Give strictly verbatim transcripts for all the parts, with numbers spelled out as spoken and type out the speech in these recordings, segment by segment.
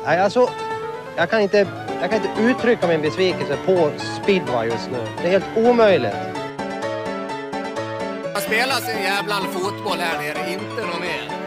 Nej, alltså, jag kan inte, jag kan inte uttrycka min besvikelse på speedway just nu. Det är helt omöjligt. Man spelar sin jävla fotboll här nere, inte någon mer.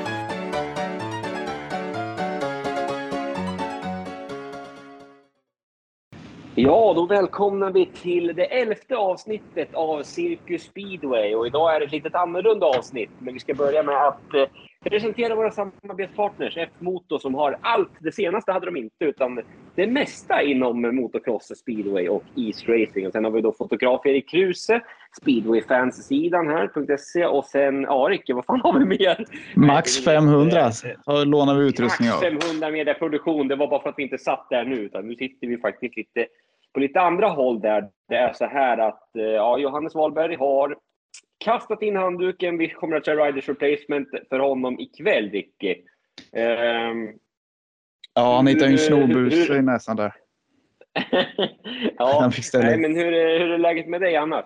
Ja, då välkomnar vi till det elfte avsnittet av Cirkus Speedway. Och idag är det ett litet annorlunda avsnitt. Men vi ska börja med att eh, presentera våra samarbetspartners. F-Moto som har allt. Det senaste hade de inte, utan det mesta inom motocross, speedway och East Racing. Och sen har vi då fotograf Erik Kruse, Speedway-fansidan här, .se. Och sen Arik, vad fan har vi mer? Max femhundra så lånar vi utrustning av. Max femhundra mediaproduktion, det var bara för att vi inte satt där nu. Utan nu sitter vi faktiskt lite på lite andra håll där. Det är så här att ja, Johannes Wahlberg har kastat in handduken. Vi kommer att köra Riders Replacement för honom ikväll, Ricky. Um, ja, han hittar ju en snorbus i näsan där. Ja, nej, men hur, hur är läget med dig annars?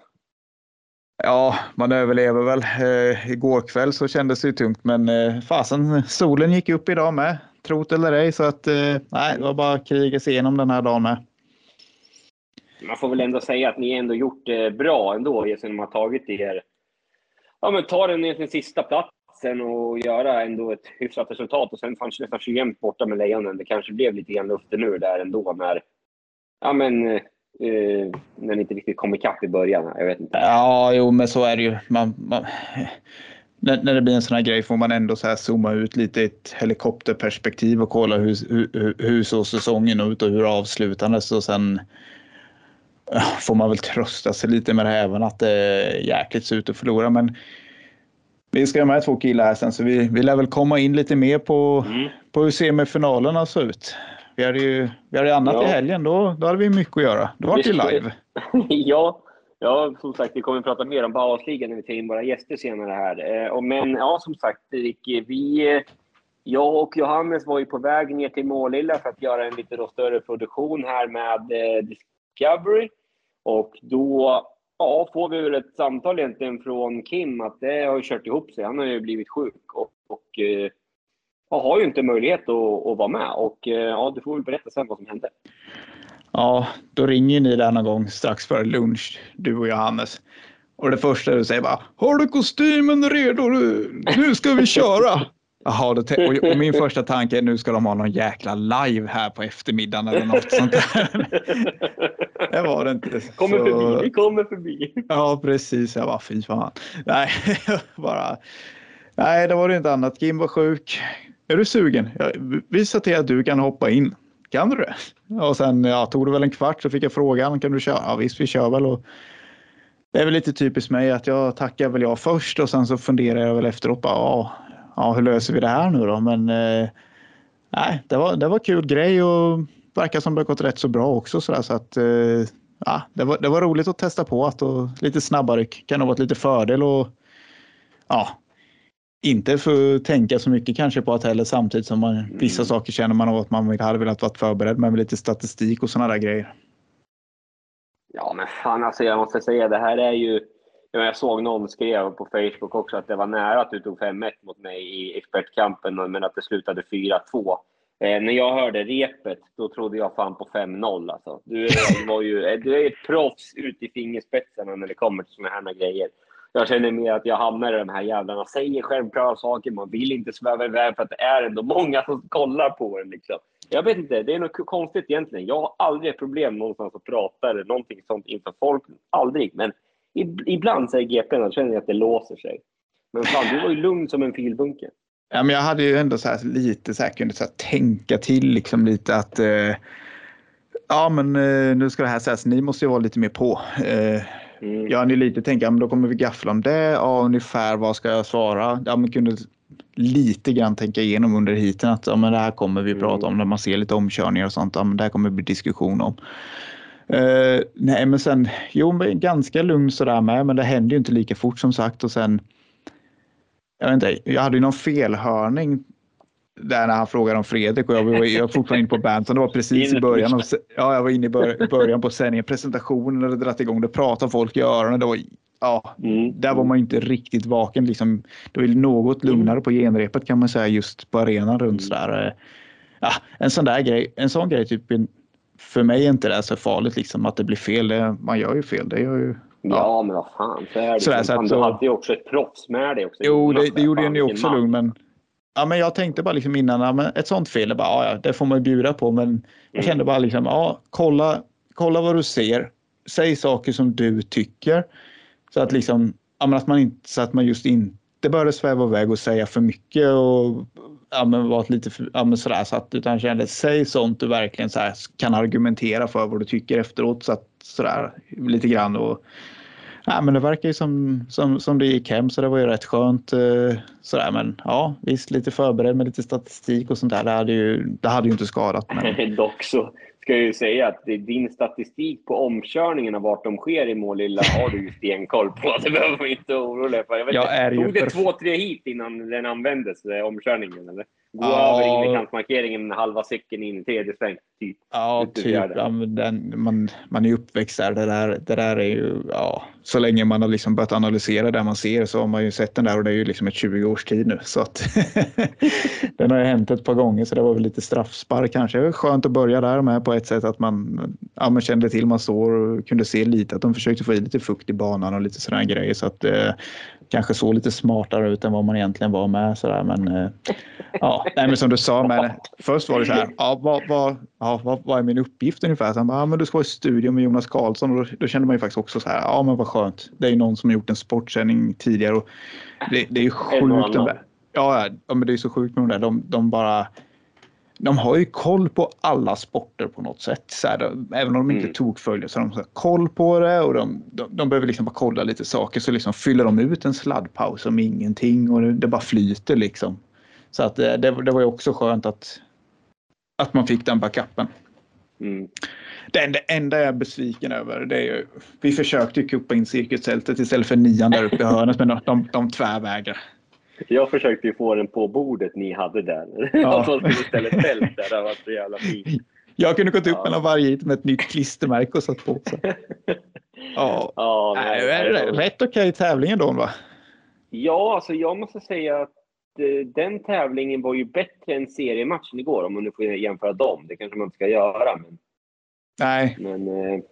Ja, man överlever väl. Eh, igår kväll så kändes det ju tungt, men eh, fasen, solen gick upp idag med. Trot eller ej, så att eh, nej, det var bara kriga sig igenom den här dagen med. Man får väl ändå säga att ni ändå gjort det bra ändå, genom att ha tagit er, ja men ta den ner till den sista platsen och göra ändå ett hyfsat resultat. Och sen fanns det nästan tjugoen borta med lejonen. Det kanske blev lite grann luften nu där ändå när, ja men, eh, när ni inte riktigt kom ikapp i början. Jag vet inte. Ja, jo, men så är det ju. Man, man, när, när det blir en sån här grej får man ändå så här zooma ut lite i ett helikopterperspektiv och kolla hur, hur, hur så säsongen ut och hur avslutandes, och sen får man väl trösta sig lite med det här, även att det är jäkligt ut att förlora. Men vi ska ha med två killar här sen, så vi, vi lär väl komma in lite mer på, mm. på hur semifinalerna ser ut. Vi hade ju vi hade annat ja. i helgen, då, då hade vi mycket att göra. Då var det ju live. ja, ja, som sagt, vi kommer att prata mer om Bauhausligan när vi tar in våra gäster senare här. Eh, men ja, som sagt, Ricky, vi... Jag och Johannes var ju på väg ner till Målilla för att göra en lite då större produktion här med eh, Discovery. Och då ja, får vi väl ett samtal egentligen från Kim att det har ju kört ihop sig. Han har ju blivit sjuk och, och eh, har ju inte möjlighet att, att vara med. Och eh, ja, du får väl berätta sen vad som hände. Ja, då ringer ni där någon gång strax före lunch, du och Johannes. Och det första du säger bara, har du kostymen redo? Nu ska vi köra! Jaha, det, och, och min första tanke är nu ska de ha någon jäkla live här på eftermiddagen eller något sånt där. Det var det inte. Kommer så... förbi, vi kommer förbi. Ja, precis. Jag var fy fan. Nej, bara... Nej, det var det inte annat. Kim var sjuk. Är du sugen? Jag visar till att du kan hoppa in. Kan du det? Och sen ja, tog det väl en kvart så fick jag frågan, kan du köra? Ja, visst, vi kör väl. Och det är väl lite typiskt mig att jag tackar väl jag först och sen så funderar jag väl efteråt. Ja, ja, hur löser vi det här nu då? Men eh, nej, det var, det var kul grej och verkar som det har gått rätt så bra också. Så, där, så att eh, ja, det var, det var roligt att testa på att och lite snabbare kan nog vara lite fördel och ja, inte för att tänka så mycket kanske på att heller samtidigt som man, mm. vissa saker känner man att man hade velat vara förberedd med lite statistik och sådana där grejer. Ja, men fan alltså jag måste säga det här är ju, jag såg någon skrev på Facebook också att det var nära att du tog fem ett mot mig i expertkampen men att det slutade fyra två. Eh, när jag hörde repet då trodde jag fan på fem noll alltså. Du, du, var ju, du är ett proffs ut i fingerspetsarna när det kommer till såna här grejer. Jag känner mer att jag hamnar i de här jävlarna. Säger självklara saker. Man vill inte sväva iväg för att det är ändå många som kollar på den. Liksom. Jag vet inte. Det är något konstigt egentligen. Jag har aldrig ett problem någonstans att prata eller någonting sånt inför folk. Aldrig. Men ibland säger G P att känner jag att det låser sig. Men fan, du var ju lugn som en filbunke. Ja, men jag hade ju ändå så här lite så här, kunde så här tänka till liksom lite att eh, ja, men eh, nu ska det här sägas. Ni måste ju vara lite mer på. Eh, Mm. Ja, ni lite tänker, ja, men då kommer vi gaffla om det. Ja, ungefär vad ska jag svara? Ja, men kunde lite grann tänka igenom under hiten att ja, men det här kommer vi prata mm. om när man ser lite omkörningar och sånt. Ja, men det här kommer bli diskussion om. Uh, nej, men sen, jo, men ganska lugn sådär med, men det händer ju inte lika fort som sagt. Och sen, jag vet inte, jag hade ju någon felhörning där när han frågade om Fredrik och jag var, jag var fortfarande inne på Benson. Det var precis i början. Av, ja, jag var inne i bör, början på sändningen. Presentationen hade dratt igång. Det pratade folk i öronen. Det var, ja, mm. Där var man inte riktigt vaken. Liksom, det var något lugnare på genrepet kan man säga just på arenan runt mm. sådär. ja, en sån där grej, en sån grej typ för mig är inte det så farligt liksom att det blir fel. Det, man gör ju fel, det gör ju. Ja, ja men vad fan, så är det. Så där, så fan, att, du så, hade ju också ett proffs med dig också. Jo, det, det gjorde fan, ju också lugn, men ja, men jag tänkte bara liksom innan, ja, men ett sånt fel, bara, ja, det får man ju bjuda på, men jag kände bara liksom, ja, kolla, kolla vad du ser, säg saker som du tycker, så att liksom, ja, men att man inte, så att man just inte började sväva iväg och säga för mycket och ja, men var lite för, ja, men sådär, så att utan kände, säg sånt du verkligen så här kan argumentera för vad du tycker efteråt, så att sådär lite grann. Och ja, men det verkar ju som, som, som det gick hem, så det var ju rätt skönt. Eh, sådär, men ja, visst lite förberedd med lite statistik och sånt där. Det hade ju, det hade ju inte skadat. Men... Dock så ska jag ju säga att din statistik på omkörningen av vart de sker i Målilla har du ju stenkoll på. Det behöver man inte oroa för. Jag vet, jag är tog ju det för... två, tre hit innan den användes, omkörningen, eller? Gå ja, över innerkantsmarkeringen halva cykeln in i tredje sväng. Typ. Ja, typ. Ja, men den, man, man är uppväxt där. Det där, det där är ju, ja, så länge man har liksom börjat analysera det man ser så har man ju sett den där, och det är ju liksom ett tjugo års tid nu. Så att den har ju hänt ett par gånger, så det var väl lite straffspark kanske. Det var skönt att börja där med på ett sätt att man, ja, man kände till, man står och kunde se lite att de försökte få i lite fukt i banan och lite sådana grejer, så att eh, kanske så lite smartare ut än vad man egentligen var med sådär, men eh, ja, nej, men som du sa, men först var det så här, ja, vad, vad, ja, vad, vad är min uppgift ungefär? Så han bara, ja, men du ska vara i studion med Jonas Karlsson, och då, då kände man ju faktiskt också så här, ja, men vad skönt. Det är ju någon som har gjort en sportsändning tidigare, och det, det är ju sjukt. De, ja, ja, men det är så sjukt med de där. De, de bara, de har ju koll på alla sporter på något sätt. Så här, de, även om de inte mm. tog följer, så de har koll på det, och de, de, de behöver liksom bara kolla lite saker, så liksom fyller de ut en sladdpaus som ingenting, och det, det bara flyter liksom. Så att det, det var ju också skönt att, att man fick den backupen. Mm. Det enda, enda jag är besviken över, det är ju, vi försökte ju kuppa in cirkusältet istället för nian där uppe i hörnet, men de, de, de tvärvägrar. Jag försökte ju få den på bordet ni hade där. Ja. Så istället tält där, det var så jävla fint. Jag kunde gått upp ja. mellan varje hit med ett nytt klistermärke och satt på sig. Ja, ja men, äh, är det rätt okej okay tävlingen då, va? Ja, alltså jag måste säga att den tävlingen var ju bättre än seriematchen igår, om man nu får jämföra dem. Det kanske man inte ska göra, men nej. Men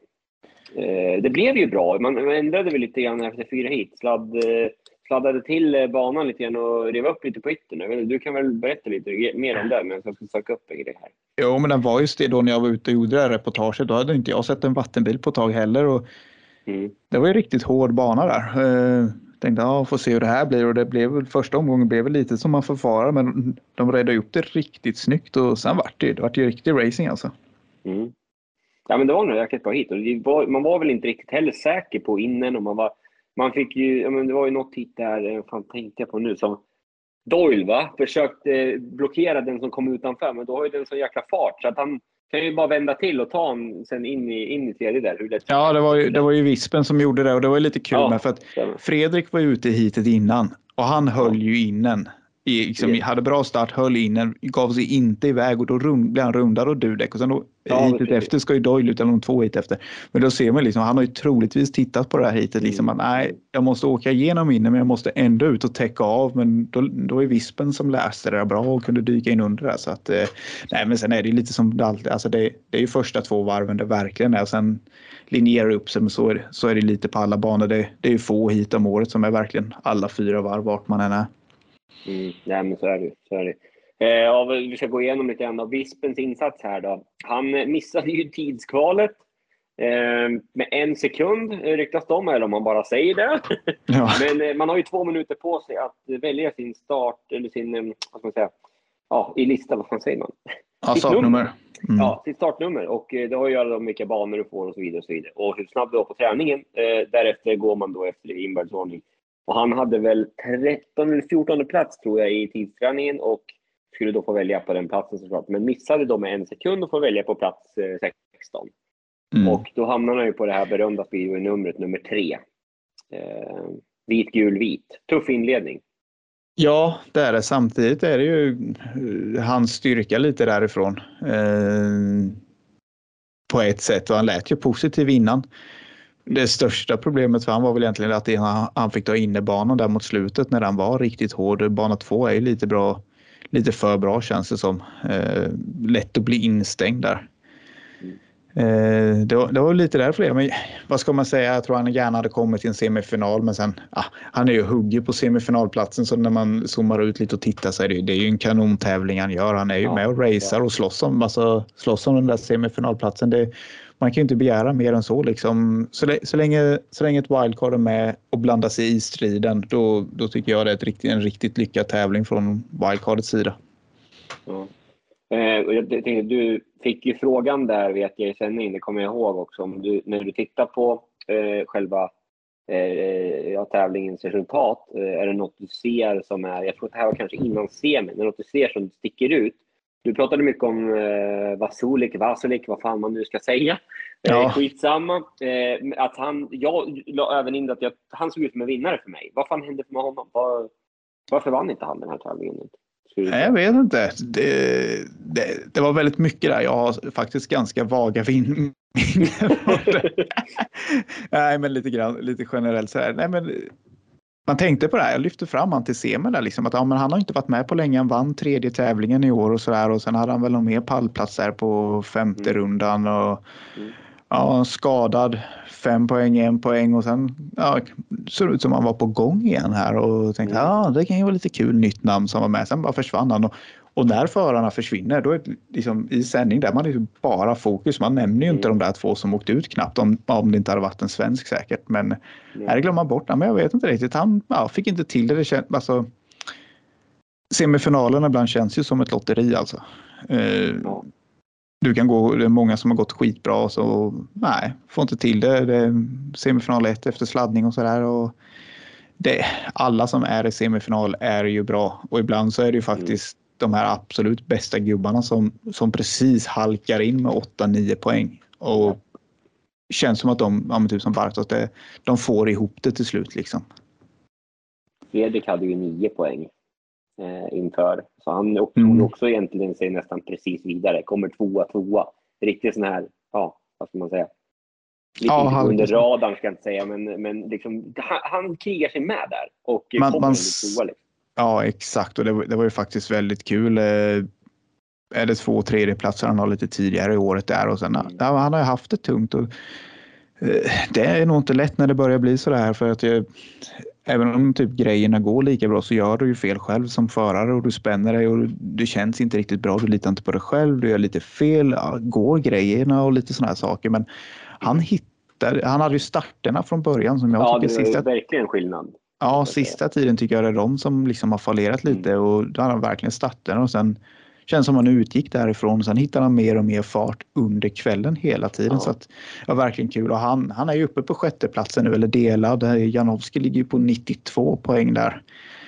eh, det blev ju bra. Man ändrade väl lite grann efter fyra hit. Sladd, sladdade till banan lite grann och rev upp lite på yttern. Du kan väl berätta lite mer om det, men jag ska söka upp en grej här. Jo, men den var just det då när jag var ute och gjorde det här reportaget. Då hade inte jag sett en vattenbil på ett tag heller. Och mm. Det var ju riktigt hård bana där. Uh, tänkte, ja, får se hur det här blir, och det blev väl, första omgången blev väl lite som man förfarar, men de räddade upp det riktigt snyggt, och sen vart det, det vart ju riktig racing alltså. Mm. Ja, men det var nog jäkligt bra hit, och det var, man var väl inte riktigt heller säker på innan, och man var, man fick ju, ja, men det var ju något hit där, fan tänkte jag på nu, som Doyle va, försökte blockera den som kom utanför, men då har ju den så jäkla fart, så att han kan ju bara vända till och ta han sen in i, in i tredje där. Hur det ja, det var, ju, det var ju Vispen som gjorde det, och det var ju lite kul ja, med, för att Fredrik var ute i hitet innan, och han höll ja. ju innen. I, liksom, yes. hade bra start, höll innen, gav sig inte iväg, och då rund, blev han rundad och Dudek, och sen då ja, hitet efter ska ju Doyle ut, eller de två hit efter. Men då ser man liksom, han har ju troligtvis tittat på det här hitet liksom, mm. att nej, jag måste åka igenom innen, men jag måste ändå ut och täcka av, men då, då är Vispen som läste det där bra och kunde dyka in under det, så att eh, nej, men sen är det ju lite som det alltid, alltså det, det är ju första två varven det verkligen är, och sen linjerar upp sig, men så är det, så är det lite på alla banor, det, det är ju få hit om året som är verkligen alla fyra varv vart man än är. Mm, nej, men så är det. Så är det. Eh, ja, vi ska gå igenom lite grann av Vispens insats här då. Han missade ju tidskvalet eh, med en sekund, ryktas de, eller om man bara säger det. Ja. Men eh, man har ju två minuter på sig att välja sin start, eller sin, eh, vad ska man säga, ja, i lista, vad fan säger man? Ja, startnummer. Mm. Ja, sitt startnummer, och eh, det har ju att göra med vilka banor du får och så vidare och så vidare. Och hur snabb du är på träningen, eh, därefter går man då efter inbördsordning. Och han hade väl trettonde eller fjortonde plats tror jag i tidsträningen, och skulle då få välja på den platsen såklart. Men missade då med en sekund och få välja på plats sexton. Mm. Och då hamnar han ju på det här berömda speedway-numret nummer tre. Eh, vit, gul, vit. Tuff inledning. Ja, det är det. Samtidigt är det ju hans styrka lite därifrån. Eh, på ett sätt. Och han lät ju positiv innan. Det största problemet för han var väl egentligen att han fick ta innebanan där mot slutet när han var riktigt hård. Bana två är ju lite bra lite för bra känns det som. Eh, lätt att bli instängd där. Eh, det, var, det var lite där för det. Men vad ska man säga? Jag tror han gärna hade kommit till en semifinal. Men sen, ah, han är ju hugger på semifinalplatsen. Så när man zoomar ut lite och tittar så är det, det är ju en kanontävling han gör. Han är ju ja, med och racear och slåss om, alltså, slåss om den där semifinalplatsen. Det, man kan ju inte begära mer än så. Liksom. Så, så, länge, så länge ett wildcard är med och blandar sig i striden, då, då tycker jag det är ett riktigt, en riktigt lyckad tävling från wildcardets sida. Ja. Eh, och jag tänkte, du fick ju frågan där, vet jag i sändningen, det kommer jag ihåg också, om du, när du tittar på eh, själva eh, ja, tävlingens resultat, eh, är det något du ser som är, jag tror att det här var kanske innan semin, är det något du ser som sticker ut? Du pratade mycket om eh, Vasulik, Vasulik, vad fan man nu ska säga. Ja. Eh, skitsamma. Eh, att han, jag la även in att jag, han såg ut som en vinnare för mig. Vad fan hände med honom? Var, varför vann inte han den här tävlingen? Nej, jag vet inte. Det, det, det var väldigt mycket där. Jag har faktiskt ganska vaga vinn. Nej, men lite grann, lite generellt så här. Nej, men man tänkte på det här. Jag lyfte fram han till semin där liksom att ja, men han har inte varit med på länge. Han vann tredje tävlingen i år och så där, och sen hade han väl någon mer pallplats där på femte mm. rundan och mm. ja, skadad, fem poäng, en poäng och sen ja, såg det ut som han var på gång igen här och tänkte mm. ja, det kan ju vara lite kul nytt namn som var med. Sen bara försvann han och, och när förarna försvinner då är det liksom i sändning där man är ju bara fokus. Man nämner ju mm. inte de där två som åkte ut knappt om, om det inte hade varit en svensk säkert. Men mm. här glömmer man bort. Men jag vet inte riktigt. Han ja, fick inte till det. Det kän, alltså, semifinalerna ibland känns ju som ett lotteri alltså. Uh, mm. Du kan gå, det är många som har gått skitbra så nej, får inte till det. Det är semifinal ett efter sladdning och sådär. Och det, alla som är i semifinal är ju bra. Och ibland så är det ju faktiskt mm. de här absolut bästa gubbarna som, som precis halkar in med åtta nio poäng. Och känns som att de, ja, typ som Bartos, det, de får ihop det till slut liksom. Fredrik hade ju nio poäng eh, inför. Så han tog mm. också egentligen sig nästan precis vidare. Kommer tvåa, tvåa. Riktigt sån här, ja, vad ska man säga? Lite ja, under radarn ska jag inte säga, men, men liksom, han, han krigar sig med där. Och man, man, tvåa, liksom. Ja, exakt. Och det, det var ju faktiskt väldigt kul. Eh, är det två tredjeplatser han har lite tidigare i året där. Och sen, mm. ja, han har ju haft det tungt. Och, eh, det är nog inte lätt när det börjar bli så där. För att jag, även om typ grejerna går lika bra så gör du ju fel själv som förare. Och du spänner dig och det känns inte riktigt bra. Du litar inte på dig själv. Du gör lite fel. Ja, går grejerna och lite såna här saker. Men han hittade, han hade ju starterna från början som jag ja, tycker det är sista... verkligen skillnad. Ja, sista tiden tycker jag det är de som liksom har fallerat lite mm. och då har han verkligen starten och sen känns som han utgick därifrån och sen hittar han mer och mer fart under kvällen hela tiden ja. Så att det var verkligen kul och han, han är ju uppe på sjätteplatsen nu eller delad. Janowski ligger ju på nittiotvå poäng där.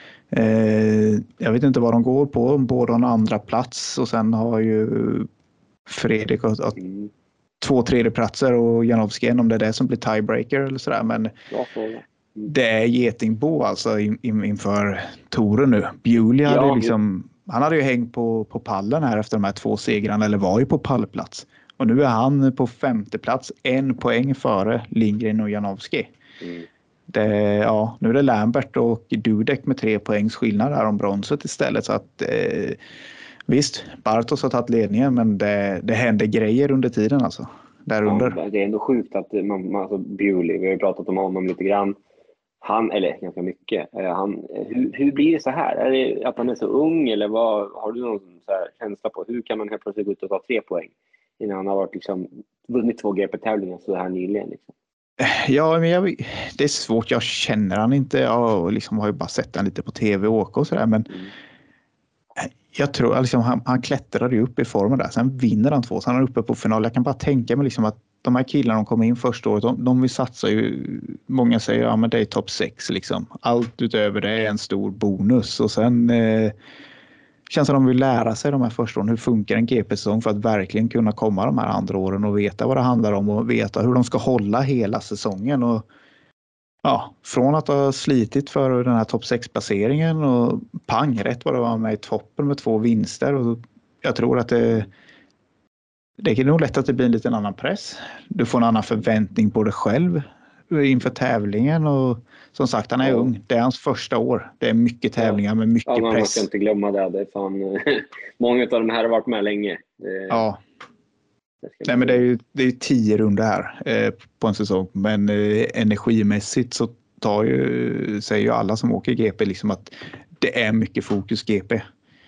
Eh, jag vet inte vad de går på, båda en andra plats och sen har ju Fredrik och, och mm. två tredjeplatser och Janowski om det är det som blir tiebreaker eller sådär men ja, det är getingbo alltså in, in, inför touren nu. Bewley hade ja, liksom, han hade ju hängt på, på pallen här efter de här två segrarna eller var ju på pallplats. Och nu är han på femte plats, en poäng före Lindgren och Janowski. Mm. Det, ja, nu är det Lambert och Dudek med tre poängs skillnad här om bronset istället. Så att eh, visst, Bartos har tagit ledningen men det, det händer grejer under tiden alltså. Där under. Ja, det är ändå sjukt att man, alltså Bewley, vi har ju pratat om honom lite grann. Han, eller ganska mycket, han, hur, hur blir det så här? Är det att han är så ung eller vad, har du någon så här känsla på? Hur kan man helt plötsligt gå ut och ta tre poäng innan han har varit liksom, vunnit två G P-tävlingar så här nyligen? Liksom? Ja, men jag, det är svårt. Jag känner han inte. Jag liksom har ju bara sett han lite på tv och åka och sådär. Men mm. jag tror liksom, han, han klättrade ju upp i formen där. Sen vinner han två. Så han är uppe på final. Jag kan bara tänka mig liksom att de här killarna de kommer in första året, de, de vill satsa ju, många säger ja men det är topp sex liksom. Allt utöver det är en stor bonus och sen eh, känns som att de vill lära sig de här första åren, hur funkar en G P-säsong för att verkligen kunna komma de här andra åren och veta vad det handlar om och veta hur de ska hålla hela säsongen och ja, från att ha slitit för den här topp sex-placeringen och pang, rätt vad det var med i toppen med två vinster och jag tror att det det är nog lätt att det blir en liten annan press. Du får en annan förväntning på dig själv. inför tävlingen och som sagt han är ja. ung. Det är hans första år. Det är mycket tävlingar ja. med mycket ja, press. Man ska inte glömma det. Det är fan, många av de här har varit med länge. Det, ja. Det Nej, men det är ju det är tio runder här eh, på en säsong. Men eh, energimässigt så tar ju, säger ju alla som åker G P liksom att det är mycket fokus G P.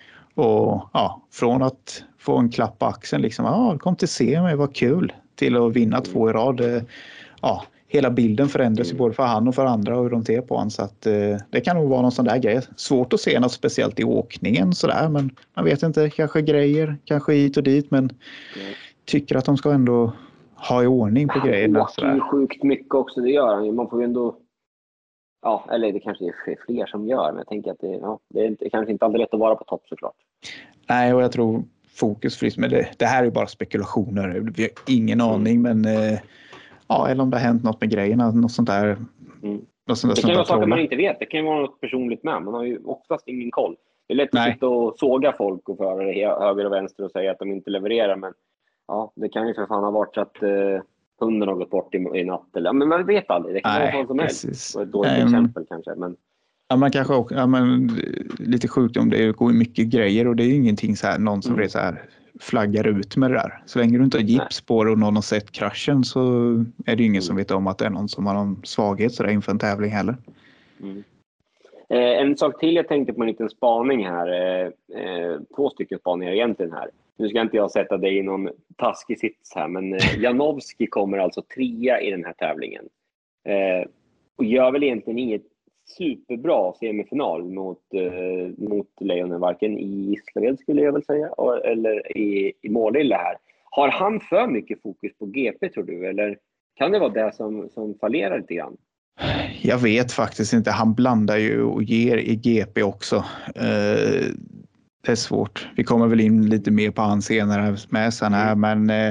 Och ja, från att få en klapp på axeln liksom, ja, kom till se mig, vad kul, till att vinna mm. två i rad. Eh, ja, hela bilden förändras mm. ju både för han och för andra och hur de ser på honom. Så att eh, det kan nog vara någon sån där grej. Svårt att se något speciellt i åkningen sådär, men man vet inte, kanske grejer, kanske hit och dit, men mm. tycker att de ska ändå ha i ordning på grejerna. Han åker ju sjukt mycket också, det gör han ju. Man får ju ändå, ja, eller det kanske är fler som gör, men jag tänker att det, ja, det är inte, kanske inte alltid lätt att vara på topp såklart. Nej, och jag tror fokus friskt, men det, det här är ju bara spekulationer. Vi har ingen mm. aning, men eh, ja, eller om det har hänt något med grejerna, något sånt där. Mm. Något sånt där det kan ju vara saker man inte vet, det kan ju vara något personligt med. Man har ju oftast ingen koll. Det är lätt att Nej. sitta och såga folk och föra det höger och vänster och säga att de inte levererar, men ja, det kan ju för fan ha varit så att eh, hunden har gått bort i, i natt. Eller, men man vet aldrig, det kan Nej, vara vad som helst. Ett dåligt um, exempel kanske, men... Ja, man kanske också, ja, men, lite sjukdom, det går ju mycket grejer och det är ju ingenting så här, någon som mm. så här, flaggar ut med det där. Så länge du inte har gips på det och någon har sett kraschen så är det ju ingen mm. som vet om att det är någon som har någon svaghet så där inför en tävling heller. Mm. Eh, en sak till jag tänkte på en liten spaning här. Eh, eh, två stycken spaningar egentligen här. Nu ska inte jag sätta dig i någon taskig sits här, men eh, Janowski kommer alltså trea i den här tävlingen. Eh, och gör väl egentligen inget superbra semifinal mot, eh, mot Lejonen, varken i Gislaved skulle jag väl säga, och, eller i, i Målilla här. Har han för mycket fokus på G P tror du, eller kan det vara det som, som fallerar lite grann? Jag vet faktiskt inte. Han blandar ju och ger i G P också. Eh, det är svårt. Vi kommer väl in lite mer på han senare med sen här, mm. men eh,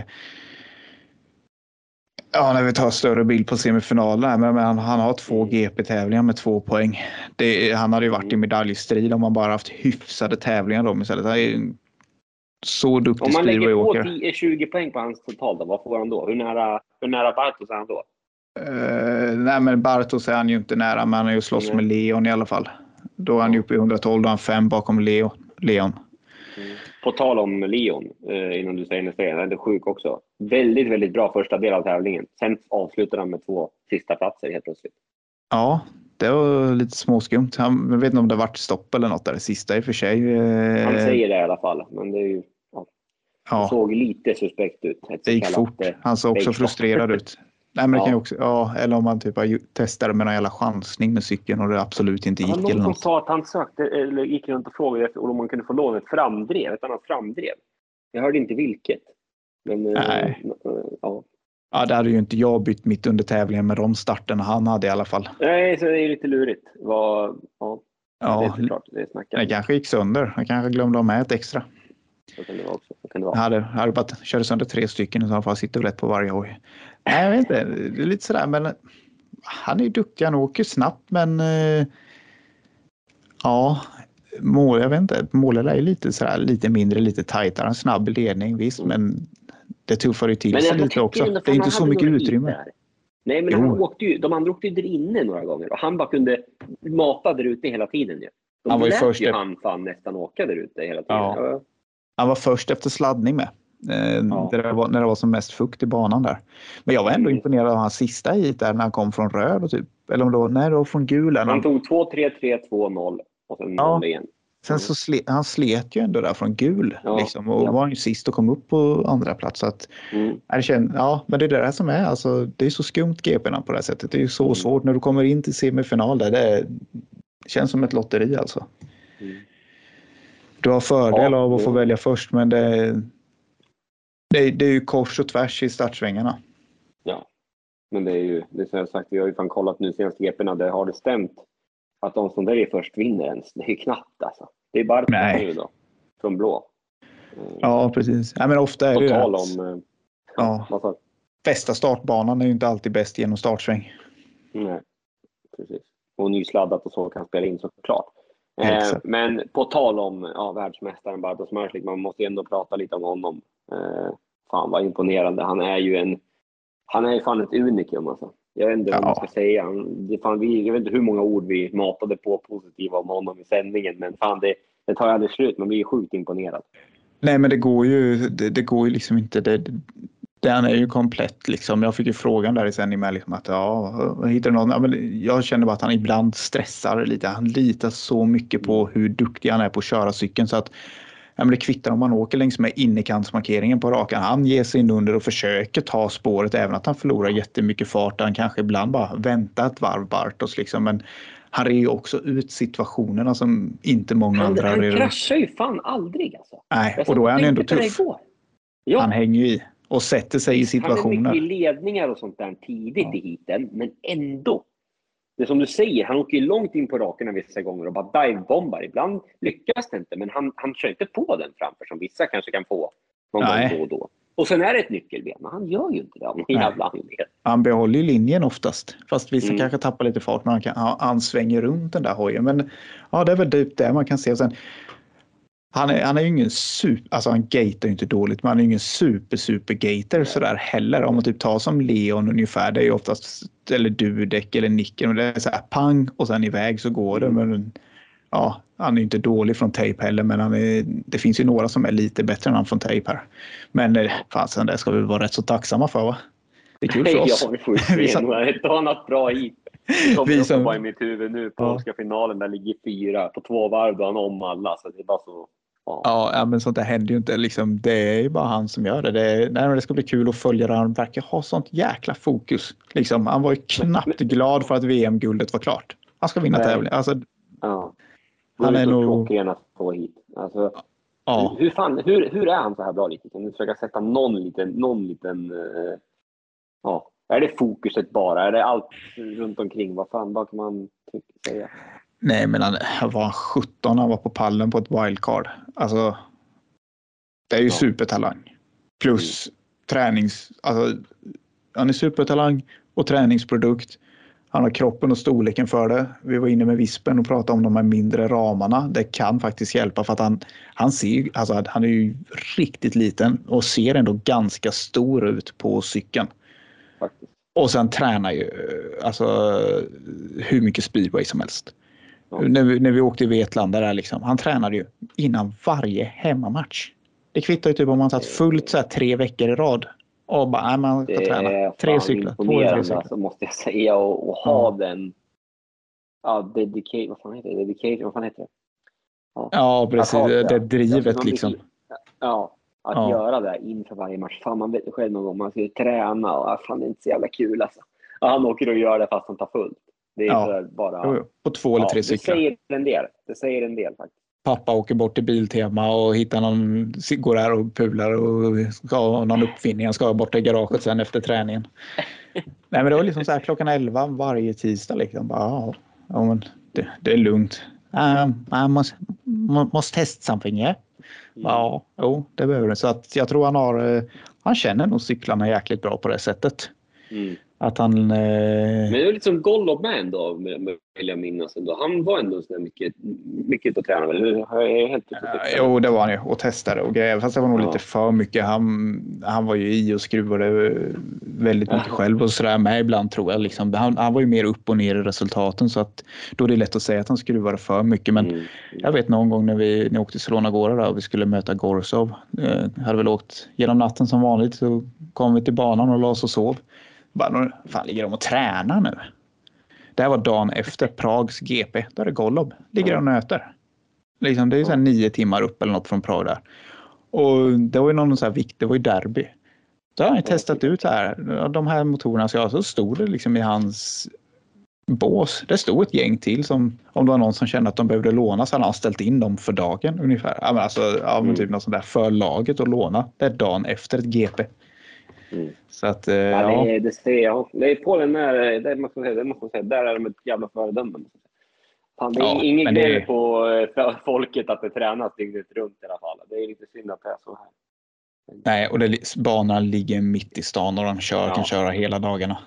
ja, när vi tar större bild på semifinalen, men, men han, han har två mm. G P-tävlingar med två poäng. Det, han hade ju varit i medaljstrid om man bara haft hyfsade tävlingar då istället. Han är så duktig. Om man lägger på tio, tjugo poäng på hans total då, vad får han då? Hur nära, hur nära Bartos är han då? Uh, nej, men Bartos är han ju inte nära, men han är ju slåss mm. med Leon i alla fall. Då är han ju uppe i hundratolv, då är han fem bakom Leo, Leon. Mm. På tal om Leon, eh, innan du säger nästa grej, han är sjuk också. Väldigt, väldigt bra första del av tävlingen. Sen avslutar han med två sista platser helt plötsligt. Ja, det var lite småskumt. Han, jag vet inte om det varit stopp eller något där, det sista i och för sig. Eh... Han säger det i alla fall, men det är ju... Ja. Ja. Det såg lite suspekt ut. Det gick fort. Han såg också frustrerad ut. Nej, men det ja. kan ju också, ja, eller om man typ testar med någon jävla chansning med cykeln och det absolut inte gick. Ja, någon eller något. Som sa att han sökte, eller gick runt och frågade efter om man kunde få låna ett framdrev, ett annat framdrev. Jag hörde inte vilket. Men, Nej. Äh, ja. Ja, det hade ju inte jag bytt mitt under tävlingen med de starterna han hade i alla fall. Nej, så det är lite lurigt. Var, ja, ja, det är klart. Det, är det kanske gick sönder. Jag kanske glömde ha med ett extra. Så kan det vara också. Så kan det vara. Jag hade, hade bara körde sönder tre stycken och så fall sitter rätt på varje hoj. Nej, jag vet inte. Det är lite sådär, men han är ju duktig. Han åker snabbt, men eh, ja, mål, jag vet inte. Målet är lite sådär, lite mindre, lite tajtare. En snabb ledning, visst, mm. men det tuffar ju till men sig lite också. Det är inte så mycket utrymme. Nej, men han åkte ju, de andra åkte ju där inne några gånger och han bara kunde mata där ute hela tiden. Ju. De han var ju först ju han fan nästan åka där ute hela tiden. Ja. Ja. Han var först efter sladdning med. Eh, ja. det var, när det var som mest fukt i banan där. Men jag var ändå mm. imponerad av hans sista hit där när han kom från röd och typ, eller om då, nej, då från gul. Han tog två tre tre två noll och sen ja. noll igen. Sen så slet, han slet ju ändå där från gul ja. liksom, och ja. var ju sist och kom upp på andra plats. Så att, mm. jag känner, ja, men det är det som är, alltså, det är så skumt G P-na på det här sättet. Det är ju så mm. svårt när du kommer in till semifinal där. Det är, känns som ett lotteri alltså. Mm. Du har fördel ja, av att få mm. välja först, men det, det, det är ju kors och tvärs i startsvängarna. Ja, men det är ju, det är som jag sagt, vi har ju fan kollat nu senaste G P-na, det har det stämt att de som väljer först vinner ens. Det är ju knappt alltså. Det är bara nu då, från blå. Mm. Ja, precis. Ja, men ofta är det ju tal om, ja, ja. Bästa startbanan är ju inte alltid bäst genom startsväng. Nej, precis. Och nysladdat och så kan spela in såklart. Eh, men på tal om ja, världsmästaren Bartosz Marszlik, man måste ändå prata lite om honom. Eh, fan vad imponerande. Han är ju en han är ju fan ett unikum alltså. Jag vet inte vad Ja. man ska säga. Det fan, vi, jag vet inte hur många ord vi matade på positiva om honom i sändningen. Men fan, det, det tar ju aldrig slut. Man blir sjukt imponerad. Nej, men det går ju, det, det går ju liksom inte. Det, det, han är ju komplett liksom. Jag fick ju frågan där i sändning med liksom att ja, hittar du någon? Ja, men jag känner bara att han ibland stressar lite. Han litar så mycket på hur duktig han är på att köra cykeln så att ja, men det kvittar om man åker längs med innerkantsmarkeringen på rakan. Han ger sig in under och försöker ta spåret även att han förlorar jättemycket fart. Han kanske ibland bara väntar ett varv Bartos liksom. Men han är ju också ut situationerna som inte många han, andra han redan. kraschar ju fan aldrig alltså. Nej, och då är han ändå tuff. Ja. Han hänger ju i och sätter sig i situationer. Han är mycket i ledningar och sånt där tidigt ja. i hiten, men ändå. Det är som du säger, han åker ju långt in på rakerna vissa gånger och bara divebombar. Ibland lyckas det inte, men han, han kör inte på den framför som vissa kanske kan få någon Nej. gång då och då. Och sen är det ett nyckelben, men han gör ju inte det av någon jävla anledning. Han behåller ju linjen oftast, fast vissa Mm. kanske tappar lite fart, men han, kan, han svänger runt den där hojen. Men ja, det är väl typ det man kan se. Och sen, han är, han är ju ingen super, alltså han gater ju inte dåligt, men han är ju ingen super super gater sådär heller. Om man typ tar som Leon ungefär, det är ju oftast eller Dudek eller Nicken och det är så här pang och sen iväg så går det. Men ja, han är ju inte dålig från tape heller, men han är, det finns ju några som är lite bättre än han från tape här. Men fan, sen det ska vi vara rätt så tacksamma för, va? Det är kul för oss. Ja, vi får se. som... Ett annat bra hit. Jag vi som... som... bara i mitt huvud nu. Polska ja. finalen där ligger fyra. På två varv då han om alla. Så det är bara så... Ja. ja, men sånt där händer ju inte. Liksom, det är ju bara han som gör det. Det, är, nej, men det ska bli kul att följa det. Han verkar ha sånt jäkla fokus. Liksom, han var ju knappt glad för att V M-guldet var klart. Han ska vinna tävling. Alltså, ja. Han är, är nog... tråkig att få hit. Alltså, ja. hur, fan, hur, hur är han så här bra lite? Kan du försöka sätta någon liten... Någon liten uh, ja. Är det fokuset bara? Är det allt runt omkring? Vad fan, vad kan man säga? Nej, men han, han var sjutton, han var på pallen på ett wildcard. Alltså, det är ju ja. supertalang. Plus mm. tränings... Alltså, han är supertalang och träningsprodukt. Han har kroppen och storleken för det. Vi var inne med Vispen och pratade om de här mindre ramarna. Det kan faktiskt hjälpa för att han, han ser alltså, han är ju riktigt liten och ser ändå ganska stor ut på cykeln. Faktiskt. Och sen tränar ju alltså, hur mycket speedway som helst. Ja. När, vi, när vi åkte i Vetlanda där liksom, han tränade ju innan varje hemmamatch. Det kvittar ju typ om man satt fullt så här, tre veckor i rad. Och bara, nej, man ska träna. Tre cyklar. Två eller tre cyklar. Alltså, måste jag säga. Och, och ha ja. den... Ja, dedicate... Vad fan heter det? Dedication, vad fan heter det? Ja, ja precis. Ha, det, det drivet alltså, liksom. Blir, ja, att ja. göra det inför varje match. Fan, man vet själv någon gång. Man ska träna och fan, det är inte så jävla kul alltså. Ja, han åker och gör det fast han tar fullt. Det är ja. bara... Jo, jo. På två eller tre ja, cyklar. Det säger en del. Det säger en del faktiskt. Pappa åker bort till Biltema och hittar någon, går där och pular och ska ha någon uppfinning. Han ska bort till garaget sen efter träningen. Nej, men det var liksom så här klockan elva varje tisdag liksom. Bara, ja, ja, men det, det är lugnt. Um, I must, must test something, yeah? Mm. Ja, jo, det behöver det. Så att jag tror han har, han känner nog cyklarna jäkligt bra på det sättet. Mm. Att han... Eh... Men det är lite som Gollop-man då, vill jag minnas ändå. Han var ändå så mycket, mycket på träna, eller? Jag är helt uh, jo, det var han ju. Och testade och grejer. Fast det var nog ja. lite för mycket. Han, han var ju i och skruvade väldigt mycket uh-huh. själv och sådär med ibland, tror jag. Liksom. Han, han var ju mer upp och ner i resultaten, så att då är det lätt att säga att han skruvade för mycket. Men mm. jag vet någon gång när vi, när vi åkte till Solana Gårda där och vi skulle möta Gorsov. Eh, hade väl åkt genom natten som vanligt, så kom vi till banan och la oss och sov. Bara, fan, ligger de och tränar nu? Det här var dagen efter Prags G P. Där är Gollob. Ligger de och nöter. Liksom, det är ju så här nio timmar upp eller något från Prag där. Och det var ju någon så här vikt, det var ju derby. Så har han testat ut här. De här motorerna ska ha, så stod det liksom i hans bås. Det stod ett gäng till som, om det var någon som kände att de behövde låna, så hade han ställt in dem för dagen ungefär. Ja, men alltså, ja, men typ något sånt där för laget att låna. Det är dagen efter ett G P. Mm. Så att, eh, ja, det, är, det ser jag. Det är Polen är, det måste man säga, det måste man säga. Där är de ett jävla föredöme. Fan, det är ja, ingen grej det... på för folket att det tränas dygnet runt i alla fall. Det är lite synd att det är så här. Nej, och det, banan ligger mitt i stan och de kör, ja. kan köra hela dagarna.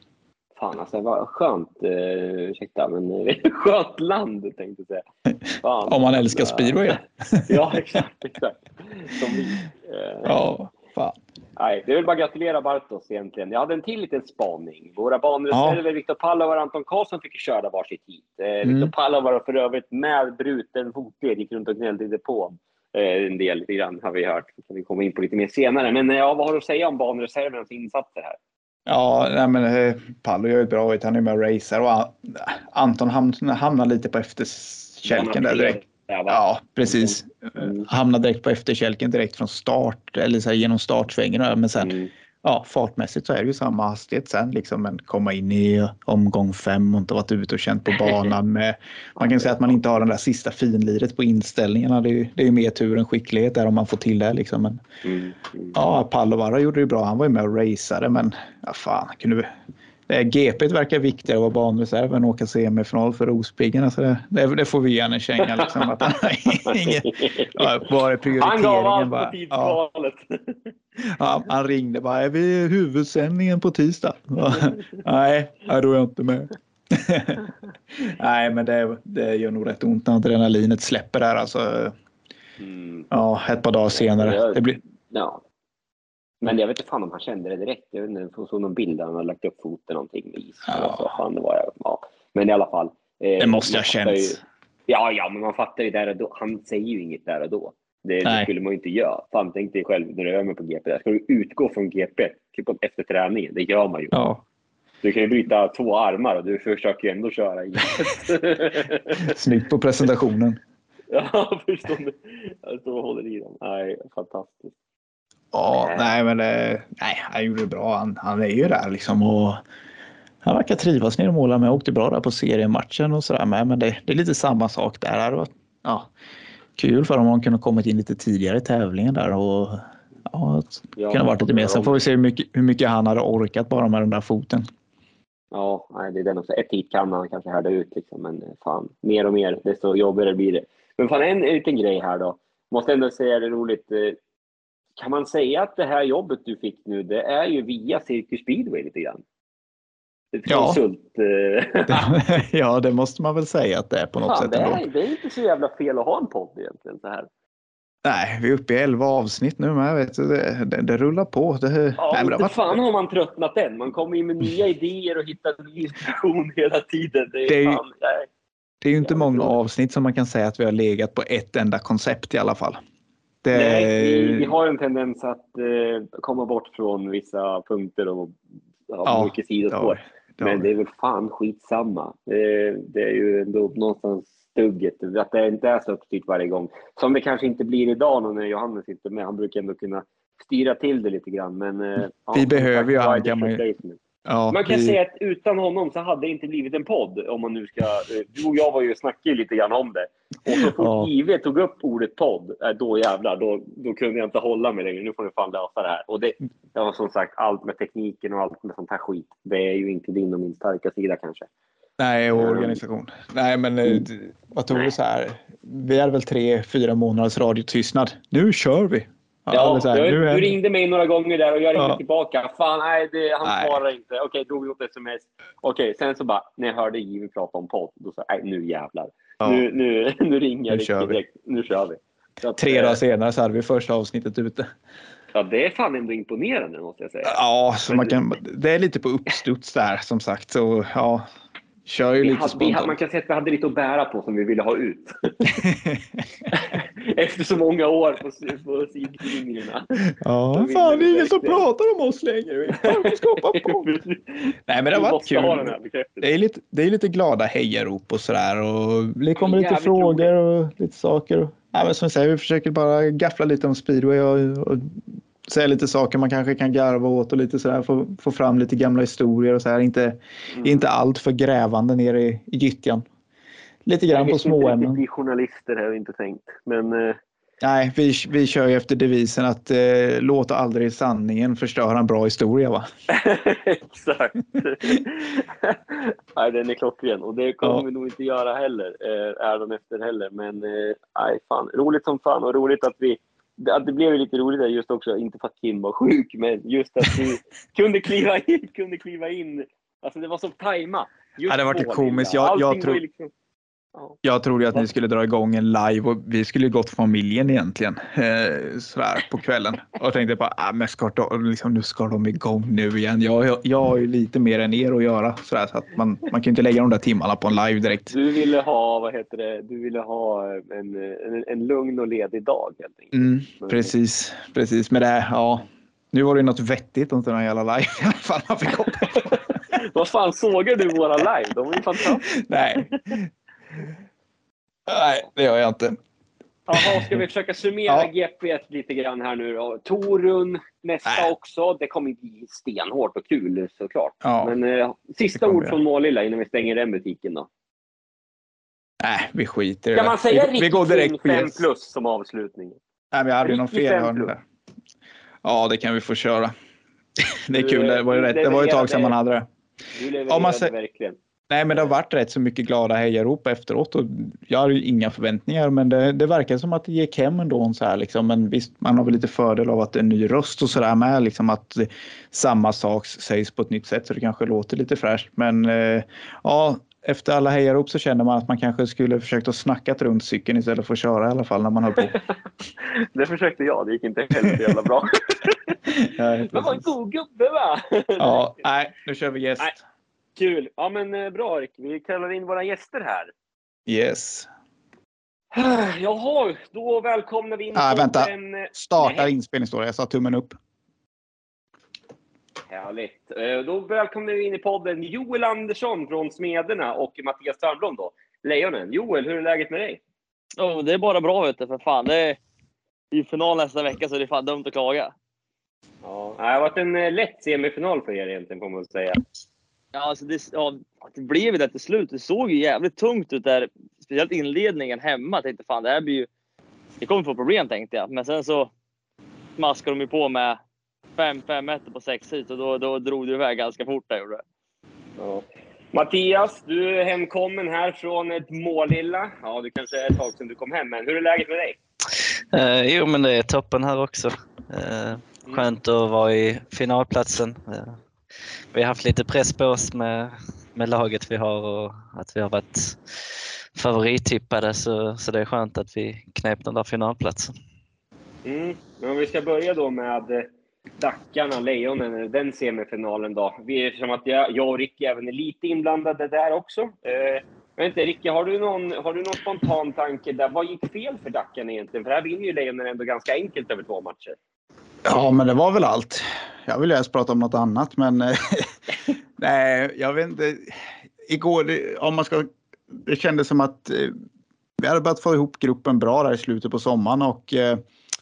Fan, alltså vad skönt, eh, ursäkta, men eh, skönt land tänkte jag säga. Fan, om man älskar speedway. Ja, exakt, exakt. Som vi. Eh, ja, fan. Nej, det är väl bara gratulera Bartos egentligen. Jag hade en till liten spaning. Våra banreserver, ja. Viktor Pallava och Anton Karlsson fick köra varsitt hit. Eh, mm. Viktor Pallava var för övrigt med bruten fotled, gick runt och gnällde på eh, en del grann har vi hört. Det kan vi komma in på lite mer senare. Men ja, vad har du att säga om banreservernas insatser här? Ja, nej, men Pallo gör ett bra ut. Han är med och racer och Anton hamnar, hamnar lite på efterkälken där direkt. Ja, precis. Mm. Hamnar direkt på efterkälken direkt från start eller så här, genom startsvängen. Men sen, mm. ja, fartmässigt så är det ju samma hastighet sen liksom. Men komma in i omgång fem och inte varit ute och känt på banan med. Man kan säga att man inte har den där sista finliret på inställningarna. Det är ju, det är ju mer tur än skicklighet där om man får till det liksom. Men, mm. Mm. ja, Pallovara gjorde det bra. Han var ju med och raceade, men ja, fan, kunde vi... G P verkar viktigare att vara banreserv än åka semifinal för Rospiggarna. Så det, det, det får vi gärna känga. Liksom, att han, ingen, ja, bara prioriteringen. Han gav allt bara, på tidsvalet. Ja, ja, han ringde bara, är vi huvudsändningen på tisdag? Nej, då är jag inte med. Nej, men det, det gör nog rätt ont när adrenalinet släpper där. Alltså, mm. Ja, ett par dagar senare. Det blir... Ja. Men jag vet inte fan om han kände det direkt. Jag vet inte, jag såg någon bild där han hade lagt upp foten någonting med is. Ja. Så fan, det var, ja. Men i alla fall. Eh, det måste jag känna. Ja, ja, men man fattar ju där och då. Han säger ju inget där och då. Det, det skulle man ju inte göra. Fan, tänk dig själv när du är med på G P. Där ska du utgå från G P typ efter träningen. Det gör man ju. Ja. Du kan ju bryta två armar och du försöker ju ändå köra i. Snyggt på presentationen. Ja, förstår du. Jag står och håller i dem. Nej, fantastiskt. Ja, nej men det, nej, han gjorde det bra. Han, han är ju där liksom och han verkar trivas ner i målen med. Åkte bra där på seriematchen och sådär med. Men det, det är lite samma sak där. Det var, ja, kul för dem om man kunde kommit in lite tidigare i tävlingen där och ja, ja, kunde varit lite mer. Sen får vi se hur mycket, hur mycket han hade orkat bara med den där foten. Ja, nej, det är den också. Ett hit kan man kanske härda ut liksom, men fan, mer och mer, desto jobbigare blir det. Men fan, en, en liten grej här då. Måste ändå säga det roligt. Kan man säga att det här jobbet du fick nu, det är ju via Cirkus Speedway lite grann? Ett konsult. Ja. Ja, det måste man väl säga att det är på något fan, sätt. Det är, det är inte så jävla fel att ha en podd egentligen så här. Nej, vi är uppe i elva avsnitt nu, men jag vet, det, det, det rullar på. Det, ja, nej, men det det var... fan har man tröttnat än. Man kommer in med nya idéer och hittar ny inspiration hela tiden. Det är, det är, fan, nej. Det är ju inte många avsnitt som man kan säga att vi har legat på ett enda koncept i alla fall. Det... Nej, vi, vi har en tendens att eh, komma bort från vissa punkter och ha ja, mycket sidospår. Ja, men det är väl fan skitsamma. Det, det är ju ändå någonstans stugget. Att det inte är så uppstyrt varje gång. Som det kanske inte blir idag när Johannes sitter med. Han brukar ändå kunna styra till det lite grann. Men, eh, vi ja, behöver ju han kan man ju... Ja, man kan vi... säga att utan honom så hade det inte blivit en podd. Om man nu ska, du och jag var ju snackade lite grann om det. Och så fort ja. I V tog upp ordet podd, då jävlar, då, då kunde jag inte hålla mig längre. Nu får ni fan lösa det här. Och det, det var som sagt allt med tekniken och allt med sånt här skit. Det är ju inte din och min starka sida kanske. Nej, och organisation. Mm. Nej, men mm. vad tog vi så här? Vi är väl tre, fyra månaders radiotystnad. Nu kör vi. Ja, ja här, du, du ringde mig några gånger där och jag ringde ja. tillbaka. Fan, nej, det, han nej. svarar inte. Okej, okay, drog vi åt sms. Okej, okay, sen så bara, när jag hörde Jimmy prata om podd, då sa jag, nej, nu jävlar. Ja. Nu, nu, nu ringer nu jag direkt. Nu kör vi. Att, Tre dagar senare så hade vi första avsnittet ute. Ja, det är fan ändå imponerande, måste jag säga. Ja, så man kan, det är lite på uppstuds där, som sagt. Så, ja... Kör ju vi lite hade, vi, man kan säga att vi hade lite att bära på som vi ville ha ut. Efter så många år på, på sidlinjerna. Ja, fan det är ingen som pratar om oss längre. Vi skapar på. Nej, men det har varit kul. Det är lite, det är lite glada hejarop och sådär. Och det kommer lite frågor och lite saker. Ja, men som jag säger, vi försöker bara gaffla lite om speedway och, och säga lite saker man kanske kan garva åt och lite sådär, få, få fram lite gamla historier och så här, inte, mm. inte allt för grävande nere i, i gyttjan. Lite grann på småämnen. Vi journalister har jag inte tänkt, men... Eh... Nej, vi, vi kör ju efter devisen att eh, låta aldrig sanningen förstöra en bra historia, va? Exakt. Nej, den är klockren och det kommer ja. vi nog inte göra heller, eh, är de efter heller, men eh, nej, fan, roligt som fan och roligt att vi Det, det blev lite roligt just också, inte för att Kim var sjuk, men just att du kunde kliva in, kunde kliva in. Alltså det var så tajma. Ja, det var inte komiskt. Jag, jag, tro, liksom... Jag trodde att ni skulle dra igång en live och vi skulle gått familjen egentligen eh, sådär på kvällen. Och jag tänkte bara, ah, men ska de, liksom, nu ska de igång nu igen. Jag, jag, jag har ju lite mer än er att göra sådär, så att man, man kan ju inte lägga de där timmarna på en live direkt. Du ville ha, vad heter det, du ville ha en, en, en lugn och ledig dag helt enkelt. Mm, precis, precis. Men det, ja, nu var det ju något vettigt, inte någon jävla live i alla fall. Man fick hoppa på. Vad fan sågar du våra live? De är ju fantastiska. Nej. Nej, det gör jag inte. Jaha, ska vi försöka summera ja. G P ett lite grann här nu då? Torun nästa Nej. också. Det kommer bli stenhårt och kul såklart. Ja. Men eh, sista ord från Målilla innan vi stänger den butiken då. Nej, vi skiter i det. Kan man säga vi, vi går direkt fem plus som avslutning? Nej, men jag hade någon fel där. Ja, det kan vi få köra. Det är kul, det var ju rätt. Det var ju ett tag sedan man hade det. Du levererade man säger, verkligen. Nej, men det har varit rätt så mycket glada hejarop efteråt och jag har ju inga förväntningar, men det, det verkar som att det gick hem ändå så här liksom. Men visst, man har väl lite fördel av att det är en ny röst och sådär med liksom, att samma sak sägs på ett nytt sätt så det kanske låter lite fräscht. Men eh, ja, efter alla hejarop så känner man att man kanske skulle försökt att snacka runt cykeln istället för att köra i alla fall när man höll på. Det försökte jag, det gick inte helt så jävla bra. Ja, man var en god gubbe va? Ja, nej, nu kör vi gäst. Nej. Kul. Ja men bra Rick, vi kallar in våra gäster här. Yes. Jaha, då välkomnar vi in ah, vänta. En... Starta inspelningsstoryn, jag sa tummen upp. Härligt. Då välkomnar vi in i podden Joel Andersson från Smederna och Mattias Törnblom då. Lejonen. Joel, hur är läget med dig? Oh, det är bara bra vet du, för fan. Det är i final nästa vecka så det är fan dumt att klaga. Ja, det har varit en lätt semifinal för er egentligen får man säga. Ja, alltså det, ja, det blev det till slut. Det såg ju jävligt tungt ut där. Speciellt inledningen hemma. Jag tänkte fan, det här blir ju... Det kommer få problem tänkte jag. Men sen så smaskade de ju på med fem fem meter på sex hit. Och då, då drog du iväg ganska fort där gjorde det. Ja. Mattias, du är hemkommen här från ett Målilla. Ja, det kanske är ett tag sedan du kom hem. Men hur är läget med dig? Uh, jo, men det är toppen här också. Uh, skönt att vara i finalplatsen. Uh. Vi har haft lite press på oss med, med laget vi har och att vi har varit favorittippade så, så det är skönt att vi knep den där finalplatsen. Mm. Men om vi ska börja då med Dackarna, Lejonen, den semifinalen då. Vi är som att jag, jag och Ricky även är lite inblandade där också. Eh, jag vet inte, Ricky, har du någon, har du någon spontan tanke där? Vad gick fel för Dackarna egentligen? För här vinner ju Lejonen ändå ganska enkelt över två matcher. Ja, men det var väl allt. Jag vill ju prata om något annat, men nej, jag vet inte. Igår, det, om man ska, det kändes som att eh, vi hade börjat få ihop gruppen bra där i slutet på sommaren och eh,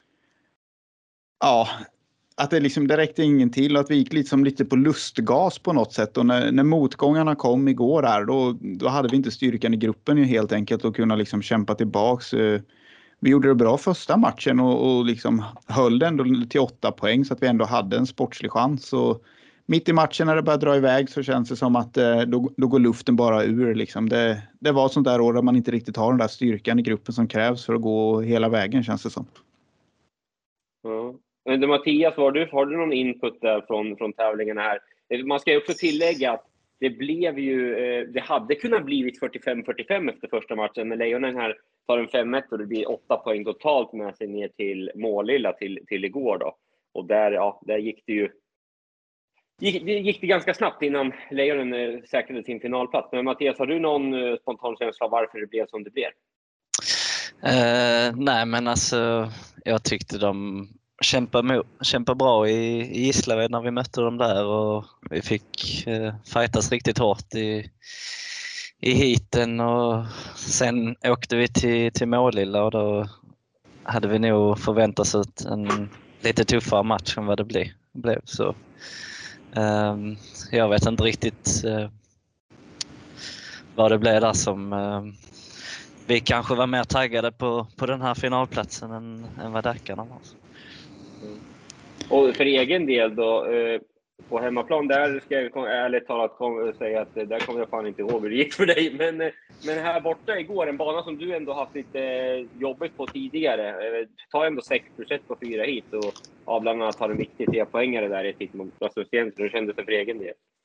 ja, att det liksom det räckte ingen till och att vi gick liksom lite på lustgas på något sätt och när, när motgångarna kom igår där då, då hade vi inte styrkan i gruppen helt enkelt att kunna liksom kämpa tillbaks. Eh, Vi gjorde det bra första matchen och, och liksom höll den ändå till åtta poäng så att vi ändå hade en sportslig chans. Och mitt i matchen när det började dra iväg så känns det som att eh, då, då går luften bara ur. Liksom. Det, det var sånt där år där man inte riktigt har den där styrkan i gruppen som krävs för att gå hela vägen känns det som. Ja. Men Mattias, har du, har du någon input där från, från tävlingarna här? Man ska ju också tillägga att det blev ju, det hade kunnat blivit fyrtiofem fyrtiofem efter första matchen, men Lejonen här tar en fem ett och det blir åtta poäng totalt med sig ner till Målilla till, till igår då. Och där, ja, där gick det ju gick, det gick det ganska snabbt innan Lejonen säkrade sin finalplats. Men Mattias, har du någon spontan känsla av varför det blev som det blev? Uh, nej, men alltså jag tyckte de kämpade, kämpade bra i, i Gislaved när vi mötte dem där och vi fick uh, fightas riktigt hårt i, i heaten och sen åkte vi till, till Målilla och då hade vi nog förväntat oss en lite tuffare match än vad det blev. blev så um, jag vet inte riktigt uh, vad det blev där som uh, vi kanske var mer taggade på, på den här finalplatsen än, än vad Dackarna var. Mm. Och för egen del då, eh, på hemmaplan där ska jag ärligt talat kom, säga att där kommer jag fan inte ihåg hur det gick för dig. Men, eh, men här borta igår, en bana som du ändå haft lite jobbigt på tidigare. Eh, ta ändå sex plus ett på fyra hit och ja, bland annat har en viktig tre-poängare där i ett hit mot Rasmus Jensen. Hur kändes det för egen del?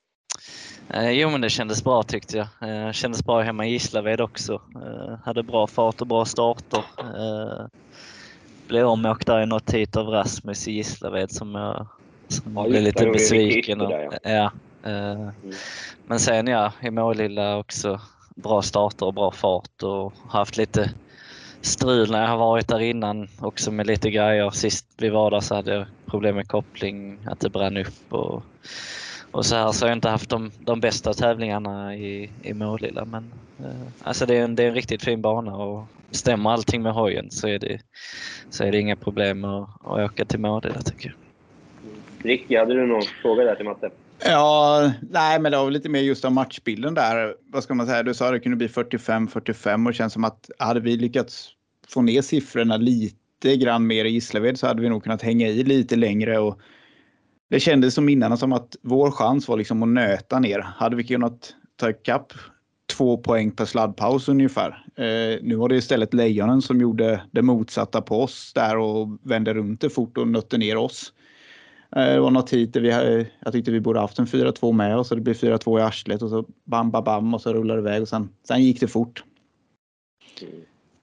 Eh, jo, men det kändes bra tyckte jag. Eh, kändes bra hemma i Gislaved också. Eh, hade bra fart och bra starter. Eh, blev omåkt där i något tid av Rasmus i Gislaved som jag som ja, blev lite det, besviken. där, ja. Ja, eh, mm. Men sen ja, i Målilla också bra starter och bra fart och haft lite strul när jag har varit där innan också med lite grejer. Sist vi var där så hade jag problem med koppling, att det brann upp och, och så här, så har jag inte haft de, de bästa tävlingarna i, i Målilla, men eh, alltså det är, en, det är en riktigt fin bana och stämmer allting med hojen så är det, så är det inga problem att, att åka till Målilla tycker jag. Ricky, hade du någon fråga där till Matte? Ja, nej men det var lite mer just av matchbilden där. Vad ska man säga? Du sa att det kunde bli fyrtiofem fyrtiofem och det känns som att hade vi lyckats få ner siffrorna lite grann mer i Gislaved så hade vi nog kunnat hänga i lite längre och det kändes som innan som att vår chans var liksom att nöta ner. Hade vi kunnat ta ikapp två poäng per sladdpaus ungefär. Eh, nu var det istället Lejonen som gjorde det motsatta på oss där och vände runt det fort och nötte ner oss. Det var något tid där vi, jag tyckte vi borde haft en fyra två med oss och det blev fyra två i arslet och så bam bam bam och så rullade det iväg och sen, sen gick det fort. Mm.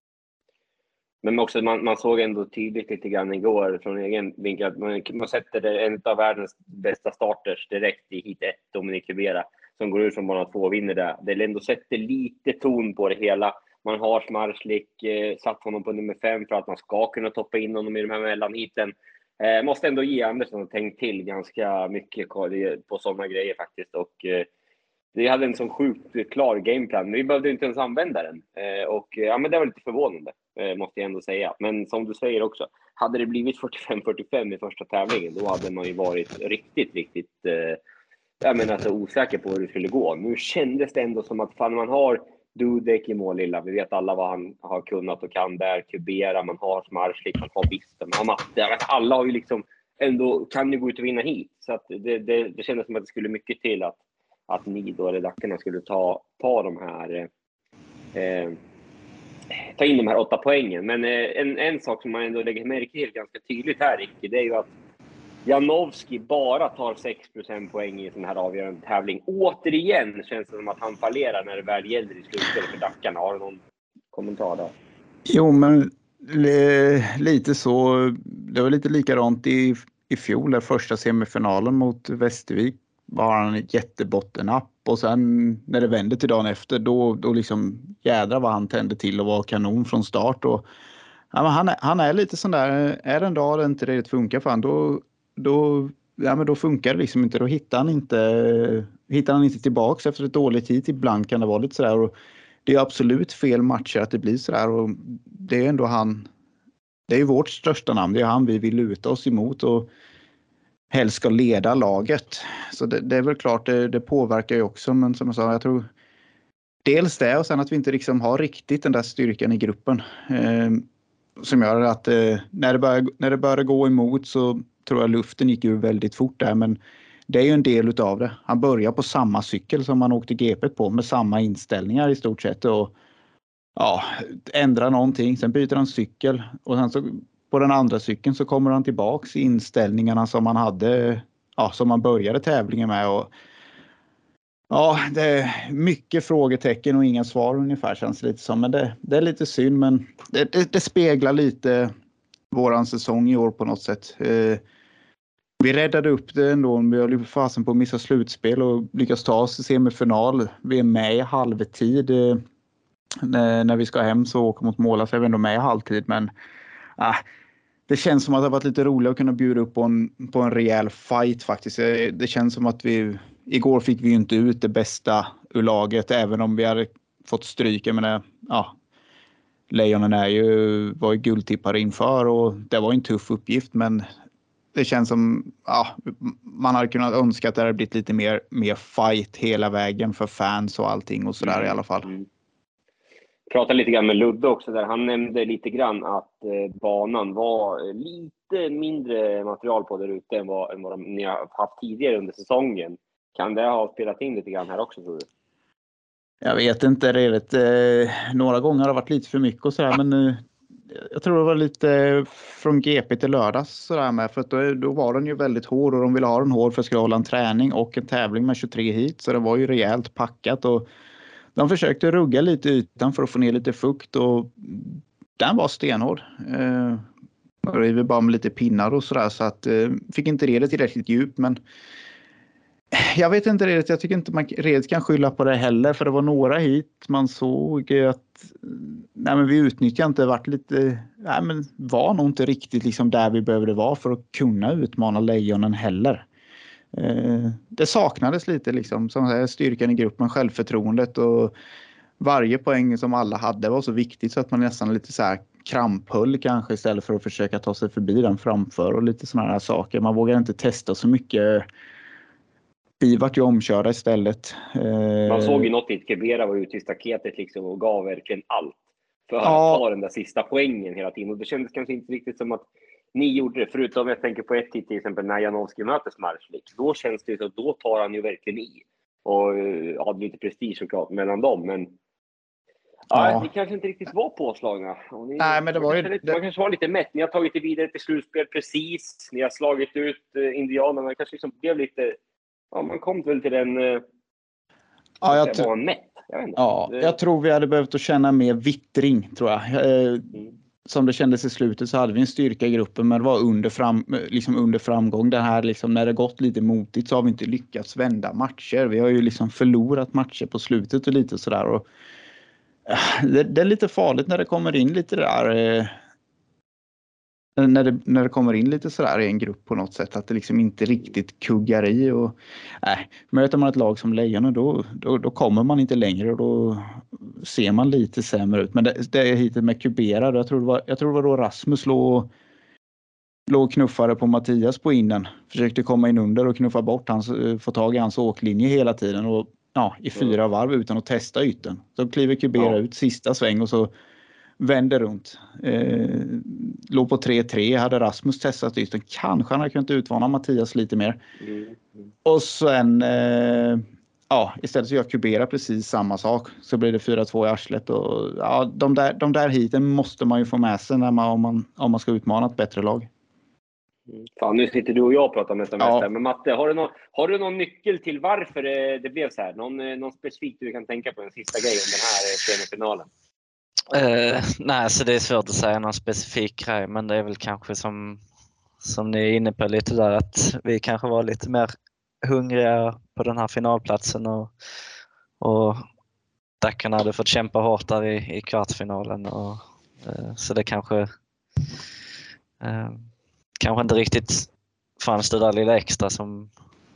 Men också man, man såg ändå tydligt lite grann igår från egen vinkel att man, man sätter det, en av världens bästa starters direkt i hit ett, Dominic Rivera, som går ut från bana två och vinner det. Det ändå sätter lite ton på det hela. Man har Smarslik eh, satt honom på nummer fem för att man ska kunna toppa in honom i de här mellanhiten. Eh, måste ändå ge Andersson tänkt till ganska mycket på sådana grejer faktiskt. Och eh, vi hade en sån sjukt klar gameplan. Vi behövde inte ens använda den. Eh, och ja, men det var lite förvånande, eh, måste jag ändå säga. Men som du säger också, hade det blivit fyrtiofem fyrtiofem i första tävlingen, då hade man ju varit riktigt, riktigt eh, jag menar, alltså, osäker på hur det skulle gå. Nu kändes det ändå som att fan, man har Dudek i Målilla. Vi vet alla vad han har kunnat och kan där. Kubera, man har Smarslik, man har Bisten, man har Matte. Alla har ju liksom ändå, kan ju gå ut och vinna hit. Så att det, det, det kändes som att det skulle mycket till att, att ni då, redaktorerna, skulle ta, ta de här eh, ta in de här åtta poängen. Men eh, en, en sak som man ändå lägger märke till ganska tydligt här, Ricky, det är ju att Janowski bara tar sex procent poäng i en sån här avgörande tävling. Återigen känns det som att han fallerar när det väl gäller i slutspelet för Dackarna. Har du någon kommentar där? Jo, men lite så. Det var lite likadant i, i fjol, där första semifinalen mot Västervik var han ett jättebottenapp. Och sen när det vände till dagen efter, då, då liksom jädrar vad han tände till och var kanon från start. Och, ja, men han, är, han är lite sån där, är det en dag det inte det funkar för han, då Då, ja, men då funkar det liksom inte. Då hittar han inte, hittar han inte tillbaks efter ett dåligt tid. Ibland kan det vara lite sådär. Och det är absolut fel matcher att det blir sådär. Och det är ändå han. Det är ju vårt största namn. Det är han vi vill luta oss emot. Och helst ska leda laget. Så det, det är väl klart, det, det påverkar ju också. Men som jag sa, jag tror dels det. Och sen att vi inte liksom har riktigt den där styrkan i gruppen. Eh, som gör att eh, när, det börjar, när det börjar gå emot så tror jag luften gick ju väldigt fort där, men det är ju en del utav det. Han börjar på samma cykel som han åkte G P på med samma inställningar i stort sett och ja, ändrar någonting. Sen byter han cykel och sen så på den andra cykeln så kommer han tillbaks i inställningarna som han hade, ja, som han började tävlingen med och ja, det är mycket frågetecken och inga svar ungefär känns det lite som, men det, det är lite synd, men det, det, det speglar lite våran säsong i år på något sätt. Eh, vi räddade upp det ändå. Vi har fasen på att missa slutspel och lyckas ta oss i semifinal. Vi är med i halvtid. Eh, när, när vi ska hem så åker mot Måla så är vi ändå med i halvtid. Men ah, det känns som att det har varit lite roligt att kunna bjuda upp på en, på en rejäl fight faktiskt. Det, det känns som att vi, igår fick vi ju inte ut det bästa ur laget även om vi hade fått stryka. Men det, ja, Lejonen är ju, var ju guldtippare inför och det var en tuff uppgift, men det känns som ja, man hade kunnat önska att det hade blivit lite mer, mer fight hela vägen för fans och allting och sådär mm. i alla fall. Mm. Prata lite grann med Ludde också där. Han nämnde lite grann att eh, banan var lite mindre material på där ute än vad, än vad de, ni har haft tidigare under säsongen. Kan det ha spelat in lite grann här också, tror du? Jag vet inte, det är rätt, eh, några gånger har det varit lite för mycket och sådär, men eh, jag tror det var lite från G P till lördags sådär med, för att då, då var den ju väldigt hård och de ville ha den hård för att skulle hålla en träning och en tävling med tjugotre hit, så det var ju rejält packat och de försökte rugga lite ytan för att få ner lite fukt och den var stenhård. Eh, och det var bara med lite pinnar och sådär, så att eh, fick inte redet tillräckligt djup, men jag vet inte redet, jag tycker inte man redet kan skylla på det heller, för det var några hit man såg att nej, men vi utnyttjade inte, varit lite, nej, men var nog inte riktigt liksom där vi behövde vara för att kunna utmana lejonen heller. Eh, det saknades lite liksom, som här, styrkan i gruppen, självförtroendet, och varje poäng som alla hade var så viktigt så att man nästan lite så här kramphöll kanske istället för att försöka ta sig förbi den framför och lite sådana här saker. Man vågar inte testa så mycket. Vi vart ju omkörda istället. Man såg ju något i Kebera var ute i staketet liksom och gav verkligen allt för att ja. ta den där sista poängen hela tiden. Och det kändes kanske inte riktigt som att ni gjorde det. Förutom jag tänker på ett tid till exempel när Janowski möter Smarslik. Då känns det så att då tar han ju verkligen i. Och ja, det är lite prestige såklart mellan dem. Men ja, ja. Ni kanske inte riktigt var påslagna. Ni, Nej, men det var ju... Man, det... man kanske var lite mätt. Ni har tagit det vidare till slutspel precis. Ni har slagit ut uh, indianerna. Man kanske liksom blev lite... Ja, man kom väl till den... Uh, ja, jag, tr- var mätt. Jag vet inte. Ja, jag tror vi hade behövt att känna mer vittring, tror jag. Uh, mm. Som det kändes i slutet så hade vi en styrka i gruppen, men det var under, fram, liksom under framgång. Det här, liksom, när det gått lite motigt så har vi inte lyckats vända matcher. Vi har ju liksom förlorat matcher på slutet och lite sådär. Och Det, det är lite farligt när det kommer in lite där eh, när, det, när det kommer in lite sådär i en grupp på något sätt, att det liksom inte riktigt kuggar i och äh, möter man ett lag som Lejonen då, då, då kommer man inte längre och då ser man lite sämre ut. Men det, det är hittills med Kubera, jag tror det var, jag tror det var då Rasmus låg, låg och knuffade på Mattias på innen, försökte komma in under och knuffa bort hans, få tag i hans åklinje hela tiden och ja, i fyra varv utan att testa ytan. Så kliver Kubera ja. ut sista sväng och så vänder runt. Eh, låg på tre tre, hade Rasmus testat ytan. Kanske han hade kunnat utvana Mattias lite mer. Mm. Mm. Och sen eh, ja, istället så gör Kubera precis samma sak. Så blir det fyra två i arslet. Och, ja, de, där, de där hiten måste man ju få med sig när man, om, man, om man ska utmana ett bättre lag. Fan, nu sitter du och jag och pratar mest om ja. Men Matte, har du, någon, har du någon nyckel till varför det, det blev så här? Någon, någon specifik du kan tänka på den sista grejen, den här semifinalen? Uh, nej, så det är svårt att säga någon specifik grej, men det är väl kanske som, som ni är inne på lite där, att vi kanske var lite mer hungriga på den här finalplatsen och, och Dackarna hade fått kämpa hårt där i, i kvartsfinalen. Och, uh, så det kanske... Uh, Kanske inte riktigt fanns det där lilla extra som,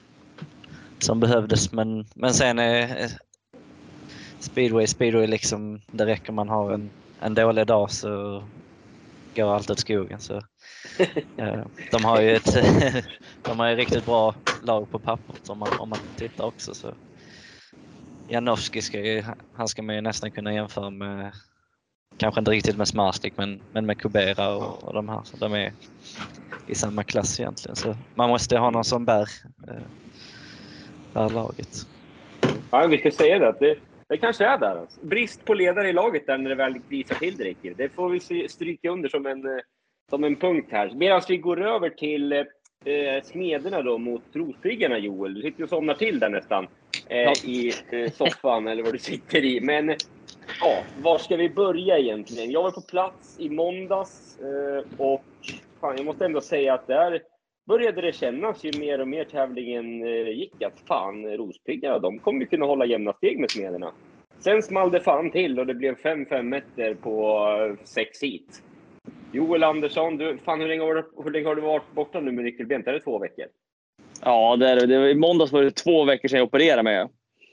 som behövdes. Men, men sen är speedway, speedway liksom, det räcker man har en, en dålig dag så går allt åt skogen. Så, ja, de har ju ett de har ju riktigt bra lag på pappret om man, om man tittar också. Så. Janowski ska ju, han ska man ju nästan kunna jämföra med, kanske inte riktigt med Smarslik, men, men med Kubera och, och de här. Så de är i samma klass egentligen. Så man måste ha någon som bär, eh, bär laget. Ja, vi ska säga det. Det, det kanske är där. Alltså. Brist på ledare i laget där när det väl visar till det riktigt. Det får vi stryka under som en, som en punkt här. Medan vi går över till eh, smederna då mot Rospiggarna, Joel. Du sitter och somnar till där nästan eh, ja. i eh, soffan eller vad du sitter i. Men ja, var ska vi börja egentligen? Jag var på plats i måndags eh, och fan, jag måste ändå säga att där började det kännas ju mer och mer tävlingen eh, gick att fan Rospiggarna, de kommer ju kunna hålla jämna steg med smederna. Sen small det fan till och det blev fem fem meter på eh, sex hit. Joel Andersson, du, fan, hur, länge har du, hur länge har du varit borta nu med nyckelbent? Är det två veckor? Ja, det är, det var, i måndags var det två veckor sedan jag opererade med.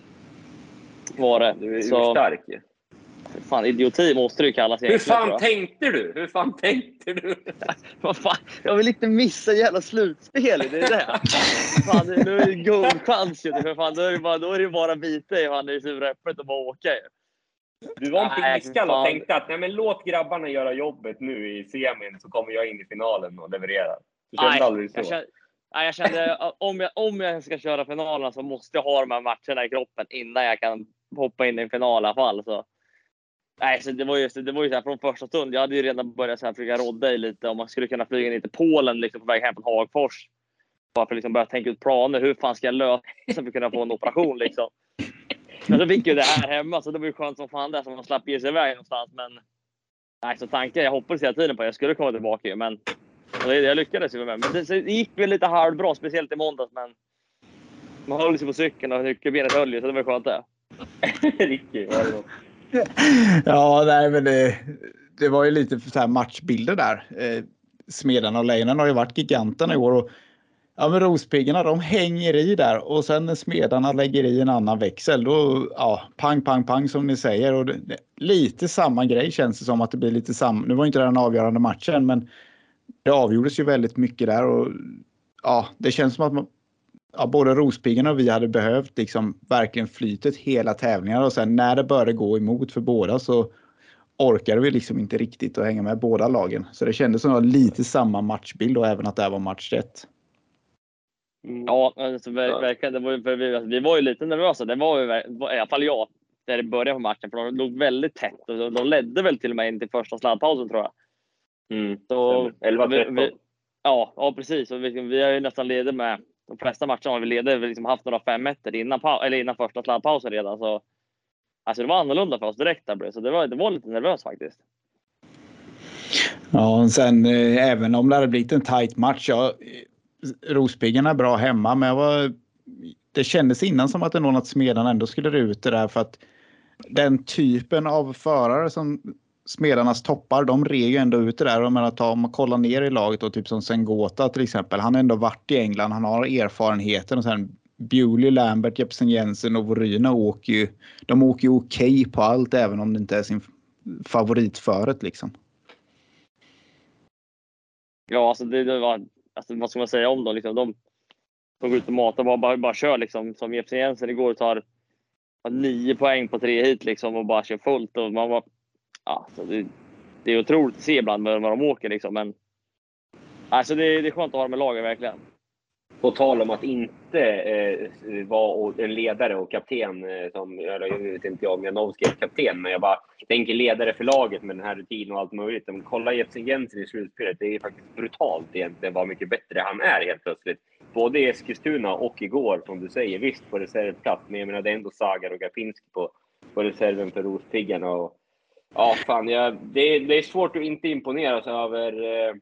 Var det. Du är så stark. Fan, idioti måste du kalla sig. Hur fan tror jag. tänkte du? Hur fan tänkte du? Vad fan, jag vill inte missa jävla slutspel, det är det. Fan, det är en god chans ju. För fan, då är det bara, då är det bara bita i fan, det är så öppet och bara åka ju. Du var inte iskall och tänkte att nej, men låt grabbarna göra jobbet nu i semin så kommer jag in i finalen och leverera. Du kände nej, aldrig så. Jag kände, nej, jag kände om, jag, om jag ska köra finalen så måste jag ha de här matcherna i kroppen innan jag kan hoppa in i en final i alla fall. Så. Nej, så det var ju, det var ju så här från första stund. Jag hade ju redan börjat så här försöka rodda i lite om man skulle kunna flyga ner till Polen liksom på väg hem från Hagfors. Bara för att liksom börja tänka ut planer. Hur fan ska jag lösa för att kunna få en operation liksom. Men så fick ju det här hemma, så det var ju skönt som fan där, som man slapp ge sig iväg någonstans. Men nej, så tanken, jag hoppades hela tiden på att jag skulle komma tillbaka ju, men jag lyckades ju med. Men det, det gick väl lite halvbra, speciellt i måndags, men man höll sig på cykeln och nyckelbenet höll ju, så det var skönt det. Riktigt, ja, ja, nej, men det, det var ju lite så här matchbilder där. Eh, Smedarna och Lejonen har ju varit giganterna i år, och ja, men Rospiggarna, de hänger i där, och sen när Smedarna lägger i en annan växel, då ja, pang, pang, pang som ni säger, och det, det, lite samma grej känns det som att det blir lite samma. Nu var inte det den avgörande matchen, men det avgjordes ju väldigt mycket där, och ja, det känns som att man, ja, både Rospiggarna och vi hade behövt liksom verkligen flytet hela tävlingar, och sen när det började gå emot för båda så orkade vi liksom inte riktigt att hänga med båda lagen. Så det kändes som lite samma matchbild, och även att det var match ett. Mm. Ja, alltså, verkligen. Det var ju, för vi, alltså, vi var ju lite nervösa. Det var ju i alla fall jag när det började på matchen. För de låg väldigt tätt. Och de, de ledde väl till och med in till första sladdpausen, tror jag. Mm. Så, elva tretton. Vi, vi, ja, ja, precis. Och vi, vi har ju nästan ledit med de flesta matcherna. Har vi ledit, vi liksom haft några fem meter innan, eller innan första sladdpausen redan. Så, alltså, det var annorlunda för oss direkt där. Så det var, det var lite nervöst faktiskt. Ja, och sen eh, även om det hade blivit en tight match. Ja, Rospiggarna är bra hemma, men jag var, det kändes innan som att det någon att Smedarna ändå skulle ut det där, för att den typen av förare som Smedarnas toppar, de reger ju ändå ut det där. Och menar, ta, om man kollar ner i laget, och typ som Sengota till exempel, han har ändå varit i England, han har erfarenheten, och sen Bewley, Lambert, Jepsen Jensen och Voryna åker ju, de åker ju okej på allt, även om det inte är sin favoritföret liksom. Ja, alltså det, det var, alltså vad ska man säga om dem liksom, de de går ut och matar, bara, bara, bara kör liksom, som Jepsen Jensen igår tar, tar nio poäng på tre hit liksom, och bara kör fullt, och man var, ja, så det, det är otroligt att se ibland när de åker liksom, men alltså det, det är skönt att ha dem i laget verkligen. På tal om att inte eh, vara en ledare och kapten, eh, som jag vet inte om Janowski är kapten, men jag bara tänker ledare för laget med den här rutinen och allt möjligt. Men kolla Jepsen Jensen i slutspelet, det är faktiskt brutalt egentligen vad mycket bättre han är helt plötsligt. Både i Eskilstuna och igår, som du säger, visst på reservplats, men jag menar det är ändå Sagar och Gapinski på, på reserven för Rospiggarna. Och ja, fan, jag, det, det är svårt att inte imponera sig över... Eh,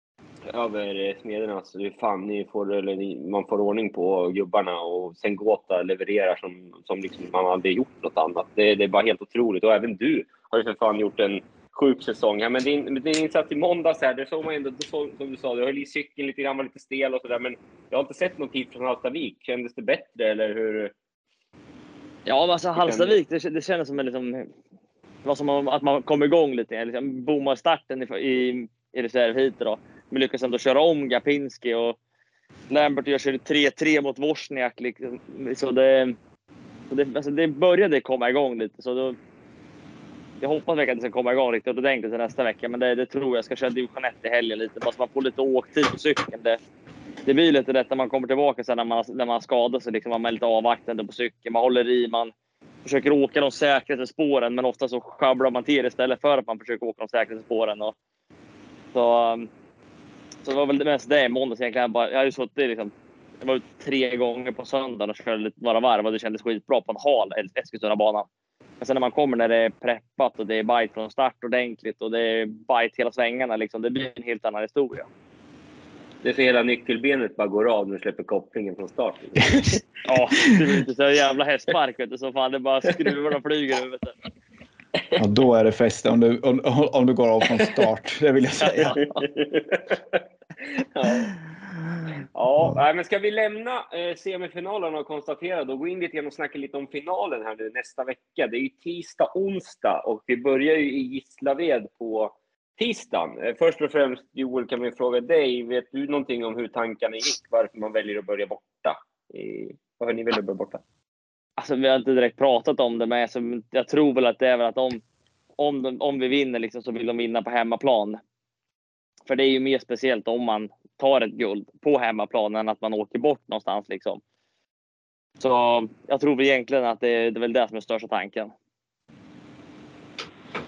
över Smederna, så det fan ni får, eller ni, man får ordning på gubbarna, och sen Gåta levererar som, som liksom man aldrig gjort något annat. Det, det är bara helt otroligt, och även du har ju för fan gjort en sjuk säsong. Ja, men din, din insats i måndags här, det såg man ändå, det såg, som du sa, du höll i cykeln lite grann, var lite stel och sådär, men jag har inte sett någon tid från Hallstavik. Kändes det bättre, eller hur? Ja, men alltså Hallstavik, det, det kändes som en liksom, det var som att man kom igång lite, liksom bommar starten i, i, i reserv hit då. Men lyckas ändå köra om Gapinski, och Lambert och jag körde tre tre mot Wozniak. Liksom. Så det, så det, alltså det började komma igång lite. Så då, jag hoppas verkligen att det ska komma igång riktigt ordentligt till nästa vecka. Men det, det tror jag ska köra division ett i helgen lite. Bara så man får lite åktid på cykeln. Det, det blir lite rätt när man kommer tillbaka sen när man, när man skadar sig. Liksom, man är lite avvaktande på cykeln. Man håller i, man försöker åka de säkraste spåren. Men ofta så schabblar man till istället för att man försöker åka de säkraste spåren. Och, så... Så det var väl det mest det i måndags egentligen. Jag, bara, jag har ju suttit liksom, jag var tre gånger på söndagen och körde lite några varv, och det kändes skitbra på en hal Eskilstuna-banan. Men sen när man kommer när det är preppat och det är bite från start ordentligt och det är bite hela svängarna, liksom, det blir en helt annan historia. Det är så hela nyckelbenet bara går av när du släpper kopplingen från start. Ja, det blir inte så jävla hästmark, vet du, så fan det bara skruvar och flyger, vet du. Ja, då är det fest om du, om, om du går av från start, det vill jag säga. ja. Ja, men ska vi lämna eh, semifinalen och konstatera då, gå in lite och snacka lite om finalen här nu nästa vecka. Det är ju tisdag, onsdag, och vi börjar ju i Gislaved på tisdagen. Eh, först och främst, Joel, kan vi fråga dig, vet du någonting om hur tankarna gick, varför man väljer att börja borta? Eh, varför ni väljer att börja borta? Alltså, vi har inte direkt pratat om det, men alltså, jag tror väl att det är väl att om, om, de, om vi vinner liksom, så vill de vinna på hemmaplan. För det är ju mer speciellt om man tar ett guld på hemmaplan än att man åker bort någonstans. Liksom. Så jag tror väl egentligen att det är, det är väl det som är största tanken.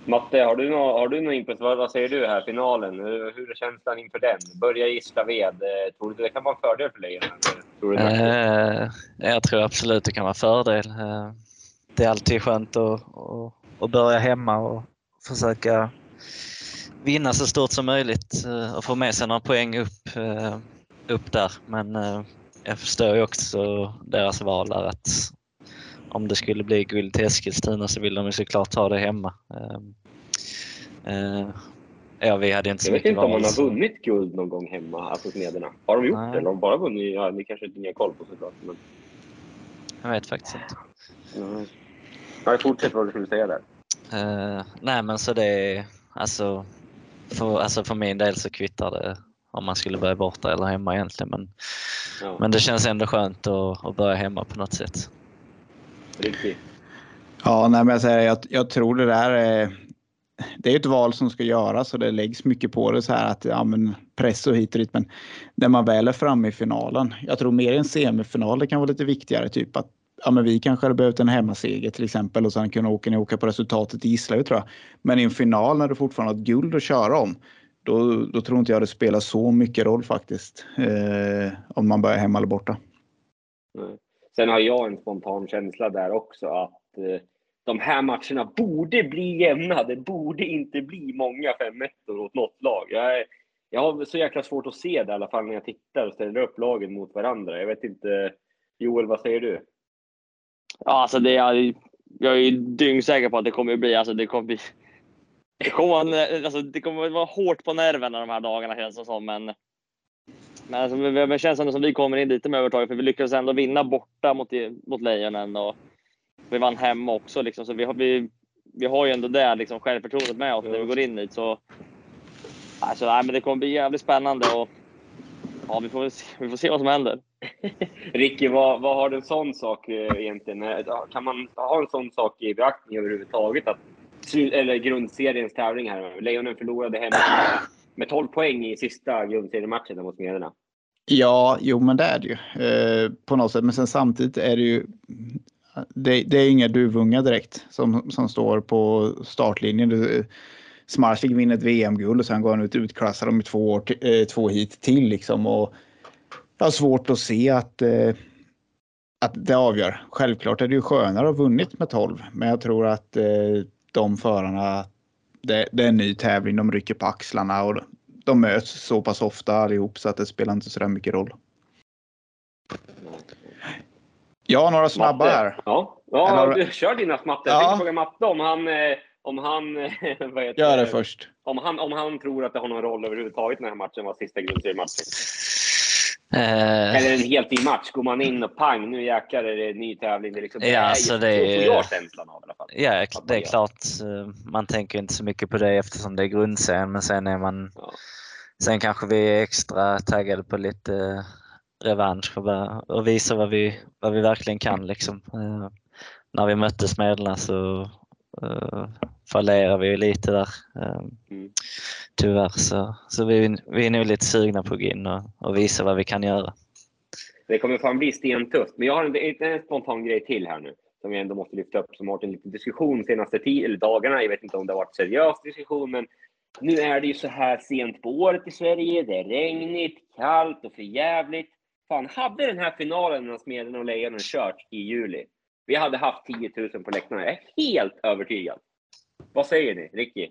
Matte, har du någon, har du någon input? Vad, vad säger du här, finalen? Hur, hur är känslan inför den? Börja i Gislaved. Tror du det kan vara en fördel för dig? Tror du det eh, jag tror absolut det kan vara fördel. Eh, det är alltid skönt att, att, att börja hemma och försöka vinna så stort som möjligt eh, och få med sig några poäng upp, eh, upp där. Men eh, jag förstår ju också deras val där, att om det skulle bli guld till Eskilstuna så vill de ju såklart ta det hemma. Uh, uh, ja, vi hade inte så jag vet mycket inte om val, man har så... vunnit guld någon gång hemma, alltså Smederna. Har de gjort Nej. det? Eller har de bara vunnit? Ja, ni kanske inte har koll på såklart. Men... Jag vet faktiskt inte. Mm. Ja, fortsätt vad du skulle säga där. Uh, nej, men så det är alltså för, alltså för min del så kvittar det om man skulle börja borta eller hemma egentligen. Men, ja. men det känns ändå skönt att, att börja hemma på något sätt. Riktigt. Ja, nej, men jag, säger, jag, jag tror det där är, det är ett val som ska göras och det läggs mycket på det så här att ja, men press och hit och dit, men när man väl är framme i finalen, jag tror mer i en semifinal det kan vara lite viktigare, typ att ja, men vi kanske hade behövt en hemmaseger till exempel och sen kunna åka ner och åka på resultatet i Gislaved, tror jag. Men i en final när du fortfarande har ett guld att köra om, då, då tror inte jag det spelar så mycket roll faktiskt eh, om man börjar hemma eller borta. Mm. Sen har jag en spontan känsla där också att eh, de här matcherna borde bli jämna. Det borde inte bli många fem-ettor åt något lag. Jag, är, jag har så jäkla svårt att se det i alla fall när jag tittar och ställer upp lagen mot varandra. Jag vet inte, Joel, vad säger du? Ja, alltså det är, jag är ju dyngsäker på att det kommer att bli, alltså det kommer bli, det kommer, alltså det kommer att vara hårt på nerverna de här dagarna, känns det som, men men alltså, det känns som att vi kommer in lite med övertag, för vi lyckades ändå vinna borta mot, mot Lejonen och vi vann hemma också liksom, så vi har, vi, vi har ju ändå det liksom självförtroendet med oss när vi går in hit, så alltså, nej, men det kommer bli jävligt spännande och ja, vi får, vi får se vad som händer. Ricky, vad, vad har en sån sak egentligen? Kan man ha en sån sak i beaktning överhuvudtaget? Att, eller grundseriens tävling här. Lejonen förlorade hemma med, med tolv poäng i sista grundseriematchen mot Smederna. Ja, jo men det är det ju. Eh, på något sätt. Men sen samtidigt är det ju... Det, det är inga duvunga direkt som, som står på startlinjen. Du, Smarsvik vinner ett V M-guld och sen går han ut utklassar dem i två, år, eh, två hit till liksom. Och jag har svårt att se att, eh, att det avgör. Självklart är det ju skönare att ha vunnit med tolv. Men jag tror att eh, de förarna, det, det är en ny tävling. De rycker på axlarna och de möts så pass ofta allihop så att det spelar inte så där mycket roll. Ja, några snabba Matte. här. Ja, ja Eller... du kör dina Matte. Ja. Jag tänkte fråga Matte om han... Om han, vad heter Gör det det först. Om han, om han tror att det har någon roll överhuvudtaget när den här matchen var sista grundseriematchen. Uh, Eller en helt i match. Går man in och pang, nu jäklar är det en ny tävling. Det är liksom, ja, så det är, så jag känslan av i alla fall. Ja, det är klart. Man tänker inte så mycket på det eftersom det är grundserien. Men sen är man... Ja. Sen kanske vi är extra taggade på lite revansch för att visa vad vi, vad vi verkligen kan. Liksom. Uh, när vi möttes Smederna så uh, fallerar vi lite där. Uh, mm. Tyvärr. Så, så vi, vi är nog lite sugna på att gå in och, och visa vad vi kan göra. Det kommer fan bli stentufft. Men jag har en, en spontan grej till här nu. Som jag ändå måste lyfta upp. Som har varit en liten diskussion senaste tio, eller dagarna. Jag vet inte om det har varit seriös diskussion. Men nu är det ju så här sent på året i Sverige. Det är regnigt, kallt och för jävligt. Fan, hade den här finalen mellan Smederna och Lejonen kört i juli. Vi hade haft tio tusen på läktarna. Jag är helt övertygad. Vad säger ni, Ricky?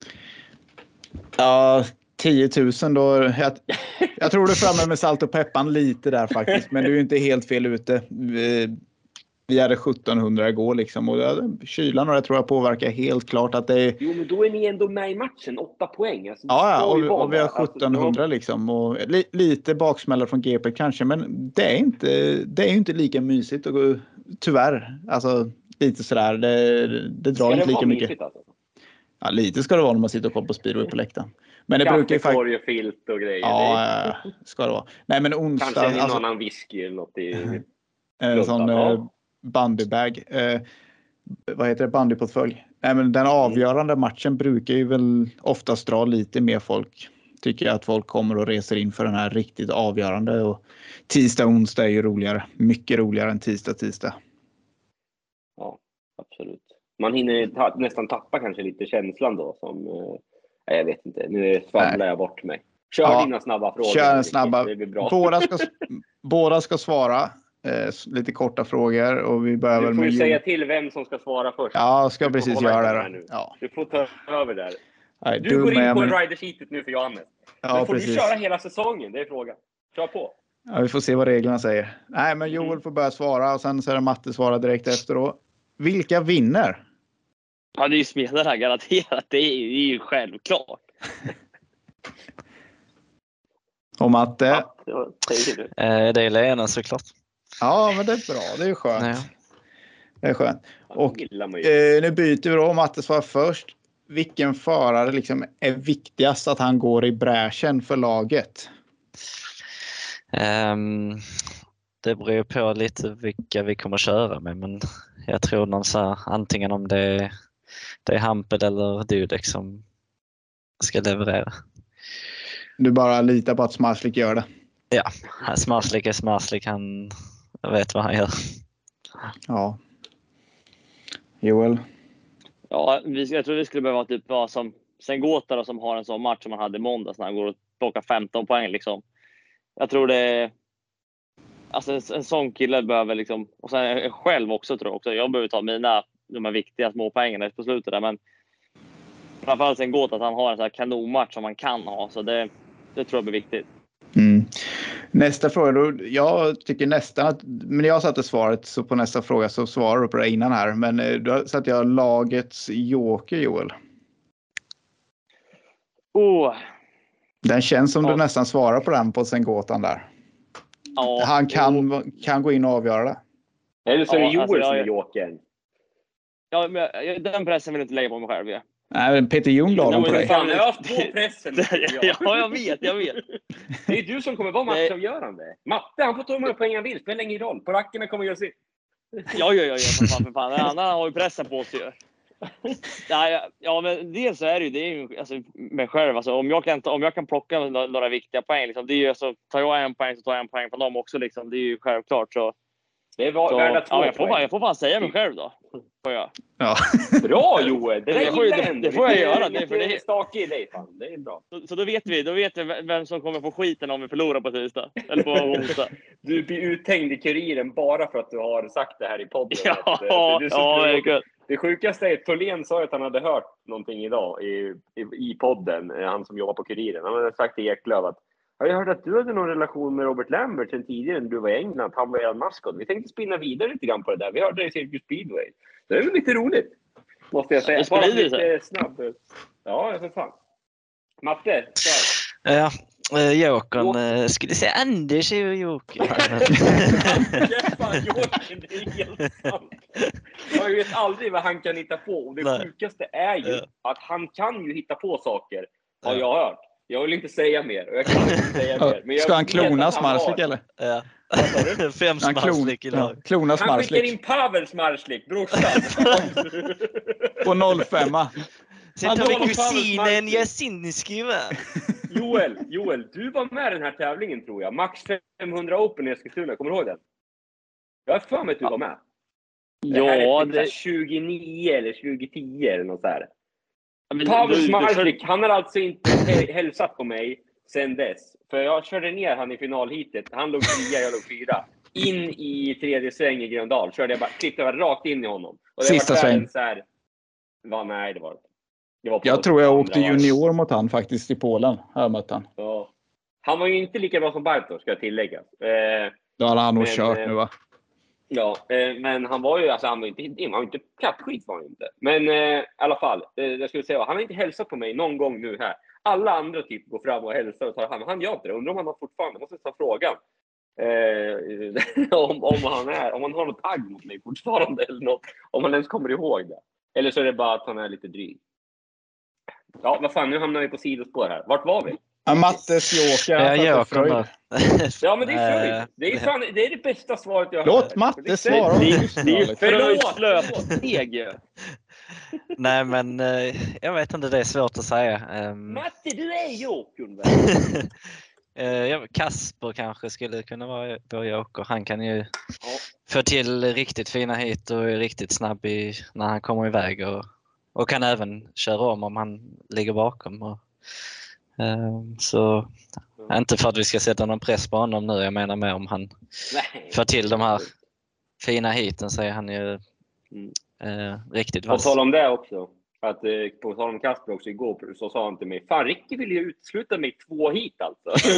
Ja, tio tusen då. Jag, jag tror du är framme med salt och peppan lite där faktiskt. Men du är ju inte helt fel ute. Vi, vi hade sjuttonhundra igår liksom. Och kylan och det tror jag påverkar helt klart att det är... Jo, men då är ni ändå med i matchen. Åtta poäng. Alltså, ja, ja och, vi, och vi har sjuttonhundra alltså, liksom. Och li, lite baksmällare från G P kanske. Men det är inte, det är inte lika mysigt att gå, tyvärr. Alltså lite sådär. Det, det drar inte lika mycket. Mysigt, alltså? Ja, lite ska det vara när man sitter och kollar på speedway på läktaren. Men det brukar ju faktiskt... och filt och grejer. Ja, ska det vara. Nej, men onsdag... Kanske en alltså... annan whisky eller något i... en sån ja. bandybag. Eh, vad heter det? Bandyportfölj. Nej, men den avgörande matchen brukar ju väl oftast dra lite mer folk. Tycker jag att folk kommer och reser in för den här riktigt avgörande. Och tisdag och onsdag är ju roligare. Mycket roligare än tisdag tisdag. Ja, absolut. Man hinner ta, nästan tappa kanske lite känslan då. Som, eh, jag vet inte, nu svamlar jag bort mig. Kör ja, dina snabba frågor. Kör en snabba. Det bra. Båda, ska, båda ska svara. Eh, lite korta frågor. Och vi börjar du väl får med ju säga till vem som ska svara först. Ja, jag ska precis göra det. Nu. Ja. Du får ta över där. Nej, du går in med, på men... rider sheetet nu för Johannes. Ja, men får precis. du köra hela säsongen? Det är frågan. Kör på. Ja, vi får se vad reglerna säger. Nej, men Joel mm. får börja svara och sen så är det Matte svara direkt efter då. Vilka vinner? Ja, det är ju Smederna garanterat. Det är ju, det är ju självklart. Och Matte? Ja, det säger du. Eh, det är Lena såklart. Ja, men det är bra. Det är skönt. Ja. Det är skönt. Och eh, nu byter vi då. Matte svarar först. Vilken förare liksom är viktigast att han går i bräschen för laget? Um, det beror på lite vilka vi kommer köra med, men jag tror någon så här, antingen om det är, det är Hampel eller Dudek som ska leverera. Du bara litar på att Smarslik gör det? Ja, Smarslik är Smarslik, han vet vad han gör. Ja. Joel? Ja, vi, jag tror vi skulle behöva typ vara som Sengota som har en sån match som man hade i måndags när han går och plockar femton poäng liksom. Jag tror det alltså en, en sån kille behöver liksom, och sen jag själv också tror jag också, jag behöver ta mina de här viktiga små poängen på slutet där, men framförallt Sengota att han har en sån här kanonmatch som man kan ha, så det, det tror jag blir viktigt. Mm. Nästa fråga då, jag tycker nästan att, men jag satte svaret så på nästa fråga så svarar du på det innan här, men då satte jag lagets joker, Joel. Oh. Den känns som ja. Du nästan svarar på den på Sengotan där. Ja, han kan, oh. kan gå in och avgöra det. Eller så är det ja, Joel alltså, som är jag, jokern. Ja, men jag, den pressen vill jag inte lägga på mig själv. Ja. Nej, men Peter Ljung la dem på dig. Fan, jag har haft två pressen. Ja, jag vet, jag vet. Det är du som kommer vara matchavgörande. Matte, han får ta hur många poäng han vill. Spelar ingen roll. På rackarna kommer jag se. Ja, ja, ja, för fan, för fan. Han har ju pressen på sig. Ja, ja, men dels så är det ju, det är ju alltså, mig själv. Alltså, om, jag kan, om jag kan plocka några viktiga poäng, liksom, det är ju, alltså, tar jag en poäng så tar jag en poäng på dem också. Liksom, det är ju självklart. Så, det är var, värda två ja, jag, får bara, jag får bara säga mig själv då. Får jag. Ja. Bra Joel! Det, det, får, det, det får jag göra. Det, för det är stak i dig, fan. Det är bra. Så, så då vet vi, då vet vi vem som kommer få skiten om vi förlorar på tisdag. Eller på onsdag. Du blir uthängd i Kuriren bara för att du har sagt det här i podden. Ja, att, att du, ja, du, det är det sjukaste är att Tholén sa att han hade hört någonting idag i, i, i podden. Han som jobbar på Kuriren. Han hade sagt till Eklöf att jag har hört att du hade någon relation med Robert Lambert sen tidigare när du var i England. Han var er maskot. Vi tänkte spinna vidare lite grann på det där. Vi hörde det i Circus Speedway. Det är väl lite roligt. Måste jag säga. Bara lite snabb. Ja, för fan. Matte, kör. Ja, äh, Jokern. Äh, skulle säga Anders är ju Joker. Fan, Jokern, det är helt sant. Jag vet aldrig vad han kan hitta på. Och det Nej. sjukaste är ju ja. att han kan ju hitta på saker. Har ja. jag hört. Jag vill inte säga mer. Och jag kan inte säga mer. Men jag ska han klona Smarslik eller? Ja. Fem Smarslik idag. Ja, klona Smarslik. Han skickar in Pavel Smarslik, brorsan. På noll fem. Sen tar vi kusinen Jasinski, va? Joel, Joel, du var med i den här tävlingen tror jag. Max femhundra Open i Eskilstuna, kommer du ihåg den? Jag har för mig att du var med. Det här ja, är det... tjugonio eller tjugohundratio eller något så här. Pavel Smarslik, han har alltså inte hälsat på mig sen dess. För jag körde ner han i finalhitet. Han låg trea, jag låg fyra. In i tredje sväng i Gröndal. Körde jag bara, klippte jag rakt in i honom. Och det Sista var sväng. Så här, var, nej, det var det. Var jag tror jag åkte junior mot han faktiskt i Polen. Jag mött han. Ja. Han var ju inte lika bra som Bartos, ska jag tillägga. Eh, Då hade han nog kört eh, nu, va? Ja, eh, men han var ju, alltså han var inte, han var inte kattskit var han inte. Men eh, i alla fall, eh, jag skulle säga, han har inte hälsat på mig någon gång nu här. Alla andra typ går fram och hälsar och tar hand. Han gör inte det. Undrar om han har fortfarande, måste ta frågan. Eh, om, om han är, om han har något tagg mot mig fortfarande eller något. Om han ens kommer ihåg det. Eller så är det bara att han är lite dryg. Ja, vad fan, nu hamnar vi på sidospår här. Vart var vi? Ja, Mattes joker. Ja, jag kommer. Ja, men det är Fröjd. Det är, fan, det är det bästa svaret jag har. Låt Matte svara. Det är ju Fröjds löpsteg. Nej, men jag vet inte, det är svårt att säga. Um... Matte, du är jokern. Ja, Kasper kanske skulle kunna vara vår joker. Han kan ju ja. få till riktigt fina hit och är riktigt snabb i, när han kommer iväg. Och, och kan även köra om om han ligger bakom. Och, um, så mm. inte för att vi ska sätta någon press på honom nu. Jag menar mer om han Nej. får till de här fina hiten så är han ju mm. uh, riktigt vass. På tal om det också. Att på tal om Kasper också igår så sa han till mig, fan Ricky vill ju utsluta mig två hit alltså.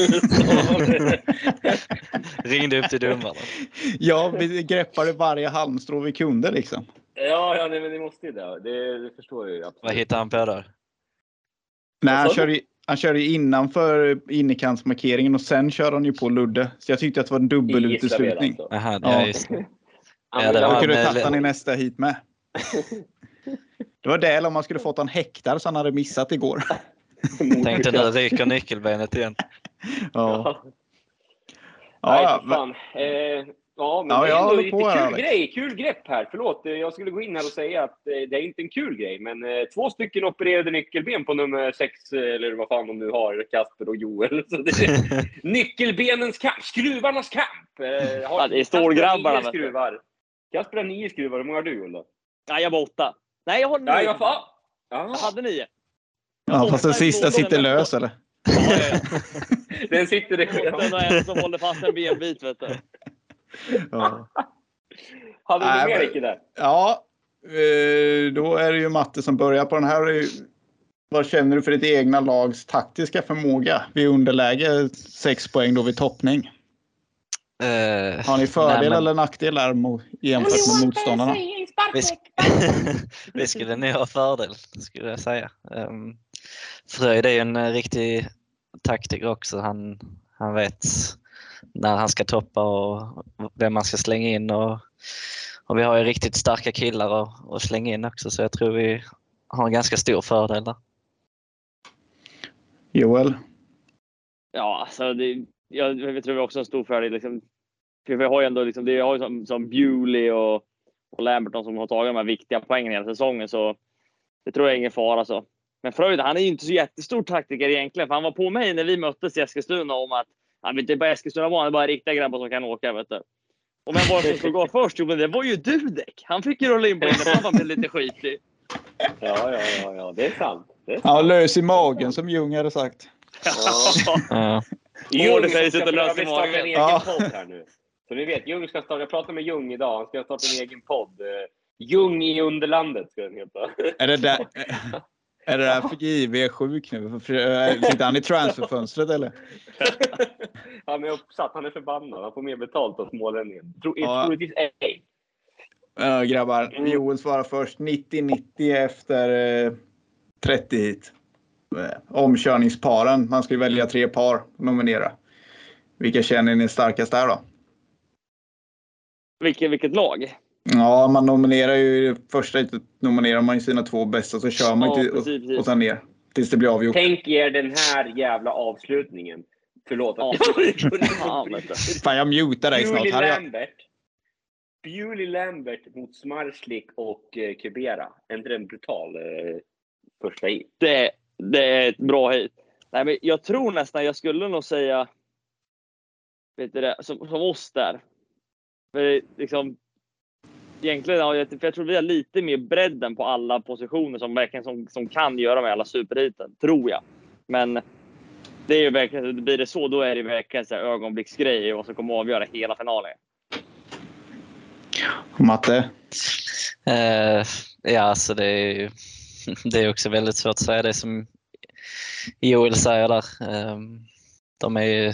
Ringde upp till domarna. Ja, vi greppade varje halmstrå vi kunde liksom. Ja, ja nej, men det måste ju det. Det, det förstår jag ju absolut. Vad hittade han på där? Nej, han körde, han körde innanför innekantsmarkeringen och sen körde han ju på Ludde. Så jag tyckte att det var en dubbel-uteslutning. Alltså. Jaha, ja, just det. Ja, det var kunde tagit han i nästa hit med. Det var det om man skulle fått han häktad så han hade missat igår. Tänkte nu ryker nyckelbenet igen. Ja. Ja, ja, men, eh, ja, men ja, det är ändå lite på kul här, grej, kul grepp här. Förlåt, jag skulle gå in här och säga att eh, det är inte en kul grej, men eh, två stycken opererade nyckelben på nummer sex, eller vad fan de nu har, Kasper och Joel. Så det är nyckelbenens kamp, skruvarnas kamp. Eh, har, ja, det är stålgrabbarna. Skruvar. Kasper har nio skruvar, hur många har du, Joel då? Nej, jag var åtta. Nej, jag har nio. Nej, jag, fan. jag hade nio. Ja, fast den sista sitter lös, eller? Ja, ja. Den sitter det. Den är en som håller fast en benbit, vet du. Ja. Hade du mer Ricky där? Ja, då är det ju Matte som börjar på den här. Vad känner du för ditt egna lags taktiska förmåga vid underläge sex poäng då vid toppning? Uh, Har ni fördel nej, men... eller nackdel där jämfört med motståndarna? Vi, sk- vi skulle nog ha fördel, skulle jag säga. Um, Fröjd är ju en riktig taktiker också. Han, han vet när han ska toppa och vem man ska slänga in. Och, och vi har ju riktigt starka killar att, att slänga in också. Så jag tror vi har en ganska stor fördel där. Joel? Ja, alltså det, jag, jag tror vi också har en stor fördel. Liksom, för vi har ju ändå liksom, det har ju som, som Bewley och, och Lamberton som har tagit de här viktiga poängen hela säsongen. Så det tror jag är ingen fara så. Men Fröjd, han är ju inte så jättestor taktiker egentligen. För han var på mig när vi möttes i Eskilstuna om att han vet inte bara Eskilstuna var, han är bara riktiga grabbar som kan åka, vet du. Och men var det som skulle gå först? Jo, men det var ju Dudek. Han fick ju rulla in på den för han var lite skitig. Ja, ja, ja, ja, det är sant. Det är sant. Ja, lös i magen som Ljung hade sagt. Ja. Ljung ska starta en egen ja. podd här nu. Så ni vet, Ljung ska starta, jag pratade med Ljung idag, han ska starta en egen podd. Ljung i underlandet ska den heta. Är det där... Är det där för J V sjuk nu? Sitter han i transferfönstret eller? Han är uppsatt, han är förbannad. Han får mer betalt av smålänningen. Ja. Troligtvis ej. Ja, grabbar. Mm. Joel svarar först. nittio nittio efter eh, trettio hit. Omkörningsparen. Man ska ju välja tre par nominera. Vilka känner ni starkast där då? Vilket, vilket lag? Ja, man nominerar ju första nominerar man ju sina två bästa så kör man ja, till, precis, precis. och tar ner tills det blir avgjort. Tänk er den här jävla avslutningen. Förlåt. Ja. Fan, jag mutar dig snart. Bewley Lambert. Bewley Lambert mot Smarslik och eh, Kubera. Inte en brutal eh, första hit. Det, det är ett bra hit. Nej, men jag tror nästan jag skulle nog säga vet du det, som, som oss där. För liksom egentligen, ja, för jag tror vi har lite mer bredden på alla positioner som verkligen som, som kan göra med alla superhiten, tror jag. Men det är ju verkligen, blir det så, då är det verkligen så här ögonblicksgrej och så kommer att avgöra hela finalen. Matte? Uh, ja, alltså det är det är också väldigt svårt att säga det som Joel säger där. Um, de är ju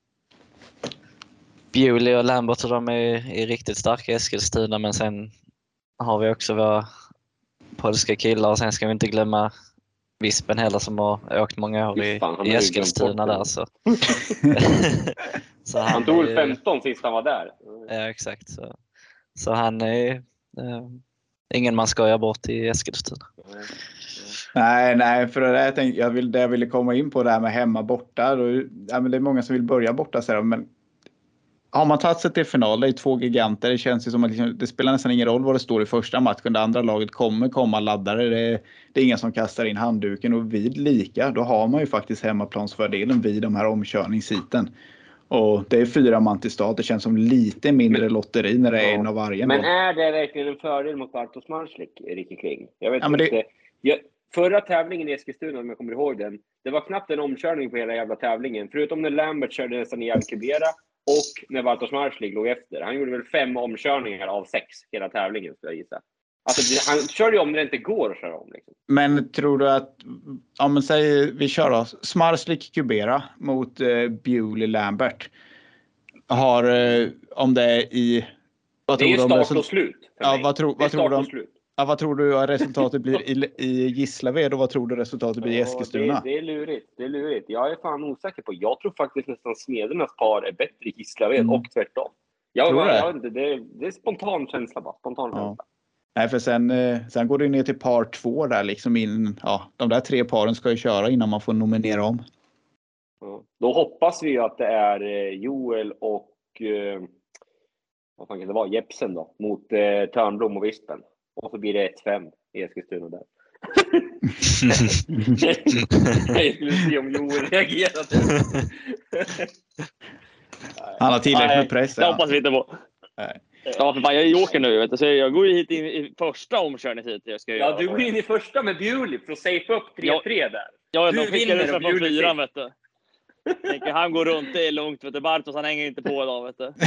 Bewley och Lambert och de är, är riktigt starka i Eskilstuna, men sen har vi också våra polska killar och sen ska vi inte glömma Vispen heller som har åkt många år i, Fan, i Eskilstuna där. Så. så han, han tog är, femton sist han var där. Ja, exakt. Så, så han är eh, ingen man skojar bort i Eskilstuna. Nej, nej, för det där jag tänkte, jag vill, det jag ville komma in på det här med hemma borta. Då, ja, men det är många som vill börja borta, så här, men har man tagit sig till final, det är två giganter. Det känns ju som att liksom, det spelar nästan ingen roll vad det står i första matchen. Det andra laget kommer komma laddare. Det är, det är ingen som kastar in handduken. Och vid lika, då har man ju faktiskt hemmaplansfördelen vid de här omkörningsheaten. Och det är fyra man till start. Det känns som lite mindre men, lotteri när det är ja. en av varje. Men är det verkligen en fördel mot Bartosz Marslik, Ricky Kling? Jag vet ja, inte. Det... Jag, förra tävlingen i Eskilstuna, om jag kommer ihåg den, det var knappt en omkörning på hela jävla tävlingen. Förutom när Lambert körde nästan ihjäl Kubera och när Bartosz Marslik låg efter. Han gjorde väl fem omkörningar av sex hela tävlingen, skulle jag gissa. Alltså, han körde ju om det inte går att köra om. Liksom. Men tror du att, ja men säg, vi kör då, Marslik Kubera mot eh, Bewley Lambert. Har, eh, om det är i... Vad det är tror start de, och slut. Ja, vad, tro, vad, tror de, slut. Ja, vad tror du resultatet blir i, i Gislaved och vad tror du resultatet blir i Eskilstuna? Ja, det, det är lurigt, det är lurigt. Jag är fan osäker på. Jag tror faktiskt nästan Smedernas par är bättre i Gislaved mm. och tvärtom. Jag, tror jag, jag vet inte, det är, det är spontan känsla bara. Spontan ja. känsla. Nej, för sen, sen går det ner till par två där liksom in, ja, de där tre paren ska ju köra innan man får nominera om. Ja. Då hoppas vi att det är Joel och eh, vad fan kan det vara, Jepsen då, mot eh, Törnblom och Vispen. Och så blir det ett fem i Eskilstuna där. Jag skulle se om Joel reagerade. Han har tillräckligt med press. Det hoppas vi inte på. Nej. Ja, för fan, jag är joker nu, vet du. Så jag går ju hit in i första omkörningen hit. Jag ska ja, göra du går in i första med Bewley för att safea upp tre tre ja, där. Ja, du de skickar ut från fyran, vet du. Tänker, han går runt, det är lugnt, vet du. Bartosz, han hänger inte på idag, vet du.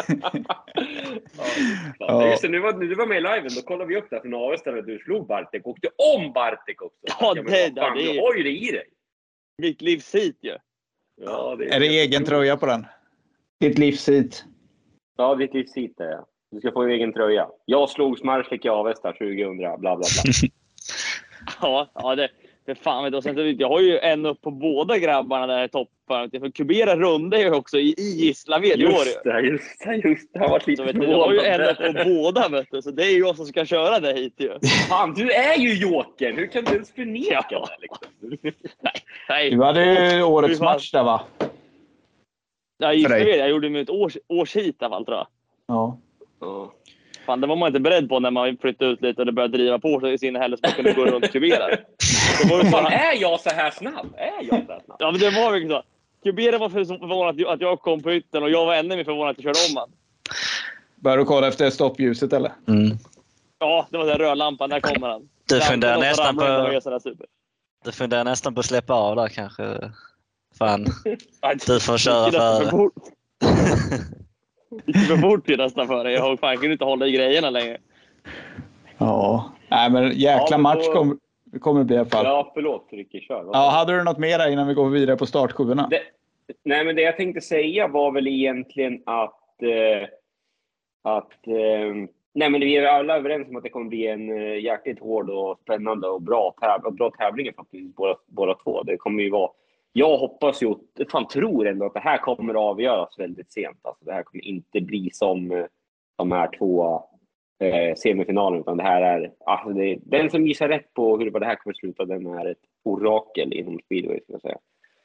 ja, ja. Just det, nu var, nu var med i liven, då kollade vi upp där från Avesta där du slog Bartek. Åkte om Bartek också. Ja, det, det, fan, det är du har ju det i dig. Mitt livs hit ju. Ja, det är, är det egen tröja på den? Ditt livs hit. Ja, ditt livs hit är ja. Du ska få egen tröja. Jag slog Smarslik i Avesta tjugohundra, bla bla bla. ja, ja, det för fan vet du. Sen, jag har ju en upp på båda grabbarna där i toppen. För Kubera rundar ju också i, i Gislaved i år. Just det, just det, just det. Han var lite så, vet du, jag har ju en upp på båda, vet du. Så det är ju jag som ska köra det hit ju. Fan, du är ju joker. Hur kan du ens förneka ja. det liksom? nej, nej. Du hade ju årets match där, va? Ja, Gislaved. Jag gjorde mig ett års, års hit i alla fall, tror jag. Ja. Ja. Fan, det var man inte beredd på när man flyttade ut lite och det började driva på sig i sin heller så man kunde gå runt Kubera. Var fan, är jag så här snabb? Är jag så här snabb? Ja, men det var verkligen så. Kubera var förvånad att jag kom på ytten och jag var ännu mer förvånad att jag körde om han. Börjar du kolla efter stoppljuset eller? Mm. Ja, det var den rödlampan. Där kommer han. Du funderar nästan på... Super. Du funderar nästan på att släppa av där kanske. Fan, du får köra för... Det gick för fort ju nästan för dig. Jag har fan kunde inte hålla i grejerna längre. Ja, nej men jäkla ja, men match då... kommer kommer bli i alla fall. Ja, förlåt Ricky, kör. Ja, hade du något mer där innan vi går vidare på startsjuorna? Det... Nej, men det jag tänkte säga var väl egentligen att eh, att eh, nej, men vi är alla överens om att det kommer bli en eh, jäkligt hård och spännande och bra täv- och bra tävlingar faktiskt båda, båda två. Det kommer ju vara. Jag hoppas ju, fan tror ändå att det här kommer att avgöras väldigt sent. Alltså det här kommer inte bli som eh, de här två eh, semifinalerna, utan det här är, alltså det, den som gissar rätt på hur det här kommer sluta, den är ett orakel inom speedway, ska jag säga.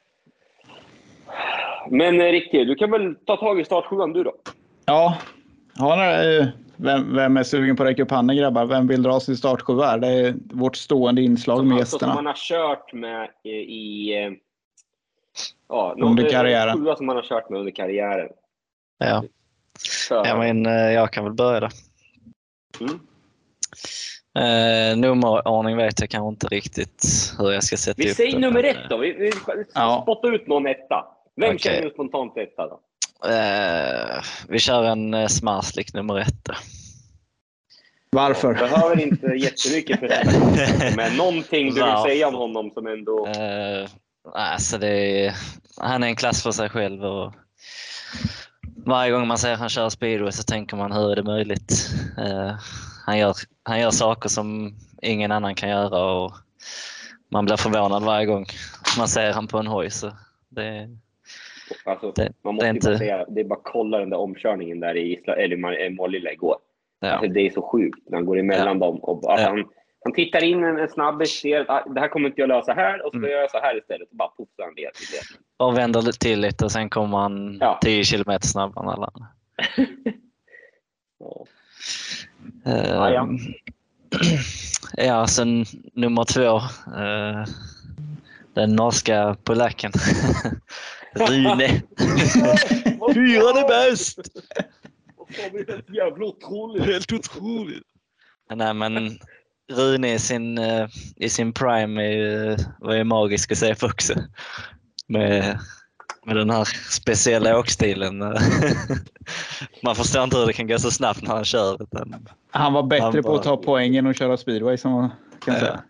Men Ricky, du kan väl ta tag i startsjuan du då? Ja, har vem, vem är sugen på att räcka upp handen, grabbar? Vem vill dra sin startsjua? Det är vårt stående inslag som med alltså, gästerna. Som man har kört med i... i ja, under karriären. Sjua som man har kört med under karriären. Ja. Ja, men jag kan väl börja då. Mm. Eh, nummerordning vet jag kanske inte riktigt hur jag ska sätta vi upp. Vi säger det, nummer men, ett då. Vi, vi ja. spottar ut någon etta. Vem okay. känner du spontant etta då? Eh, vi kör en uh, Smarslik nummer ett då. Varför? Jag behöver inte jättemycket för det. Men någonting du vill säga om honom som ändå... Eh, alltså det är, han är en klass för sig själv och varje gång man ser han kör speedway så tänker man hur är det möjligt. Eh, han, gör, han gör saker som ingen annan kan göra och man blir förvånad varje gång man ser han på en hoj. Så det, alltså, det, man måste det är ju inte... bara säga, det är bara kolla den där omkörningen där i Isla, eller Målilla igår. Ja. Alltså, det är så sjukt när han går emellan ja. dem. Och, alltså, ja. han, han tittar in en, en snabbis, ser att ah, det här kommer inte jag lösa här och så mm. gör jag så här istället och bara puffar han det. Och vänder till lite och sen kommer han ja. tio kilometer snabbare än alla andra. ja. Uh, ah, ja. ja, sen nummer två. Uh, den norska polacken. Rune. Fyra är bäst! Det är helt jävla otroligt. Helt otroligt. Nej, men Rune i sin, uh, i sin prime är ju, var ju magisk att se på också. Med, med den här speciella åkstilen. Man förstår inte hur det kan gå så snabbt när han kör. Utan han var bättre han på att ta poängen och köra speedway som man kan ja. säga.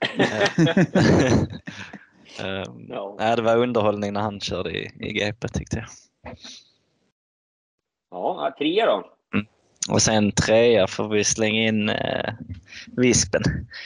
um, no. Ja, det var underhållning när han körde i, i G P tyckte jag. Ja, trea då. Mm. Och sen trea får vi slänga in uh, Vispen.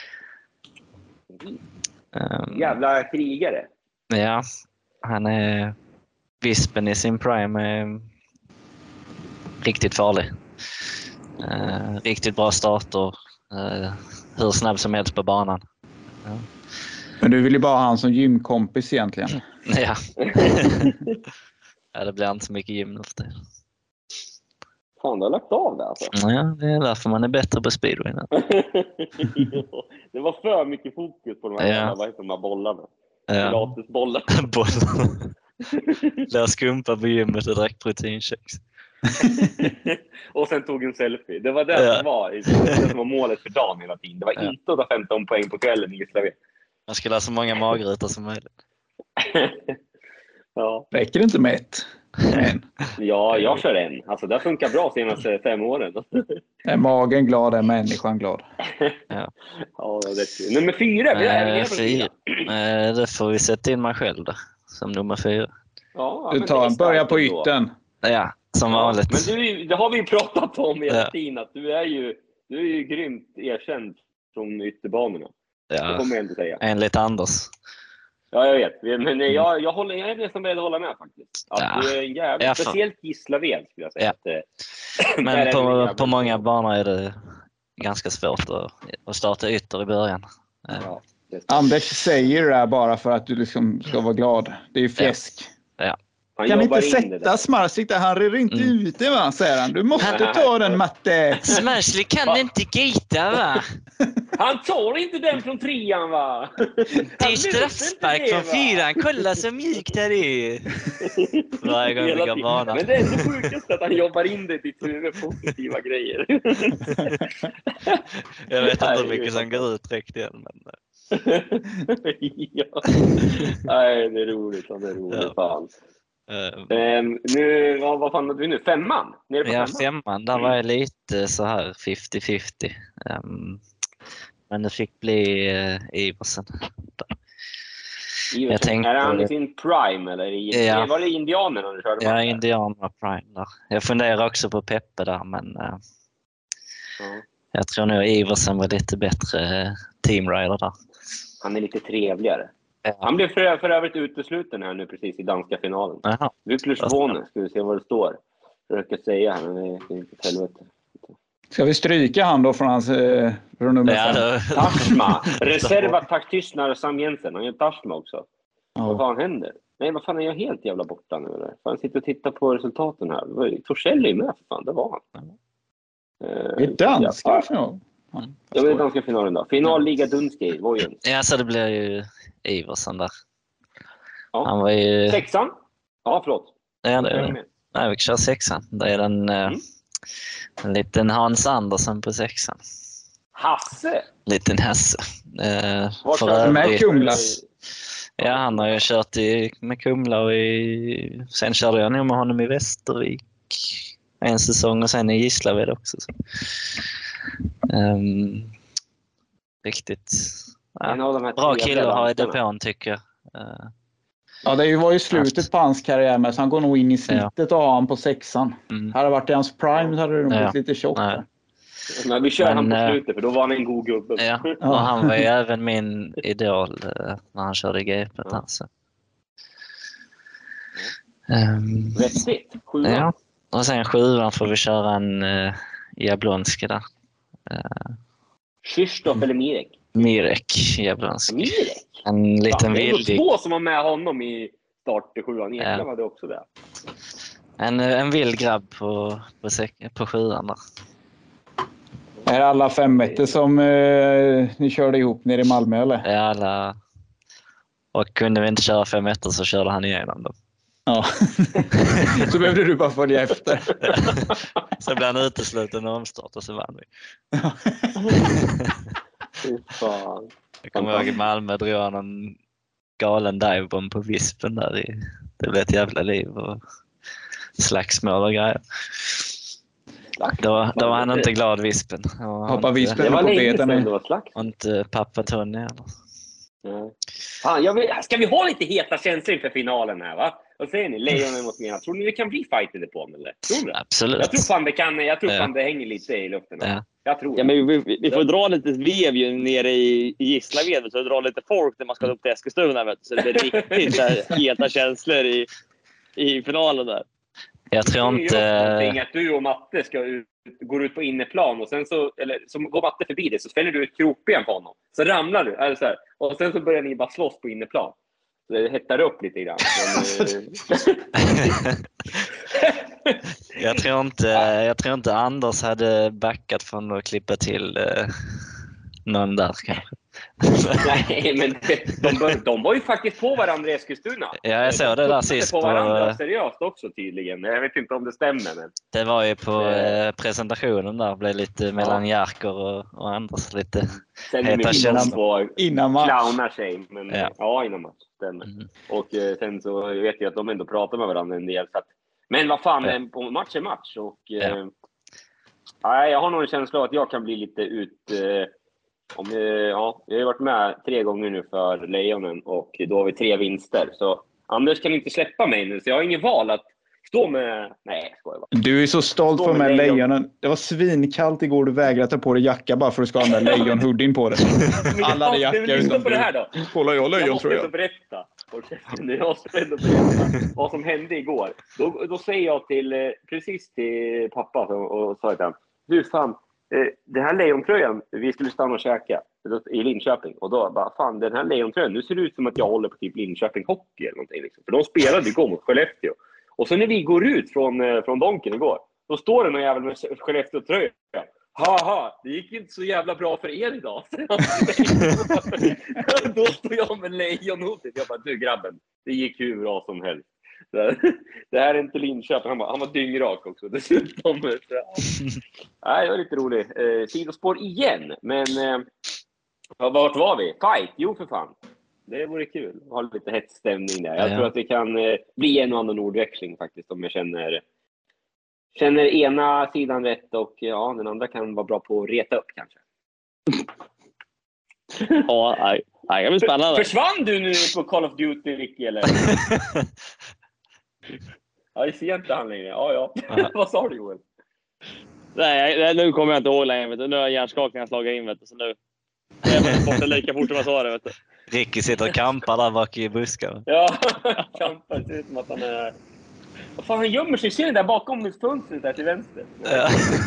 Um, Jävla krigare. Ja, han är Vispen i sin prime är riktigt farlig. Uh, riktigt bra starter. Uh, hur snabb som helst på banan. Ja. Men du vill ju bara ha han som gymkompis egentligen. Ja. Ja, det blir inte så mycket gym nu för det. Fan, du har lagt av det alltså. Ja, det är därför man är bättre på speedway. Det var för mycket fokus på de här, ja. vad heter de här bollarna. Ja. Pilatesbollar. Bollarna. Lär skumpa på gymmet och drack proteinshakes. Och sen tog en selfie. Det var det, ja. som, var, det som var målet för dagen hela tiden. Det var ja. inte att ta femton poäng på kvällen i Gislaved. Man skulle ha så många magrutor som möjligt. Ja. Räcker det inte med ett? En. Ja, jag kör en. Alltså det funkar bra senaste fem åren. Är magen glad, är människan glad. Ja. Ja, det är nummer fyra. Vi är äh, fyra. Äh, det får vi sätta in mig själv då, som nummer fyra. Ja, du tar en börja på ytten. Ja, som ja, vanligt. Men du, det har vi ju pratat om hela ja. tiden. Att du är ju, du är ju grymt erkänd från ytterbanorna. Ja, det kommer jag inte säga. Enligt Anders. Ja, jag vet. Men jag, jag, håller, jag är nästan beredd att hålla med faktiskt. Att ja. du är en jävla, ja, speciellt Gislaved skulle jag säga. Ja. Att, men på, på många banor är det ganska svårt att, att starta ytter i början. Ja, Anders säger det här bara för att du liksom ska vara glad. Det är ju fjäsk. Ja. Ja. Han kan inte sätta Smarslik där. Han rör inte mm. ute, va, säger han. Du måste ta den, Matte. Smarslik kan inte gita, va? Han tar inte den från trean, va? Det är straffspark från fyran. Kolla så mjukt det är. Varje gång vi går banan. Men det är så sjukast att han jobbar in det i med positiva grejer. Jag vet inte hur mycket som går ut direkt igen, men... Ja. Nej, det är roligt. Det är roligt, ja. Fan. Uh, um, nu, vad, vad fan hade vi nu? Femman? Nere på ja, femman? femman. Där var jag lite så här femtio femtio. Um, men det fick bli uh, Iversen. Jag tänkte, är han i sin prime? Eller i, ja. Var det indianerna du körde? Ja, indianerna prime där. Jag funderar också på Peppe där, men uh, uh. jag tror nog Iversen var lite bättre uh, teamrider där. Han är lite trevligare. Ja. Han blev för, för övrigt utesluten här nu precis i danska finalen. Vyklers-Våne, ska vi se vad det står. Jag försöker säga här, men det är inte ett helvete. Ska vi stryka han då från hans eh, från nummer ja, fem? Tashma. Reserva Taktysnar Sam Jensen. Han gör Tashma också. Ja. Vad fan händer? Nej, vad fan är jag helt jävla borta nu? Eller? Fan, sitter och tittar på resultaten här. Torselli är med för fan, det var han. Det är danska ja. final. Ja, ja, det är danska finalen då. Finalliga Dunskej, Vojen. Ja, så det blir ju Iversen där. Ja. Han var ju... Sexan? Ja, förlåt. Ja, det är... Nej, vi kör sexan. Det är den... Mm. En liten Hans Andersen på sexan. Hasse? Liten Hasse. Eh, Vad kör du med Kumla? Ja, han har ju kört i, med Kumla och i... Sen körde jag nog med honom i Västervik en säsong och sen i Gislaved också. Så. Um, riktigt ja, bra kille att ha i depån tycker jag. Uh, ja, det var ju slutet haft. på hans karriär med, så han går nog in i snittet ja. av han på sexan. Mm. Hade det varit i hans prime så hade det nog blivit ja. lite tjockt. Ja. Men vi kör Men, han på slutet för då var han en god gubbe. Ja, och han var ju även min idol uh, när han körde G P. Ja. Alltså. Um, Rättigt, sjuan. Ja. Och sen sjuan får vi köra en uh, Jablonski där. Krzysztof uh, eller Mirek? Mirek Jablonski. Mirek? En liten ja, vildig. Det var två som var med honom i start till sjuan. Egentligen ja. var det också det. En, en vild grabb på, på, sek- på sjuan där. Är det alla femmeter som eh, ni körde ihop nere i Malmö eller? Ja, alla. Och kunde vi inte köra fem meter så körde han igenom dem. Ja. Så behövde du bara följa efter. Så blev han utesluten och omstart och så vann vi. Fan. Jag kommer ihåg i Malmö drog jag någon galen divebomb på Vispen där. I, det blev ett jävla liv och slagsmål och grejer. Då, då var han inte glad Vispen. Hoppa Vispen det var på länge beten. sedan det var slakt. Och inte pappa Tony eller. Ja. Fan, jag vill, ska vi ha lite heta känslor inför finalen här va? Vad säger ni? Lejonen mot mina. Tror ni det kan bli fight i det på eller? Tror ni? Absolut. Jag tror fan det kan. Jag tror Ja. fan det hänger lite i luften. Ja. Jag tror. Ja, men vi, vi, vi får dra lite vev ju nere i, i Gislaved, så dra lite folk när man ska upp till Eskilstuna, vet du. Så det blir riktigt så här heta känslor i, i finalen där. Jag tror inte... Att du och Matte ska ut, går ut på inneplan och sen så, eller så går Matte förbi det så spänner du ett krokben på honom. Så ramlar du, eller så här, och sen så börjar ni bara slåss på inneplan. Så det hettar upp lite grann. Men, jag, tror inte, jag tror inte Anders hade backat från att klippa till eh, någon där kanske. Nej, men de, de, de var ju faktiskt på varandra i Eskilstuna. Ja, jag såg det där sist. På på varandra seriöst också tydligen. Jag vet inte om det stämmer. Men... Det var ju på eh, presentationen där. Det blev lite ja. mellan Jerker och, och Anders. Lite sen är heta känslor. Innan match. Clownar sig. Men, ja. ja, innan match. Stämmer. Mm. Och eh, sen så vet jag att de ändå pratar med varandra en del. Så att, men vad fan, ja. På match är match. Och, eh, ja. Jag har nog en känsla av att jag kan bli lite ut... Eh, Om, ja, jag har varit med tre gånger nu för Lejonen och då har vi tre vinster. Så Anders kan inte släppa mig nu, så jag har ingen val att stå med... Nej, jag skojar bara. Du är så stolt stå för med, med lejon. Lejonen. Det var svinkallt igår, du vägrade ta på dig jacka bara för att du ska ha en lejonhooding på dig. Alla hade jacka utan på det här då. Kolla, jag lejon tror jag. Jag måste berätta. Jag måste ändå berätta vad som hände igår. Då, då säger jag till, precis till pappa och, och sa till honom, du fan, det här lejontröjan, vi skulle stanna och käka i Linköping. Och då bara, fan, den här lejontröjan, nu ser det ut som att jag håller på typ Linköping hockey eller någonting. Liksom. För de spelade igår mot Skellefteå. Och så när vi går ut från, från Donken igår, då står det någon jävel med Skellefteå-tröja. Haha, det gick inte så jävla bra för er idag. Då står jag med lejonhotet. Jag bara, du grabben, det gick hur bra som helst. Det här är inte Linköping. Han var, han var dyngrak också. Dessutom. Nej, det var lite roligt. Eh, sidospår igen. Men eh, vart var vi? Fight? Jo, för fan. Det vore kul. Ha lite hetsstämning där. Jag ja. tror att det kan eh, bli en och annan ordväxling faktiskt. Om jag känner, känner ena sidan rätt och ja, den andra kan vara bra på att reta upp kanske. Ja, nej. Nej, det blir spännande. Försvann du nu på Call of Duty, Ricky, eller? Ja, det ser inte han längre. Ja, ja. Vad sa du, Joel? Nej, nu kommer jag inte ihåg längre. Vet du. Nu har jag hjärnskakningen slagit in. Vet du. Så nu är jag borta lika fort som jag sa det. Vet du. Ricky sitter och kampar där bak i busken. Ja, kampar. Det ser ut som att han är... Vad fan, han gömmer sig. Ser ni där bakom fönstret där till vänster? Ja.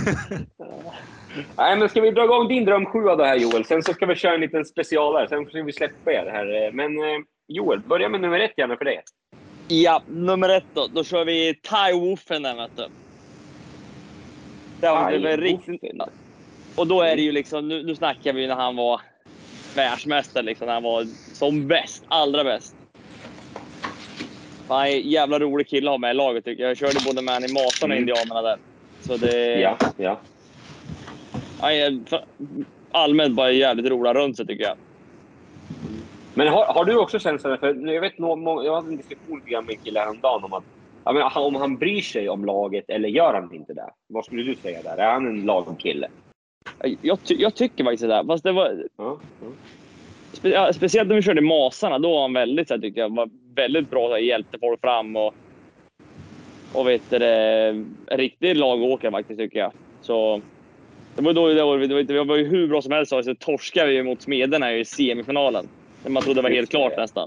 Nej, men ska vi dra igång din dröm sju då här, Joel? Sen så ska vi köra en liten specialare. Sen ska vi släppa er här. Men Joel, börja med nummer ett gärna för dig. Ja, nummer ett då. Då kör vi Tai Woffen där, vet du. Det var det väl riktigt. Och då är det ju liksom, nu, nu snackar vi när han var världsmästare liksom, när han var som bäst, allra bäst. Han är en jävla rolig kille att ha med i laget tycker jag. Jag körde både med han i Masan och Indianerna där. Så det... Ja, ja. Han är allmänt bara jävligt rolig runt sig tycker jag. Men har, har du också känslan för, jag vet nog, jag hade en diskussion med en kille häromdagen om att ja, men, om han bryr sig om laget eller gör han inte det? Vad skulle du säga där? Är han en lagkille? Jag, ty- jag tycker faktiskt det. Fast det var ja, ja. Spe- speciellt när vi körde Masarna, då var han väldigt så här, tycker jag var väldigt bra att hjälpte folk fram och och vet det en riktig lagåkare faktiskt tycker jag. Så det var då det var, det var, det var ju hur bra som helst så torskade vi mot Smederna i semifinalen. Man trodde det var helt klart nästan.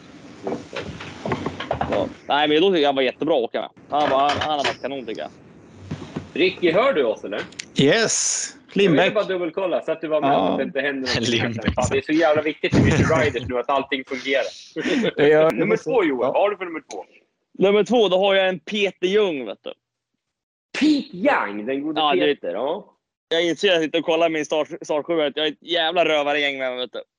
Så, nej, men då tycker jag han var jättebra att åka med. Han, var, han, han har varit kanon tycker jag. Ricky, hör du oss eller? Yes! Lindbäck. Jag vill bara dubbelkolla så att du var med. Ja. Att det inte händer Lindbäck. det är så jävla viktigt för Mister Riders nu att allting fungerar. Jag... Nummer två, Johan. Vad har du för nummer två? Nummer två, då har jag en Peter Ljung, vet du. Peter Young, den gode Ja, Peter. det, ja. Jag inser att jag sitter och kollar min start, startsju. Jag är ett jävla rövargäng med mig, vet du.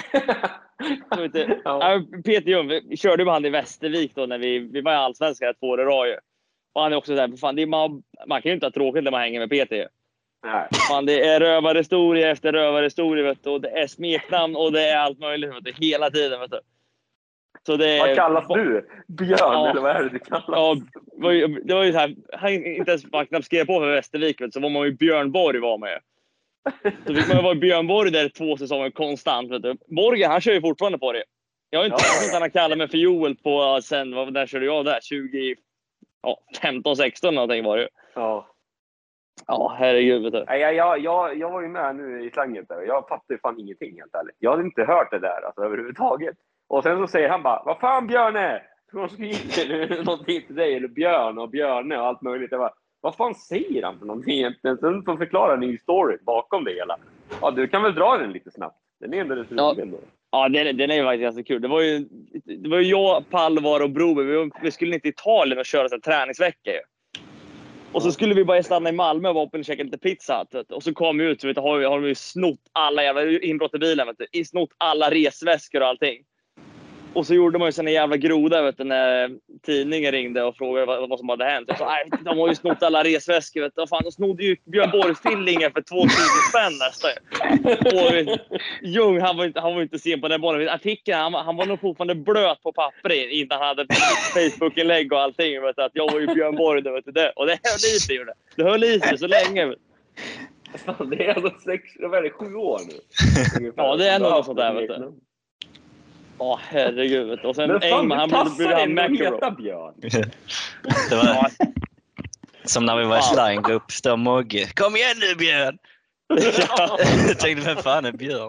vet du. Ja. Peter Ljung, vi körde med han i Västervik då när vi, vi var i Allsvenskan ett år i rad. Och han är också såhär, fan, det är man, man kan ju inte ha tråkigt när man hänger med Peter. Nej. Fan, det är rövarhistoria efter rövarhistoria, vet du. Och det är smeknamn och det är allt möjligt, vet du. Hela tiden, vet du. Så det är, vad kallas du? Björn, ja, eller vad är det du kallas? Ja, det var ju så här, han inte ens man knappt skrev på för Västervik, vet, så var man ju Björn Borg var med. Så fick man ju vara Björn Borg där två säsonger konstant, vet du. Borgen, han kör ju fortfarande på det. Jag har inte ja, ja. Han kallat mig för Joel på sen, vad där körde jag där? tjugo, ja, femton sexton någonting var det ju. Ja. Ja, herregud, vet du. Ja, jag, jag, jag var ju med nu i slanget där. Jag fattade fan ingenting, helt ärligt. Jag hade inte hört det där alltså, överhuvudtaget. Och sen så säger han bara, vad fan Björne? Tror de skriver någonting till dig, eller Björn och Björne och allt möjligt. Jag bara, vad fan säger han för någonting egentligen? Sen får förklara en ny story bakom det hela. Ja, du kan väl dra den lite snabbt. Den är ändå rätt ja. rolig då. Ja, den, den är ju faktiskt ganska kul. Det var ju, det var ju jag, Palvar och Broberg. Vi, vi skulle ner till Italien och köra en träningsvecka ju. Och så skulle vi bara stanna i Malmö och vara uppe och käka lite pizza. Vet du. Och så kom vi ut så vet du, har, vi, har vi snott alla jävla inbrott i bilen. Vet du. Snott alla resväskor och allting. Och så gjorde man ju sån jävla groda, vet du, när tidningen ringde och frågade vad, vad som hade hänt. Jag sa, nej, de har ju snott alla resväskor, vet du. Fan, de snodde ju Björn Borg-fillingen för två tusen spänn nästan. Och Ljung, han var inte, han var inte sen på den bollen. Artikeln, han, han var nog fortfarande blöt på papper innan han hade Facebook-inlägg och allting. Vet du, att jag var ju Björn Borg, vet du, det. Och det höll i sig, det. Det höll i sig så länge, vet du. Fan, det är alltså sex, det är sju år nu. Ja, det är nog något sånt där, vet du. Ja, oh, herregud. Och sen men fan, Engman, han passar ändå att heta Björn. Det var som när vi var i Slanggrupp, står Mogge. Kom igen nu, Björn! Jag tänkte, vem fan är Björn?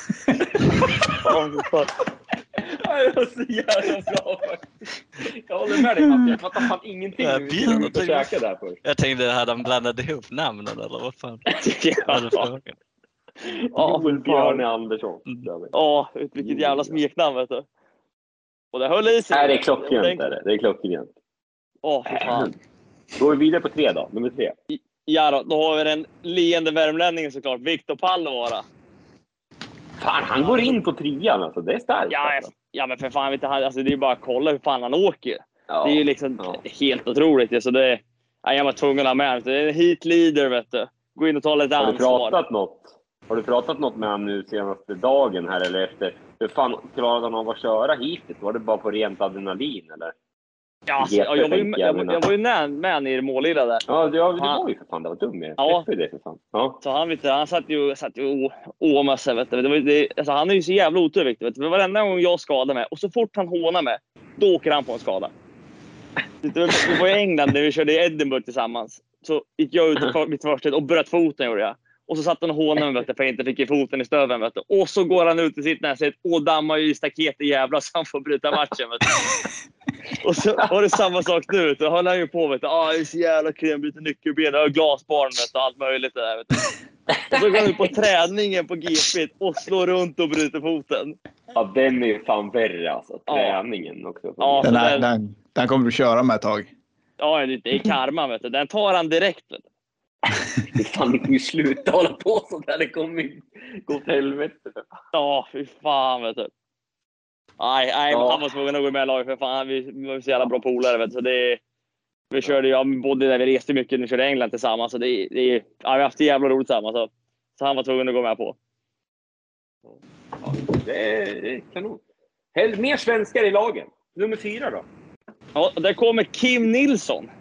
Det var så jävla bra faktiskt. Jag håller med dig, Matti. Jag fattar fan ingenting. Ja, Björn, jag, tänkte, där först. jag tänkte, hade de blandat ihop namnen eller vad fan? Ja. Ja, Joel Björn Andersson. Ja, vilket jävla smeknamn, vet du. Och det höll i sig. Nej, det är klockrent. Tänkte... Är det. det är klockrent. Åh, för fan. Då är vi vidare på tre då, nummer tre. Ja då, då har vi den leende värmlänningen såklart, Viktor Pallovara. Fan, han går in på trean alltså, det är starkt. Ja, alltså. ja men för fan, vet du, alltså, det är bara att kolla hur fan han åker. Ja, det är ju liksom ja. helt otroligt. Alltså, det är, ja, jag var tvungen att ha med. Det är en heat leader, vet du. Gå in och ta lite ansvar. Har du pratat något? Har du pratat något med honom nu senaste dagen här eller efter? Hur fan klarade han av att köra hitet? Var det bara på rent adrenalin eller? Ja, alltså, jag, var ju, jag, jag, jag var ju med, med i målilla där. Ja, det, det var ju för fan, det var dum jag. Ja. Det för fan. Ja. Så han, vet du, han satt ju, satt ju åma sig, vet du. Det var, det, alltså, han är ju så jävla oturviktig, vet du. Varenda gång jag skadar mig, och så fort han hånar mig, då åker han på en skada. Det var i England när vi körde i Edinburgh tillsammans. Så gick jag ut för mitt första och bröt foten, gjorde jag. Och så satt han och hånade mig, vet du, för jag inte fick i foten i stöven, vet du. Och så går han ut i sitt näset och dammar ju i staketet jävla så han får bryta matchen, vet du. Och så var det samma sak nu, då höll han ju på, vet du. Ah, det är så jävla kul, byter nyckelben, och glasbarn, vet du, allt möjligt det där, vet du. Och så går han ut på träningen på G P och slår runt och bryter foten. Ja, den är ju fan värre alltså, träningen ja. också. Ja, den, här, den, den kommer du köra med ett tag. Ja, det är karma, vet du. Den tar han direkt, vet du. Det fan, det kommer ju sluta hålla på sånt där. Det kommer ju gå till helvete. Ja, fy fan, vet du. Nej, nej ja. Han var tvungen att gå med i laget för fan. Vi, vi var så jävla bra polare, vet du. Så det, vi körde ju, ja, både där vi reste mycket, nu körde England tillsammans. Så det, det, ja, vi har haft det jävla roligt tillsammans. Så, så han var tvungen att gå med på. Ja, det är kanon. Hell, mer svenskar i lagen. Nummer fyra då? Ja, där kommer Kim Nilsson.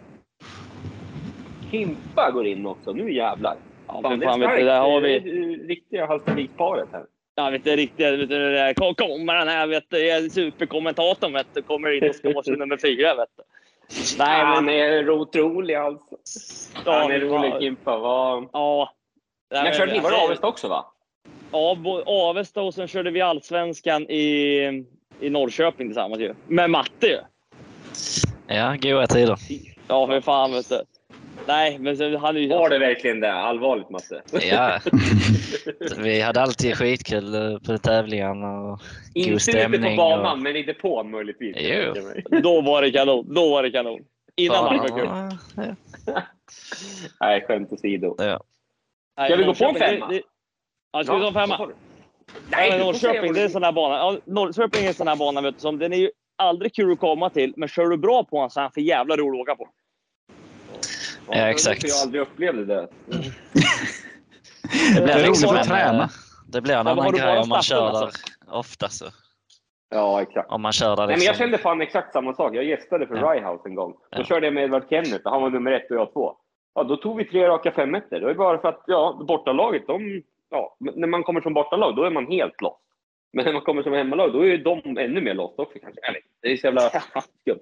Kimpa går in också, nu jävlar. Ja, fan, det fan, vet du, där har vi riktiga Hallstavik-paret här. Ja, vet du, riktiga, vet du, där kommer den här, vet du, superkommentatorn, vet du, kommer in och ska vara nummer fyra, vet du. Nej, men han är otrolig alltså. Ja, han är rolig, ja. Kimpa, va? Ja. Jag körde ni, var det Avesta också, va? Ja, Avesta, och sen körde vi Allsvenskan i, i Norrköping tillsammans ju. Med Matte ju. Ja, goda tider. Ja, för fan, vet du. Nej, men så han är ju... Var det verkligen det? Allvarligt, Masse? Ja. Vi hade alltid skitkul på tävlingarna och inte god stämning. Inte på banan, och... men i depån möjligtvis. Jo. Då var det kanon. Då var det kanon. Innan ja, det var kul. Ja. Nej, skämt åsido. Ja. Ska vi gå på en femma? Det, det... Ja, ska vi ta en femma? Nej, ja, Norrköping, det är en sån här bana. Ja, Norrköping är en sån här bana, vet du, som den är ju aldrig kul att komma till, men kör du bra på en så här för jävla roligt att åka på. Ja, ja exakt. Jag aldrig upplevde det. Mm. Det blir liksom en träna. Det blir en ja, annan grej om man kör där alltså. ofta så. Ja, exakt. Om man kör där liksom. Nej, men jag kände fan exakt samma sak. Jag gästade för ja. Ryehouse en gång. Då ja. körde jag med Edward Kenneth och han var nummer ett och jag två. Ja, då tog vi tre raka fem meter. Det var bara för att, ja, bortallaget, de, ja, när man kommer som bortalag, då är man helt lost. Men när man kommer som hemmalag, då är de ännu mer lost också kanske. Eller, det är så jävla skumt.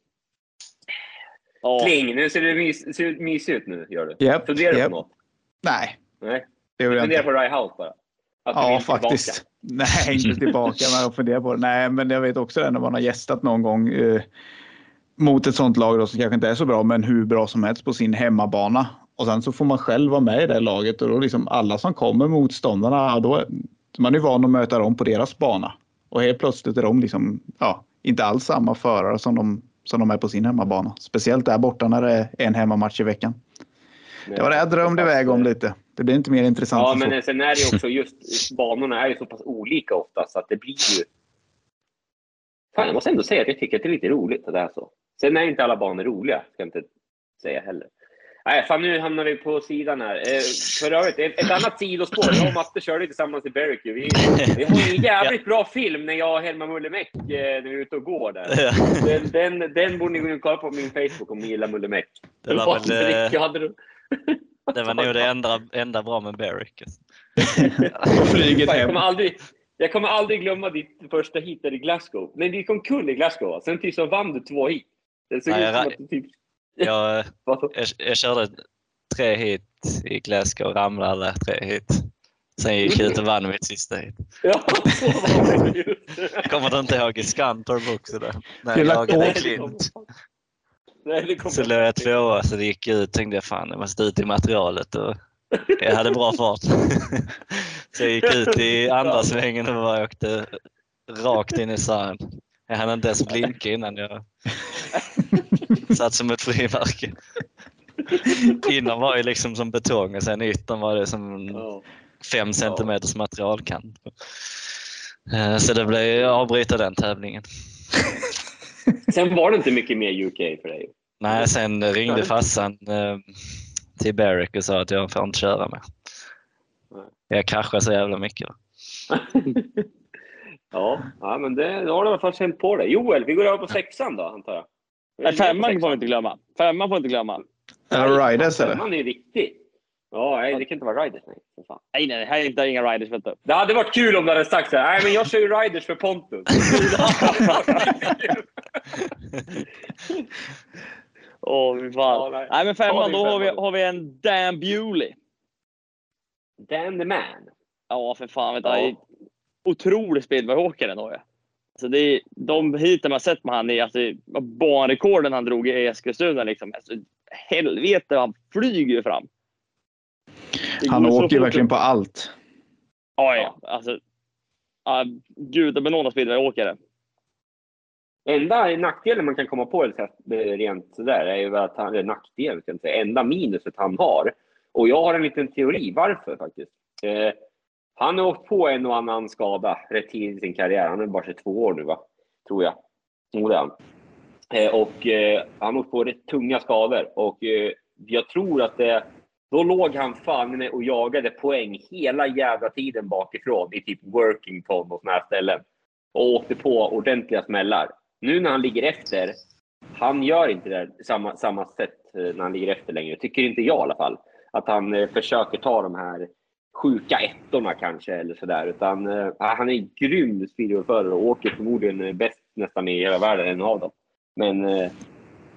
Oh. Kling, nu ser du mys, ser mysig ut nu, gör du. Yep, Funderar du yep. på något? Nej. Nej. Det du funderar på Ryehouse bara? Att ja, faktiskt. Tillbaka. Nej, inte tillbaka, men jag funderar på det. Nej, men jag vet också det när man har gästat någon gång eh, mot ett sånt lag då, som kanske inte är så bra, men hur bra som helst på sin hemmabana. Och sen så får man själv vara med i det laget och då liksom alla som kommer motståndarna, då man är van att möta dem på deras bana. Och helt plötsligt är de liksom, ja, inte alls samma förare som de, som de är på sin hemmabana. Speciellt där borta när det är en hemmamatch i veckan. Det var det jag drömde iväg om lite. Det blir inte mer intressant. Ja, men så. Sen är det också just, banorna är ju så pass olika ofta så att det blir ju... Fan, jag måste ändå säga att jag tycker att det är lite roligt att det är så. Sen är inte alla banor roliga, ska jag inte säga heller. Nej, fan nu hamnar vi på sidan här. Eh, för övrigt, ett, ett annat sidospår. Jag och Matte körde tillsammans i Berwick. Vi, vi har en jävligt bra film när jag och Helma Mullemäck eh, när vi är ute och går där. Den, den, den borde ni gå in och kolla på min Facebook om ni gillar Mullemäck. Det var väl... Det, hade du... det var nog det enda, enda bra med Berwick. Flyget hem. Jag kommer aldrig... Jag kommer aldrig glömma ditt första hit där i Glasgow. Men vi kom kul i Glasgow. Sen typ så vann du två hit. Det såg Nej, ut som att du typ... Jag, jag, jag körde tre hit i Glasgow och ramlade tre hit. Sen gick jag ut och vann mitt sista hit. Ja, så var det ju. Kommer du inte ihåg i Skantorp också då? Nej, jag jagade Klint. Nej, så låg jag tvåa så det gick ut. Tänkte jag fan, jag måste ut i materialet. Och jag hade bra fart. Så jag gick ut i andra svängen och bara åkte rakt in i sand. Jag hann inte ens blinka innan jag satt som ett frimärke. Innan var ju liksom som betong och sen yttern var det som fem centimeters materialkant. Så det blev avbryta den tävlingen. Sen var det inte mycket mer U K för dig? Nej, sen ringde farsan till Berwick och sa att jag får inte köra med. Jag kraschade så jävla mycket. Ja, ja, men det, det har du i alla fall känt på det. Joel, vi går över på sexan då, antar jag. Nej, femman får vi inte glömma. Femman får vi inte glömma. Är Riders eller? Femman är ju viktig. Ja, nej, det kan inte vara Riders. Nej, fan. nej, nej, här är inte inga Riders. Vet du. Det hade varit kul om du hade sagt så här. Nej, men jag kör ju Riders för Pontus. Åh, oh, fan. Ja, nej. nej, men femman, då har vi, har vi en Dan Bewley. Dan the man. Ja, för fan. Vet ja. Otrolig speedwayåkare har jag. Alltså det är, de hit man sett med han är alltså, banrekorden han drog i Eskilstuna liksom. Alltså, helvete, han flyger ju fram. Han åker ju verkligen på allt. Ja, ja. Alltså, ja, gud, benådad speedwayåkare. Enda nackdelen man kan komma på eller rent sådär är ju att han är nackdel, kan säga. Enda minuset han har. Och jag har en liten teori varför faktiskt. Eh, Han har åkt på en och annan skada rätt tid i sin karriär. Han är bara tjugotvå år nu, va? Tror jag. Tror det. Eh, och eh, han har åkt på rätt tunga skador. Och eh, jag tror att det... Då låg han fan med och jagade poäng hela jävla tiden bakifrån. I typ Workington och såna här ställen. Och åkte på ordentliga smällar. Nu när han ligger efter... Han gör inte det samma, samma sätt när han ligger efter längre. Tycker inte jag i alla fall. Att han eh, försöker ta de här... sjuka ettorna kanske eller sådär, utan äh, han är en grym speedwayförare och åker förmodligen bäst nästan i hela världen en av dem. Men äh,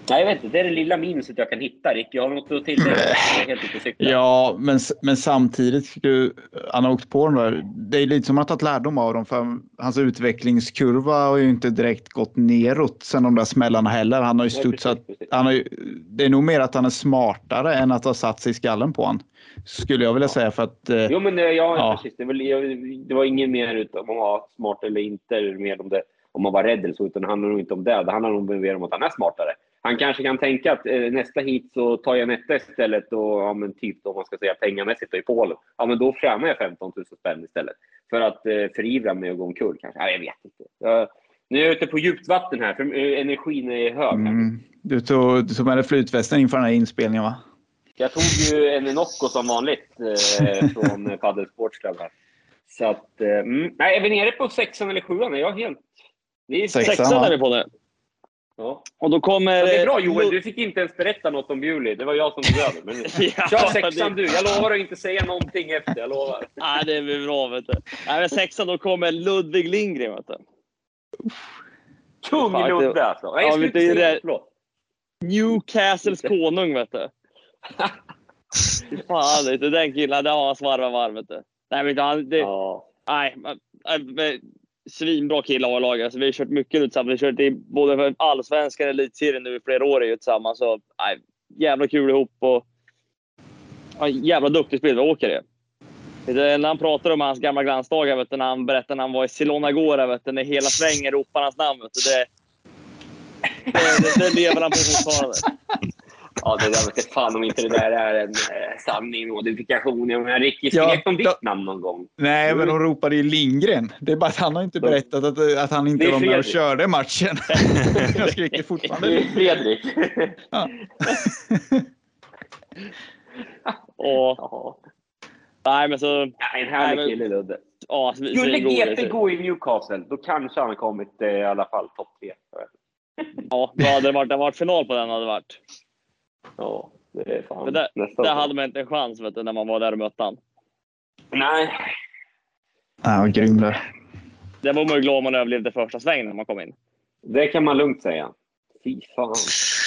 Nej, jag vet inte. Det är det lilla minuset jag kan hitta, Rick. Jag har något att tillägga. Jag är helt ute och cyklar. Ja, men, men samtidigt, du, han har åkt på den där. Det är lite som att ha tagit lärdom av dem, för hans utvecklingskurva har ju inte direkt gått neråt sen de där smällarna heller. Han har ju studsat. Nej, precis, precis. Han har ju, det är nog mer att han är smartare än att ha satt sig i skallen på han. Skulle jag vilja säga, för att... Eh, jo, men ja, ja. Precis. Det var, det var ingen mer ut om man var smart eller inte, eller mer om det, om man var rädd eller så, utan det handlar nog inte om det. Det handlar nog mer om att han är smartare. Han kanske kan tänka att eh, nästa hit så tar jag Netta istället och ja, men typ då, om man ska säga pengamässigt i Polen. Ja, men då främmer jag femton tusen spänn istället. För att eh, förivra mig och gå omkull kanske. Ja, jag vet inte. Jag, nu är jag ute på djupt vatten här, för eh, energin är hög. Mm. Du tog, du tog med dig flytvästen inför den här inspelningen, va? Jag tog ju en Nocco som vanligt eh, från Padel Sports Club här. Så att, eh, mm, nej, är vi nere på sexan eller sjuan? Jag är helt... Vi är sexan, sexan är vi på nu. Ja. Och då kommer... Ja, det är bra, Joel. Du fick inte ens berätta något om Bewley. Det var jag som tog över. Men... ja, kör sexan det... du. Jag lovar att inte säga någonting efter. Jag lovar. Nej, det är bra, vet du. Nej, men sexan, då kommer Ludvig Lindgren, vet du. Kung Ludde, alltså. Nej, ja, vet du, det... Newcastles konung, vet du. Fan, vet du. Den killen, det har han svarva varv, vet du. Nej, men han... Det... Ja. Nej, men... Svinbra kille av laget. Alltså, vi har kört mycket nu tillsammans. Vi har kört i både för allsvenskan och elitserien nu i flera år ju tillsammans. Så, nej, jävla kul ihop och ja, jävla duktig spelåkare. När han pratar om hans gamla glansdagar, vet du, när han berättade när han var i Silona Gåra, vet du, när hela svängen ropar hans namn, vet du, det, det, det, det lever han på fortfarande. Ja, det där vet jag fan om inte det där är en eh, sanning och modifikation. Jag menar, Ricky, skrek ja, de ditt namn någon gång? Nej, mm. men de ropade ju Lindgren. Det är bara att han har inte berättat att, att han inte var med och körde matchen. Jag skriker fortfarande. Det är Fredrik. Ja. och, nej, men så... Ja, en härlig nej, kille, Ludde. Ja, skulle G T gå i Newcastle, då kanske han har kommit eh, i alla fall topp tre. Ja, då hade det varit, det varit final på den hade det varit. Ja, det är fan. Men där, där hade man inte en chans, vet du, när man var där och mötte han. Nej. Ja, vad grym där. Det var man ju glad om man överlevde första svängen när man kom in. Det kan man lugnt säga. Fy fan.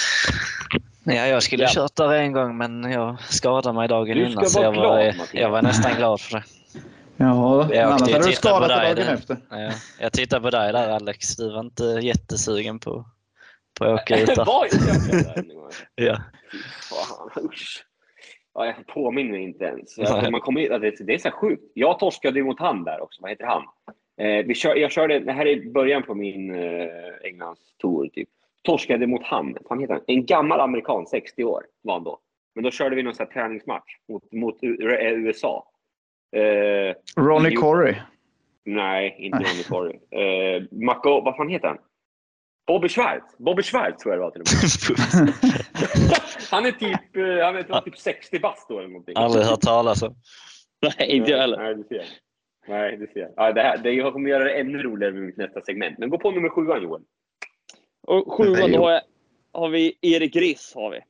Ja, jag skulle ja. kört där en gång, men jag skadade mig dagen innan. Så jag, glad, var, jag var nästan glad för det. Ja, jag annars hade du skadat på dagen där. efter. Ja, jag tittar på dig där, Alex. Du var inte jättesugen på, på att åka ut där. Var ju där ja. Fan, usch. Ja, jag påminner mig inte ens. Alltså, man kommer, alltså, det är så sjukt. Jag torskade ju mot han där också. Vad heter han? Eh, vi kör, jag körde, det här är början på min eh, Englands tour typ. Torskade mot han. Han heter han. En gammal amerikan, sextio år var han då. Men då körde vi någon sån här träningsmatch mot, mot U S A. Eh, Ronnie Corey. Nej, inte Ronnie Corey. Eh, Marco, vad fan heter han? Bobby Schwartz. Bobby Schwartz tror jag det var till och med. Han är typ, han är typ sextio bast då eller någonting. Aldrig hört talas om. Nej, inte jag heller. Nej, du ser. Nej, du ser. Ja, det här, det, jag kommer göra det ännu roligare med mitt nästa segment. Men gå på nummer sjuan, Johan. Och sjuan, då har, jag, har vi Erik Riss, har vi.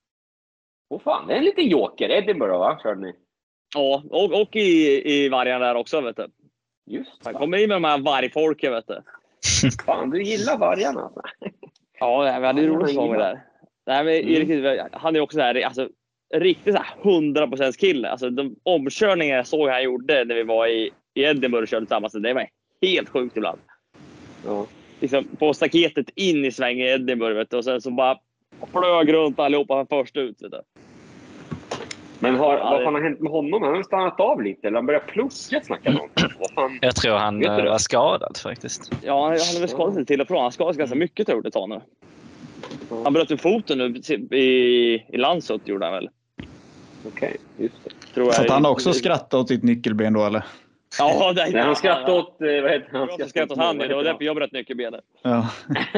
Åh fan, det är en liten joker. Edinburgh, va? Körde ni? Ja, och, och i, i vargarna där också, vet du. Just han kommer in med de här vargfolken, vet du. Fan, du gillar vargarna alltså. Ja, vi hade ju roligt med där. Nej, men Erik, mm. han är också så här, alltså, riktigt så här hundra procent kille. Alltså, de omkörningar jag såg han gjorde när vi var i, i Edinburgh och körde tillsammans, det var helt sjukt ibland. Ja. Liksom, på staketet in i svängen i Edinburgh, vet du, och sen så bara flög runt allihopa först ut, vet du. Men har, ja, vad fan har hänt med honom? Han har stannat av lite, eller han börjar plugga, snacka om. Vad fan? Jag tror han var skadad faktiskt. Ja, han är väl skadad till och från. Han skadade ganska mycket, tror jag det tar nu. Han bröt med foten nu i, i Landsort, gjorde han väl. Okej, okay, just det. Tror jag. Så att han också skrattade åt sitt nyckelben då, eller? Ja, det är Nej, han skrattade åt... Vad heter han? Han skrattade åt handen, det var därför jag bröt nyckelbenet. Ja.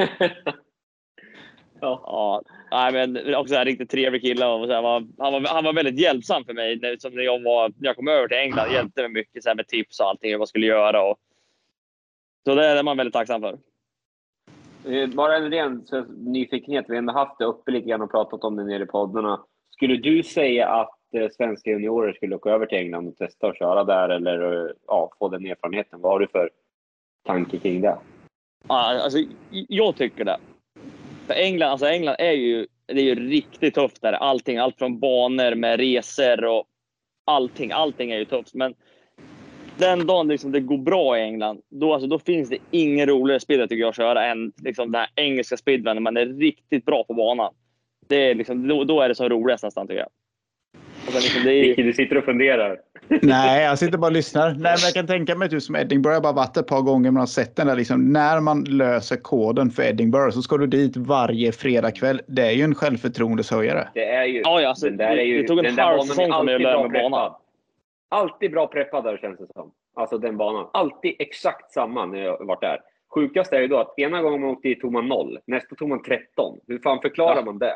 Ja. ja, nej, men också en riktigt trevlig kille och så här, var, han, var, han var väldigt hjälpsam för mig när, som när, jag var, när jag kom över till England. Hjälpte mig mycket så här, med tips och allting vad jag skulle göra. Och, så det är man väldigt tacksam för. Bara en ren nyfikenhet. Vi har ändå haft det uppe lite grann och pratat om det nere i poddarna. Skulle du säga att eh, svenska juniorer skulle åka över till England och testa att köra där eller ja, få den erfarenheten? Vad har du för tanke kring det? Ja, alltså, jag tycker det. För England, alltså England är ju, det är ju riktigt tufft där. Allting, allt från banor med resor och allting. Allting är ju tufft. Men den dagen liksom det går bra i England, då, alltså, då finns det ingen roligare speedway tycker jag att köra än liksom, den här engelska speedwayen när man är riktigt bra på banan. Det är liksom, då, då är det så roligast nästan tycker jag. Liksom, det är... Du sitter och funderar. Nej, jag sitter bara och lyssnar. Nej, men jag kan tänka mig typ som Edinburgh. Jag har bara varit ett par gånger man har sett den där. Liksom, när man löser koden för Edinburgh så ska du dit varje fredagkväll. Det är ju en självförtroendeshöjare. Det är ju... Ja, ja, alltså, den där är ju... Det tog en halv säsong för mig att lära mig banan. Alltid bra preppad där känns det som. Alltså den banan. Alltid exakt samma när jag varit där. Sjukast är ju då att ena gången man åkte dit tog man noll. Nästa tog man tretton. Hur fan förklarar ja. man det?